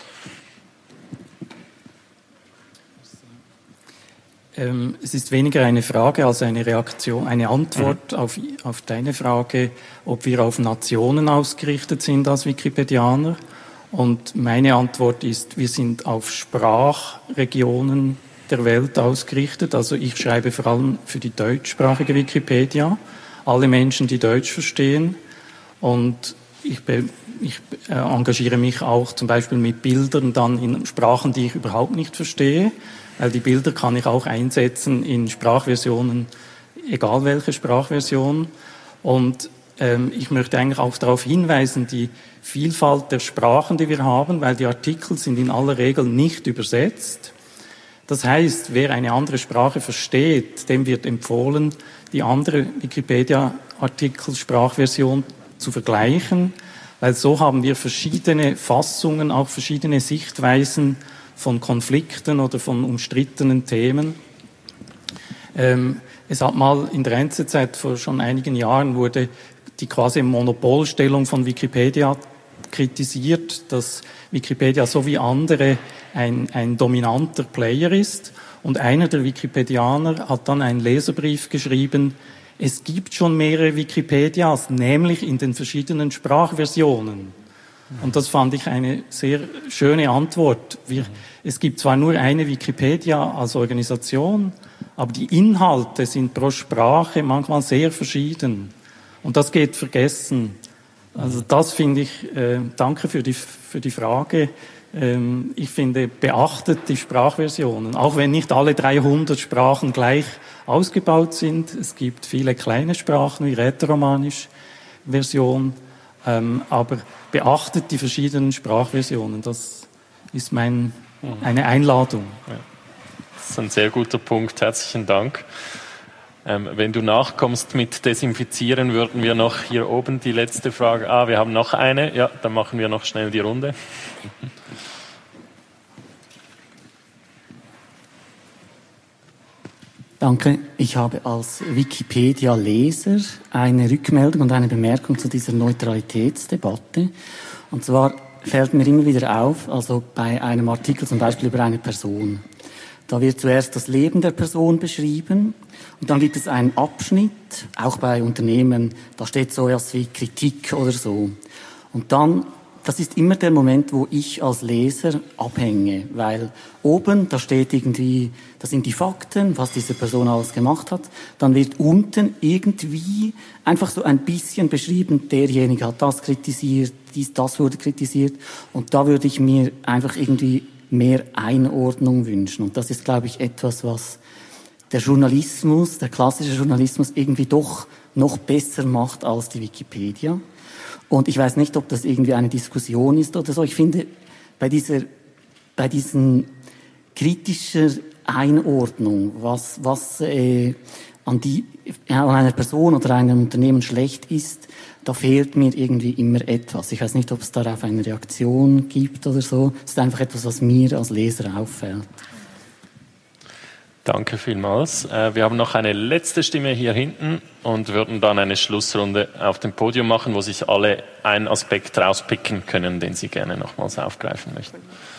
Ähm, es ist weniger eine Frage als eine Reaktion, eine Antwort mhm. auf, auf deine Frage, ob wir auf Nationen ausgerichtet sind als Wikipedianer. Und meine Antwort ist, wir sind auf Sprachregionen der Welt ausgerichtet. Also ich schreibe vor allem für die deutschsprachige Wikipedia, alle Menschen, die Deutsch verstehen. Und ich, be, ich äh, engagiere mich auch zum Beispiel mit Bildern dann in Sprachen, die ich überhaupt nicht verstehe, weil die Bilder kann ich auch einsetzen in Sprachversionen, egal welche Sprachversion. Und ähm, ich möchte eigentlich auch darauf hinweisen, die Vielfalt der Sprachen, die wir haben, weil die Artikel sind in aller Regel nicht übersetzt. Das heißt, wer eine andere Sprache versteht, dem wird empfohlen, die andere Wikipedia-Artikel-Sprachversion zu vergleichen, weil so haben wir verschiedene Fassungen, auch verschiedene Sichtweisen von Konflikten oder von umstrittenen Themen. Ähm, es hat mal in der N Z Z vor schon einigen Jahren wurde die quasi Monopolstellung von Wikipedia kritisiert, dass Wikipedia so wie andere ein, ein dominanter Player ist. Und einer der Wikipedianer hat dann einen Leserbrief geschrieben, es gibt schon mehrere Wikipedias, nämlich in den verschiedenen Sprachversionen. Und das fand ich eine sehr schöne Antwort. Wir, es gibt zwar nur eine Wikipedia als Organisation, aber die Inhalte sind pro Sprache manchmal sehr verschieden. Und das geht vergessen. Also das finde ich, äh, danke für die, für die Frage. Ähm, ich finde, beachtet die Sprachversionen, auch wenn nicht alle dreihundert Sprachen gleich ausgebaut sind. Es gibt viele kleine Sprachen wie Rätoromanisch Version, ähm, aber beachtet die verschiedenen Sprachversionen. Das ist mein, eine Einladung. Ja. Das ist ein sehr guter Punkt. Herzlichen Dank. Ähm, wenn du nachkommst mit Desinfizieren, würden wir noch hier oben die letzte Frage. Ah, wir haben noch eine. Ja, dann machen wir noch schnell die Runde. Danke. Ich habe als Wikipedia-Leser eine Rückmeldung und eine Bemerkung zu dieser Neutralitätsdebatte. Und zwar fällt mir immer wieder auf, also bei einem Artikel zum Beispiel über eine Person. Da wird zuerst das Leben der Person beschrieben und dann gibt es einen Abschnitt, auch bei Unternehmen, da steht so etwas wie Kritik oder so. Und dann, das ist immer der Moment, wo ich als Leser abhänge, weil oben, da steht irgendwie, das sind die Fakten, was diese Person alles gemacht hat. Dann wird unten irgendwie einfach so ein bisschen beschrieben, derjenige hat das kritisiert, dies, das wurde kritisiert. Und da würde ich mir einfach irgendwie mehr Einordnung wünschen. Und das ist, glaube ich, etwas, was der Journalismus, der klassische Journalismus irgendwie doch noch besser macht als die Wikipedia. Und ich weiß nicht, ob das irgendwie eine Diskussion ist oder so. Ich finde, bei dieser, bei diesen kritischer Einordnung, was, was äh, an, die, an einer Person oder einem Unternehmen schlecht ist, da fehlt mir irgendwie immer etwas. Ich weiß nicht, ob es darauf eine Reaktion gibt oder so. Es ist einfach etwas, was mir als Leser auffällt. Danke vielmals. Wir haben noch eine letzte Stimme hier hinten und würden dann eine Schlussrunde auf dem Podium machen, wo sich alle einen Aspekt rauspicken können, den sie gerne nochmals aufgreifen möchten.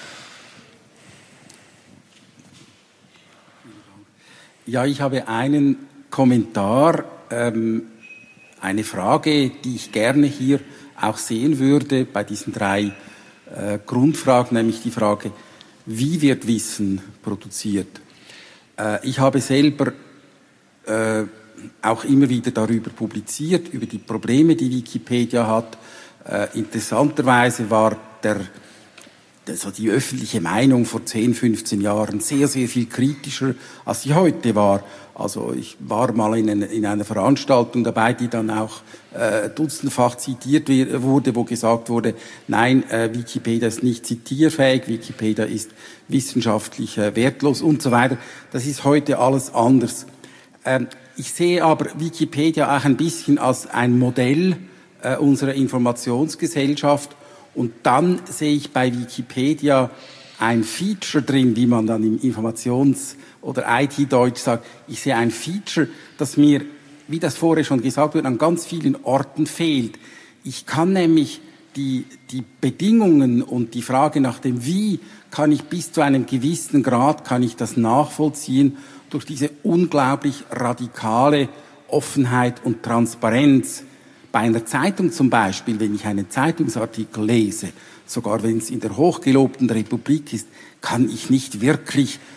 Ja, ich habe einen Kommentar, ähm, eine Frage, die ich gerne hier auch sehen würde bei diesen drei äh, Grundfragen, nämlich die Frage, wie wird Wissen produziert? Äh, ich habe selber äh, auch immer wieder darüber publiziert, über die Probleme, die Wikipedia hat. Äh, interessanterweise war der also die öffentliche Meinung vor zehn, fünfzehn Jahren sehr, sehr viel kritischer, als sie heute war. Also ich war mal in, eine, in einer Veranstaltung dabei, die dann auch äh, dutzendfach zitiert wurde, wo gesagt wurde, nein, äh, Wikipedia ist nicht zitierfähig, Wikipedia ist wissenschaftlich äh, wertlos und so weiter. Das ist heute alles anders. Ähm, ich sehe aber Wikipedia auch ein bisschen als ein Modell äh, unserer Informationsgesellschaft. Und dann sehe ich bei Wikipedia ein Feature drin, wie man dann im Informations- oder I T-Deutsch sagt. Ich sehe ein Feature, das mir, wie das vorher schon gesagt wurde, an ganz vielen Orten fehlt. Ich kann nämlich die, die Bedingungen und die Frage nach dem Wie kann ich bis zu einem gewissen Grad, kann ich das nachvollziehen durch diese unglaublich radikale Offenheit und Transparenz. Bei einer Zeitung zum Beispiel, wenn ich einen Zeitungsartikel lese, sogar wenn es in der hochgelobten Republik ist, kann ich nicht wirklich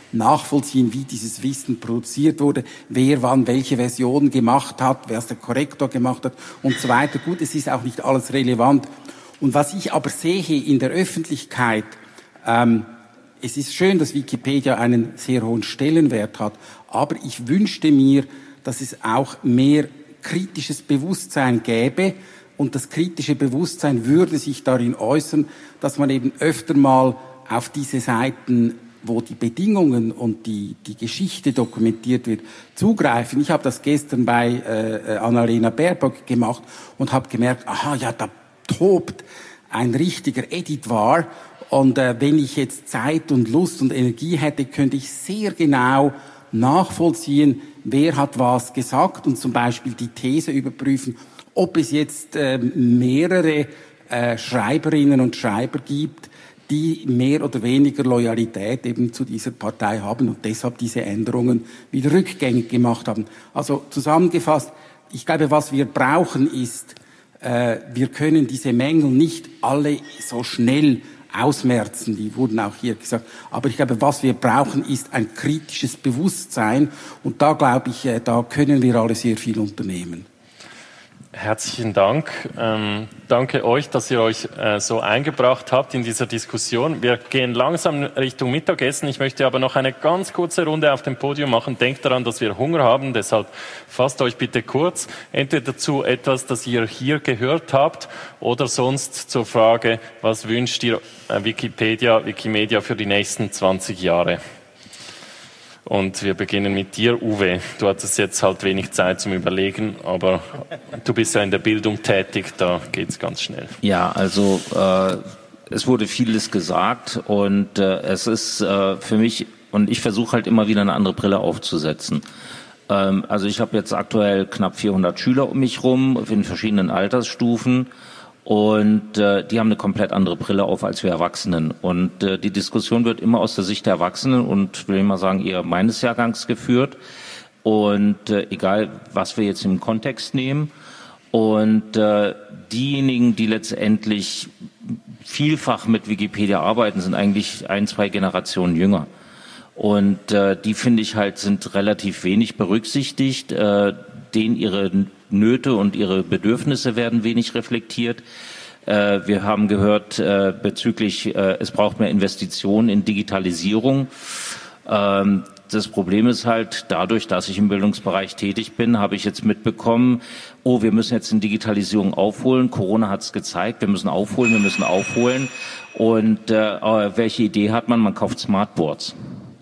nachvollziehen, wie dieses Wissen produziert wurde, wer wann welche Version gemacht hat, wer es der Korrektor gemacht hat und so weiter. Gut, es ist auch nicht alles relevant. Und was ich aber sehe in der Öffentlichkeit, ähm, es ist schön, dass Wikipedia einen sehr hohen Stellenwert hat, aber ich wünschte mir, dass es auch mehr kritisches Bewusstsein gäbe. Und das kritische Bewusstsein würde sich darin äußern, dass man eben öfter mal auf diese Seiten, wo die Bedingungen und die, die Geschichte dokumentiert wird, zugreifen. Ich habe das gestern bei äh, Annalena Baerbock gemacht und habe gemerkt, aha, ja, da tobt ein richtiger Edit war. Und äh, wenn ich jetzt Zeit und Lust und Energie hätte, könnte ich sehr genau nachvollziehen, wer hat was gesagt und zum Beispiel die These überprüfen, ob es jetzt äh, mehrere äh, Schreiberinnen und Schreiber gibt, die mehr oder weniger Loyalität eben zu dieser Partei haben und deshalb diese Änderungen wieder rückgängig gemacht haben. Also zusammengefasst, ich glaube, was wir brauchen ist, äh, wir können diese Mängel nicht alle so schnell ausmerzen, die wurden auch hier gesagt. Aber ich glaube, was wir brauchen, ist ein kritisches Bewusstsein und da glaube ich, äh, da können wir alle sehr viel unternehmen. Herzlichen Dank. Ähm, danke euch, dass ihr euch äh, so eingebracht habt in dieser Diskussion. Wir gehen langsam Richtung Mittagessen. Ich möchte aber noch eine ganz kurze Runde auf dem Podium machen. Denkt daran, dass wir Hunger haben, deshalb fasst euch bitte kurz. Entweder zu etwas, das ihr hier gehört habt, oder sonst zur Frage, was wünscht ihr äh, Wikipedia, Wikimedia für die nächsten zwanzig Jahre? Und wir beginnen mit dir, Uwe. Du hattest jetzt halt wenig Zeit zum Überlegen, aber du bist ja in der Bildung tätig, da geht's ganz schnell. Ja, also äh, es wurde vieles gesagt und äh, es ist äh, für mich, und ich versuche halt immer wieder eine andere Brille aufzusetzen. Ähm, also ich habe jetzt aktuell knapp vierhundert Schüler um mich rum in verschiedenen Altersstufen. Und äh, die haben eine komplett andere Brille auf als wir Erwachsenen. Und äh, die Diskussion wird immer aus der Sicht der Erwachsenen und, will ich mal sagen, eher meines Jahrgangs geführt. Und äh, egal, was wir jetzt im Kontext nehmen. Und äh, diejenigen, die letztendlich vielfach mit Wikipedia arbeiten, sind eigentlich ein, zwei Generationen jünger. Und äh, die, finde ich halt, sind relativ wenig berücksichtigt. Äh, denen ihre Nöte und ihre Bedürfnisse werden wenig reflektiert. Äh, wir haben gehört äh, bezüglich, äh, es braucht mehr Investitionen in Digitalisierung. Ähm, das Problem ist halt, dadurch, dass ich im Bildungsbereich tätig bin, habe ich jetzt mitbekommen, oh, wir müssen jetzt in Digitalisierung aufholen. Corona hat es gezeigt, wir müssen aufholen, wir müssen aufholen. Und äh, welche Idee hat man? Man kauft Smartboards.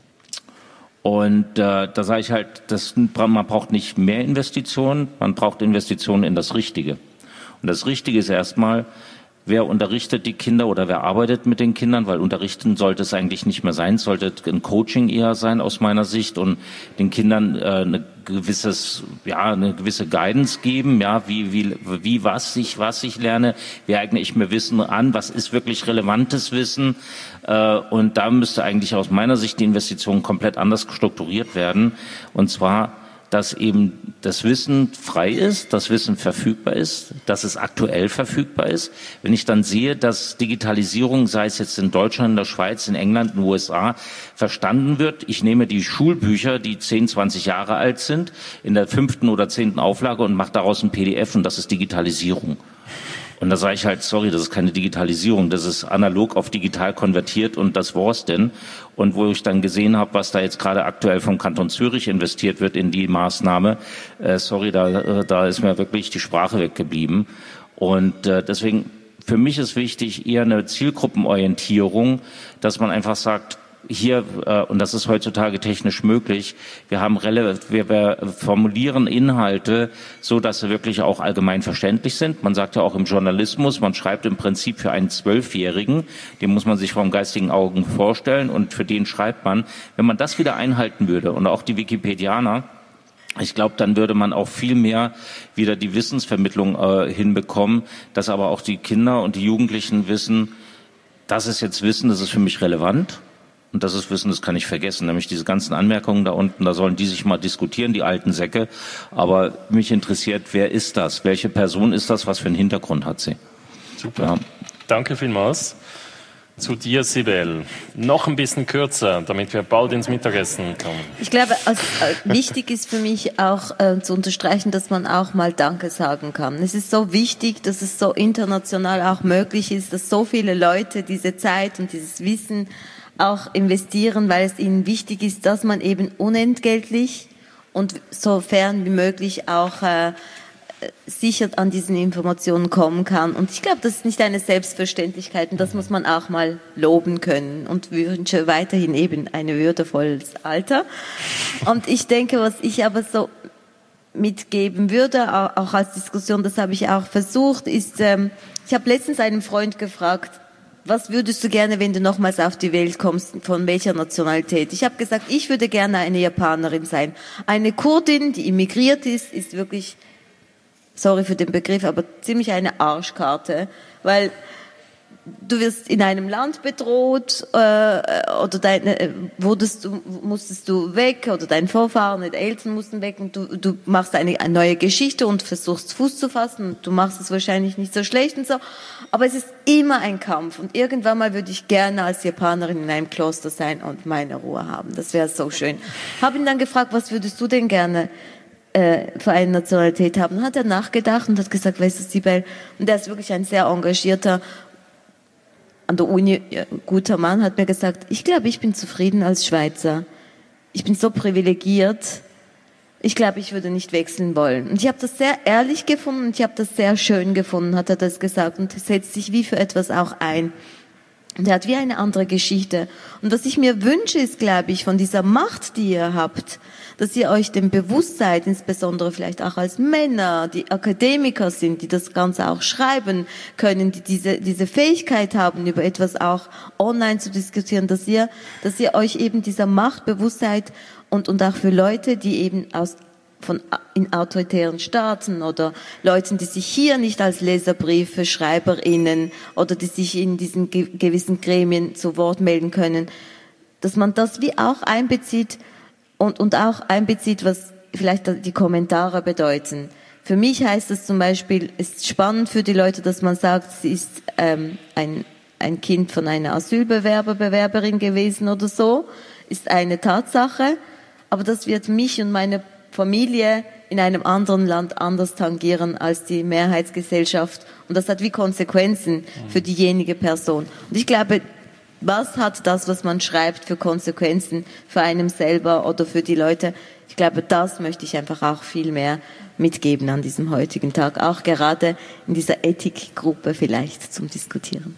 Und äh, da sage ich halt, das, man braucht nicht mehr Investitionen, man braucht Investitionen in das Richtige. Und das Richtige ist erstmal, wer unterrichtet die Kinder oder wer arbeitet mit den Kindern, weil unterrichten sollte es eigentlich nicht mehr sein, es sollte ein Coaching eher sein aus meiner Sicht und den Kindern äh, eine gewisses, ja, eine gewisse Guidance geben, ja, wie, wie, wie, was ich, was ich lerne, wie eigne ich mir Wissen an, was ist wirklich relevantes Wissen, äh, und da müsste eigentlich aus meiner Sicht die Investition komplett anders strukturiert werden, und zwar, dass eben das Wissen frei ist, das Wissen verfügbar ist, dass es aktuell verfügbar ist. Wenn ich dann sehe, dass Digitalisierung, sei es jetzt in Deutschland, in der Schweiz, in England, in den U S A, verstanden wird, ich nehme die Schulbücher, die zehn, zwanzig Jahre alt sind, in der fünften oder zehnten Auflage und mache daraus ein P D F und das ist Digitalisierung. Und da sage ich halt, sorry, das ist keine Digitalisierung, das ist analog auf digital konvertiert und das war's denn. Und wo ich dann gesehen habe, was da jetzt gerade aktuell vom Kanton Zürich investiert wird in die Maßnahme, äh, sorry, da, äh, da ist mir wirklich die Sprache weggeblieben. Und äh, deswegen, für mich ist wichtig eher eine Zielgruppenorientierung, dass man einfach sagt, hier, äh, und das ist heutzutage technisch möglich, wir haben rele- wir, wir formulieren Inhalte so, dass sie wirklich auch allgemein verständlich sind. Man sagt ja auch im Journalismus, man schreibt im Prinzip für einen Zwölfjährigen, den muss man sich vom geistigen Augen vorstellen und für den schreibt man. Wenn man das wieder einhalten würde und auch die Wikipedianer, ich glaube, dann würde man auch viel mehr wieder die Wissensvermittlung äh, hinbekommen, dass aber auch die Kinder und die Jugendlichen wissen, das ist jetzt Wissen, das ist für mich relevant. Und das ist Wissen, das kann ich vergessen. Nämlich diese ganzen Anmerkungen da unten, da sollen die sich mal diskutieren, die alten Säcke. Aber mich interessiert, wer ist das? Welche Person ist das? Was für einen Hintergrund hat sie? Super. Ja. Danke vielmals. zu dir, Sibel. Noch ein bisschen kürzer, damit wir bald ins Mittagessen kommen. Ich glaube, also, äh, wichtig ist für mich auch äh, zu unterstreichen, dass man auch mal Danke sagen kann. Es ist so wichtig, dass es so international auch möglich ist, dass so viele Leute diese Zeit und dieses Wissen auch investieren, weil es ihnen wichtig ist, dass man eben unentgeltlich und sofern wie möglich auch äh, sicher an diesen Informationen kommen kann. Und ich glaube, das ist nicht eine Selbstverständlichkeit und das muss man auch mal loben können und wünsche weiterhin eben ein würdevolles Alter. Und ich denke, was ich aber so mitgeben würde, auch als Diskussion, das habe ich auch versucht, ist, ähm, ich habe letztens einen Freund gefragt, was würdest du gerne, wenn du nochmals auf die Welt kommst, von welcher Nationalität? Ich habe gesagt, ich würde gerne eine Japanerin sein. Eine Kurdin, die immigriert ist, ist wirklich, sorry für den Begriff, aber ziemlich eine Arschkarte, weil du wirst in einem Land bedroht äh, oder deine, äh, wurdest du, musstest du weg oder dein Vorfahren, deine Eltern mussten weg und du, du machst eine, eine neue Geschichte und versuchst Fuß zu fassen und du machst es wahrscheinlich nicht so schlecht und so, aber es ist immer ein Kampf und irgendwann mal würde ich gerne als Japanerin in einem Kloster sein und meine Ruhe haben, das wäre so schön. Habe ihn dann gefragt, was würdest du denn gerne für eine Nationalität haben. Dann hat er nachgedacht und hat gesagt, weißt du, Sibel, und er ist wirklich ein sehr engagierter, an der Uni guter Mann, hat mir gesagt, ich glaube, ich bin zufrieden als Schweizer. Ich bin so privilegiert. Ich glaube, ich würde nicht wechseln wollen. Und ich habe das sehr ehrlich gefunden und ich habe das sehr schön gefunden, hat er das gesagt und setzt sich wie für etwas auch ein. Und er hat wie eine andere Geschichte. Und was ich mir wünsche, ist, glaube ich, von dieser Macht, die ihr habt, dass ihr euch dem bewusst seid, insbesondere vielleicht auch als Männer, die Akademiker sind, die das Ganze auch schreiben können, die diese, diese Fähigkeit haben, über etwas auch online zu diskutieren, dass ihr, dass ihr euch eben dieser Macht bewusst seid und, und auch für Leute, die eben aus von in autoritären Staaten oder Leuten, die sich hier nicht als Leserbriefe, SchreiberInnen oder die sich in diesen ge- gewissen Gremien zu Wort melden können, dass man das wie auch einbezieht und, und auch einbezieht, was vielleicht die Kommentare bedeuten. Für mich heißt es zum Beispiel, es ist spannend für die Leute, dass man sagt, sie ist ähm, ein, ein Kind von einer Asylbewerber, Bewerberin gewesen oder so, ist eine Tatsache, aber das wird mich und meine Familie in einem anderen Land anders tangieren als die Mehrheitsgesellschaft. Und das hat wie Konsequenzen für diejenige Person. Und ich glaube, was hat das, was man schreibt, für Konsequenzen für einen selber oder für die Leute? Ich glaube, das möchte ich einfach auch viel mehr mitgeben an diesem heutigen Tag. Auch gerade in dieser Ethikgruppe vielleicht zum Diskutieren.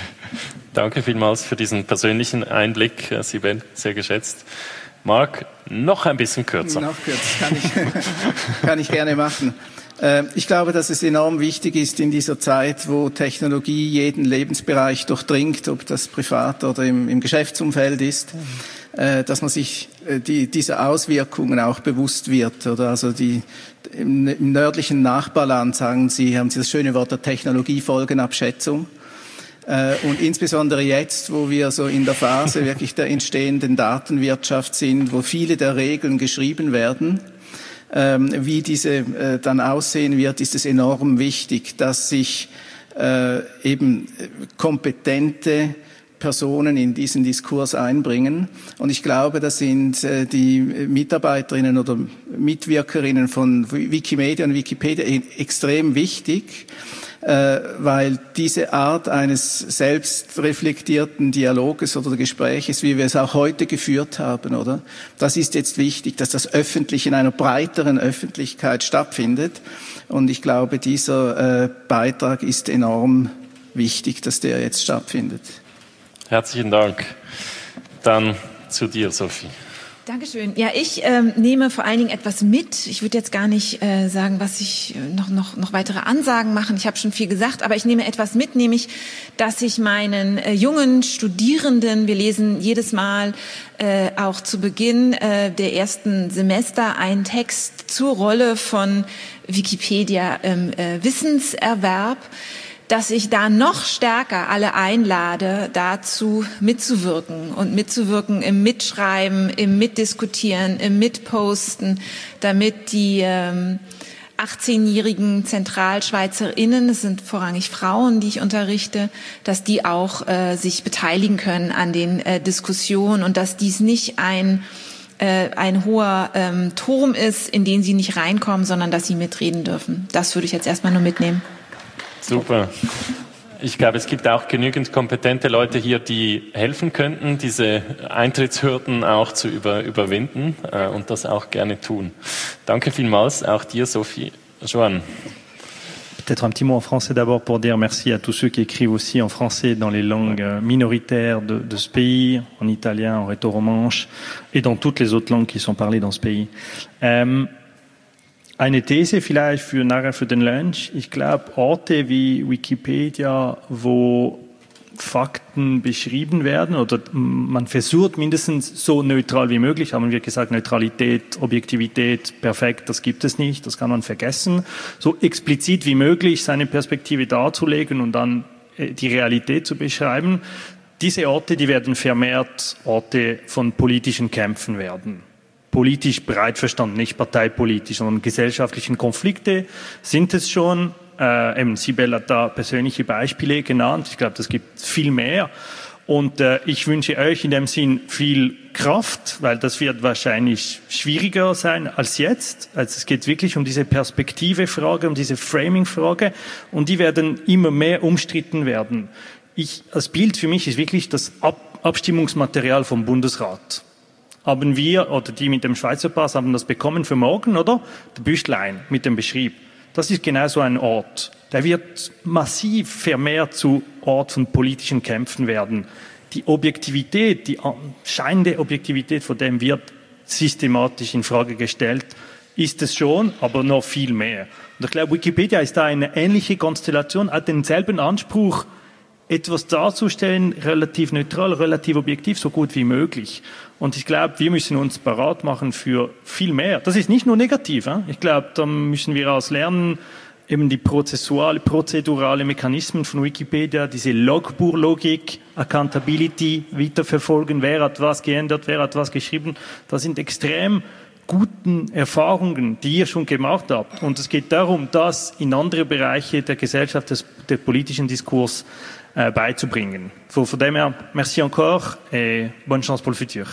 Danke vielmals für diesen persönlichen Einblick, Sibel, sehr geschätzt. Marc, noch ein bisschen kürzer. Noch kürzer, kann ich, kann ich gerne machen. Ich glaube, dass es enorm wichtig ist in dieser Zeit, wo Technologie jeden Lebensbereich durchdringt, ob das privat oder im, im Geschäftsumfeld ist, dass man sich die, diese Auswirkungen auch bewusst wird. Oder also die, im, im nördlichen Nachbarland sagen Sie, haben Sie das schöne Wort der Technologiefolgenabschätzung. Und insbesondere jetzt, wo wir so in der Phase wirklich der entstehenden Datenwirtschaft sind, wo viele der Regeln geschrieben werden, wie diese dann aussehen wird, ist es enorm wichtig, dass sich eben kompetente Personen in diesen Diskurs einbringen. Und ich glaube, das sind die Mitarbeiterinnen oder Mitwirkerinnen von Wikimedia und Wikipedia extrem wichtig, weil diese Art eines selbstreflektierten Dialoges oder Gespräches, wie wir es auch heute geführt haben, oder? Das ist jetzt wichtig, dass das öffentlich in einer breiteren Öffentlichkeit stattfindet. Und ich glaube, dieser äh, Beitrag ist enorm wichtig, dass der jetzt stattfindet. Herzlichen Dank. Dann zu dir, Sophie. Dankeschön. Ja, ich ähm, nehme vor allen Dingen etwas mit. Ich würde jetzt gar nicht äh, sagen, was ich äh, noch, noch, noch weitere Ansagen machen. Ich habe schon viel gesagt, aber ich nehme etwas mit, nämlich, dass ich meinen äh, jungen Studierenden, wir lesen jedes Mal äh, auch zu Beginn äh, der ersten Semester einen Text zur Rolle von Wikipedia im äh, Wissenserwerb, dass ich da noch stärker alle einlade, dazu mitzuwirken und mitzuwirken im Mitschreiben, im Mitdiskutieren, im Mitposten, damit die ähm, achtzehnjährigen ZentralschweizerInnen, es sind vorrangig Frauen, die ich unterrichte, dass die auch äh, sich beteiligen können an den äh, Diskussionen und dass dies nicht ein äh, ein hoher ähm, Turm ist, in den sie nicht reinkommen, sondern dass sie mitreden dürfen. Das würde ich jetzt erstmal nur mitnehmen. Super. Ich glaube, es gibt auch genügend kompetente Leute hier, die helfen könnten, diese Eintrittshürden auch zu über, überwinden äh, und das auch gerne tun. Danke vielmals, auch dir, Sophie. Joanne. Peut-être un petit mot en français d'abord pour dire merci à tous ceux qui écrivent aussi en français dans les langues minoritaires de, de ce pays, en italien, en rhétoromanche et dans toutes les autres langues qui sont parlées dans ce pays. Ähm, Eine These vielleicht für nachher für den Lunch. Ich glaube, Orte wie Wikipedia, wo Fakten beschrieben werden oder man versucht mindestens so neutral wie möglich, haben wir gesagt, Neutralität, Objektivität, perfekt, das gibt es nicht, das kann man vergessen. So explizit wie möglich seine Perspektive darzulegen und dann die Realität zu beschreiben. Diese Orte, die werden vermehrt Orte von politischen Kämpfen werden. Politisch breit verstanden, nicht parteipolitisch, sondern gesellschaftlichen Konflikte sind es schon. Äh, eben Sibel hat da persönliche Beispiele genannt. Ich glaube, das gibt viel mehr. Und äh, ich wünsche euch in dem Sinn viel Kraft, weil das wird wahrscheinlich schwieriger sein als jetzt. Also es geht wirklich um diese Perspektive-Frage, um diese Framing-Frage. Und die werden immer mehr umstritten werden. Ich, als Bild für mich ist wirklich das Ab- Abstimmungsmaterial vom Bundesrat. Haben wir, oder die mit dem Schweizer Pass, haben das bekommen für morgen, oder? Der Büchlein mit dem Beschrieb. Das ist genau so ein Ort. Der wird massiv vermehrt zu Ort von politischen Kämpfen werden. Die Objektivität, die scheinende Objektivität von dem wird systematisch in Frage gestellt. Ist es schon, aber noch viel mehr. Und ich glaube, Wikipedia ist da eine ähnliche Konstellation, hat denselben Anspruch, etwas darzustellen, relativ neutral, relativ objektiv, so gut wie möglich. Und ich glaube, wir müssen uns parat machen für viel mehr. Das ist nicht nur negativ. Hein? Ich glaube, da müssen wir aus lernen, eben die prozessuale, prozedurale Mechanismen von Wikipedia, diese Logbuchlogik, Accountability, weiterverfolgen, wer hat was geändert, wer hat was geschrieben. Das sind extrem guten Erfahrungen, die ihr schon gemacht habt. Und es geht darum, das in andere Bereiche der Gesellschaft, des, der politischen Diskurs äh, beizubringen. Von, von dem her, merci encore et bonne chance pour le futur.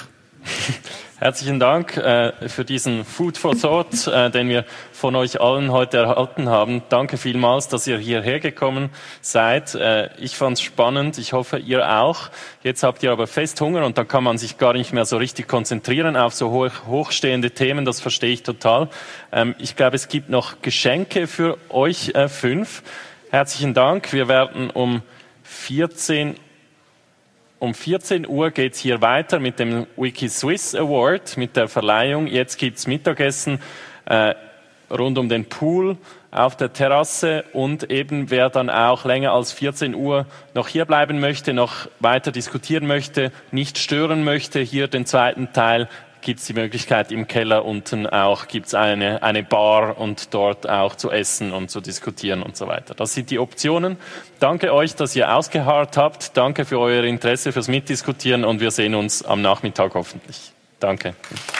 Herzlichen Dank äh, für diesen Food for Thought, äh, den wir von euch allen heute erhalten haben. Danke vielmals, dass ihr hierher gekommen seid. Äh, ich fand's spannend, ich hoffe, ihr auch. Jetzt habt ihr aber fest Hunger und dann kann man sich gar nicht mehr so richtig konzentrieren auf so hoch, hochstehende Themen, das verstehe ich total. Ähm, ich glaube, es gibt noch Geschenke für euch äh, fünf. Herzlichen Dank. Wir werden um vierzehn Um vierzehn Uhr geht's hier weiter mit dem WikiSwiss Award, mit der Verleihung. Jetzt gibt's Mittagessen äh, rund um den Pool auf der Terrasse und eben wer dann auch länger als vierzehn Uhr noch hier bleiben möchte, noch weiter diskutieren möchte, nicht stören möchte, hier den zweiten Teil, gibt's die Möglichkeit im Keller unten auch, gibt's eine, eine Bar und dort auch zu essen und zu diskutieren und so weiter. Das sind die Optionen. Danke euch, dass ihr ausgeharrt habt. Danke für euer Interesse, fürs Mitdiskutieren und wir sehen uns am Nachmittag hoffentlich. Danke.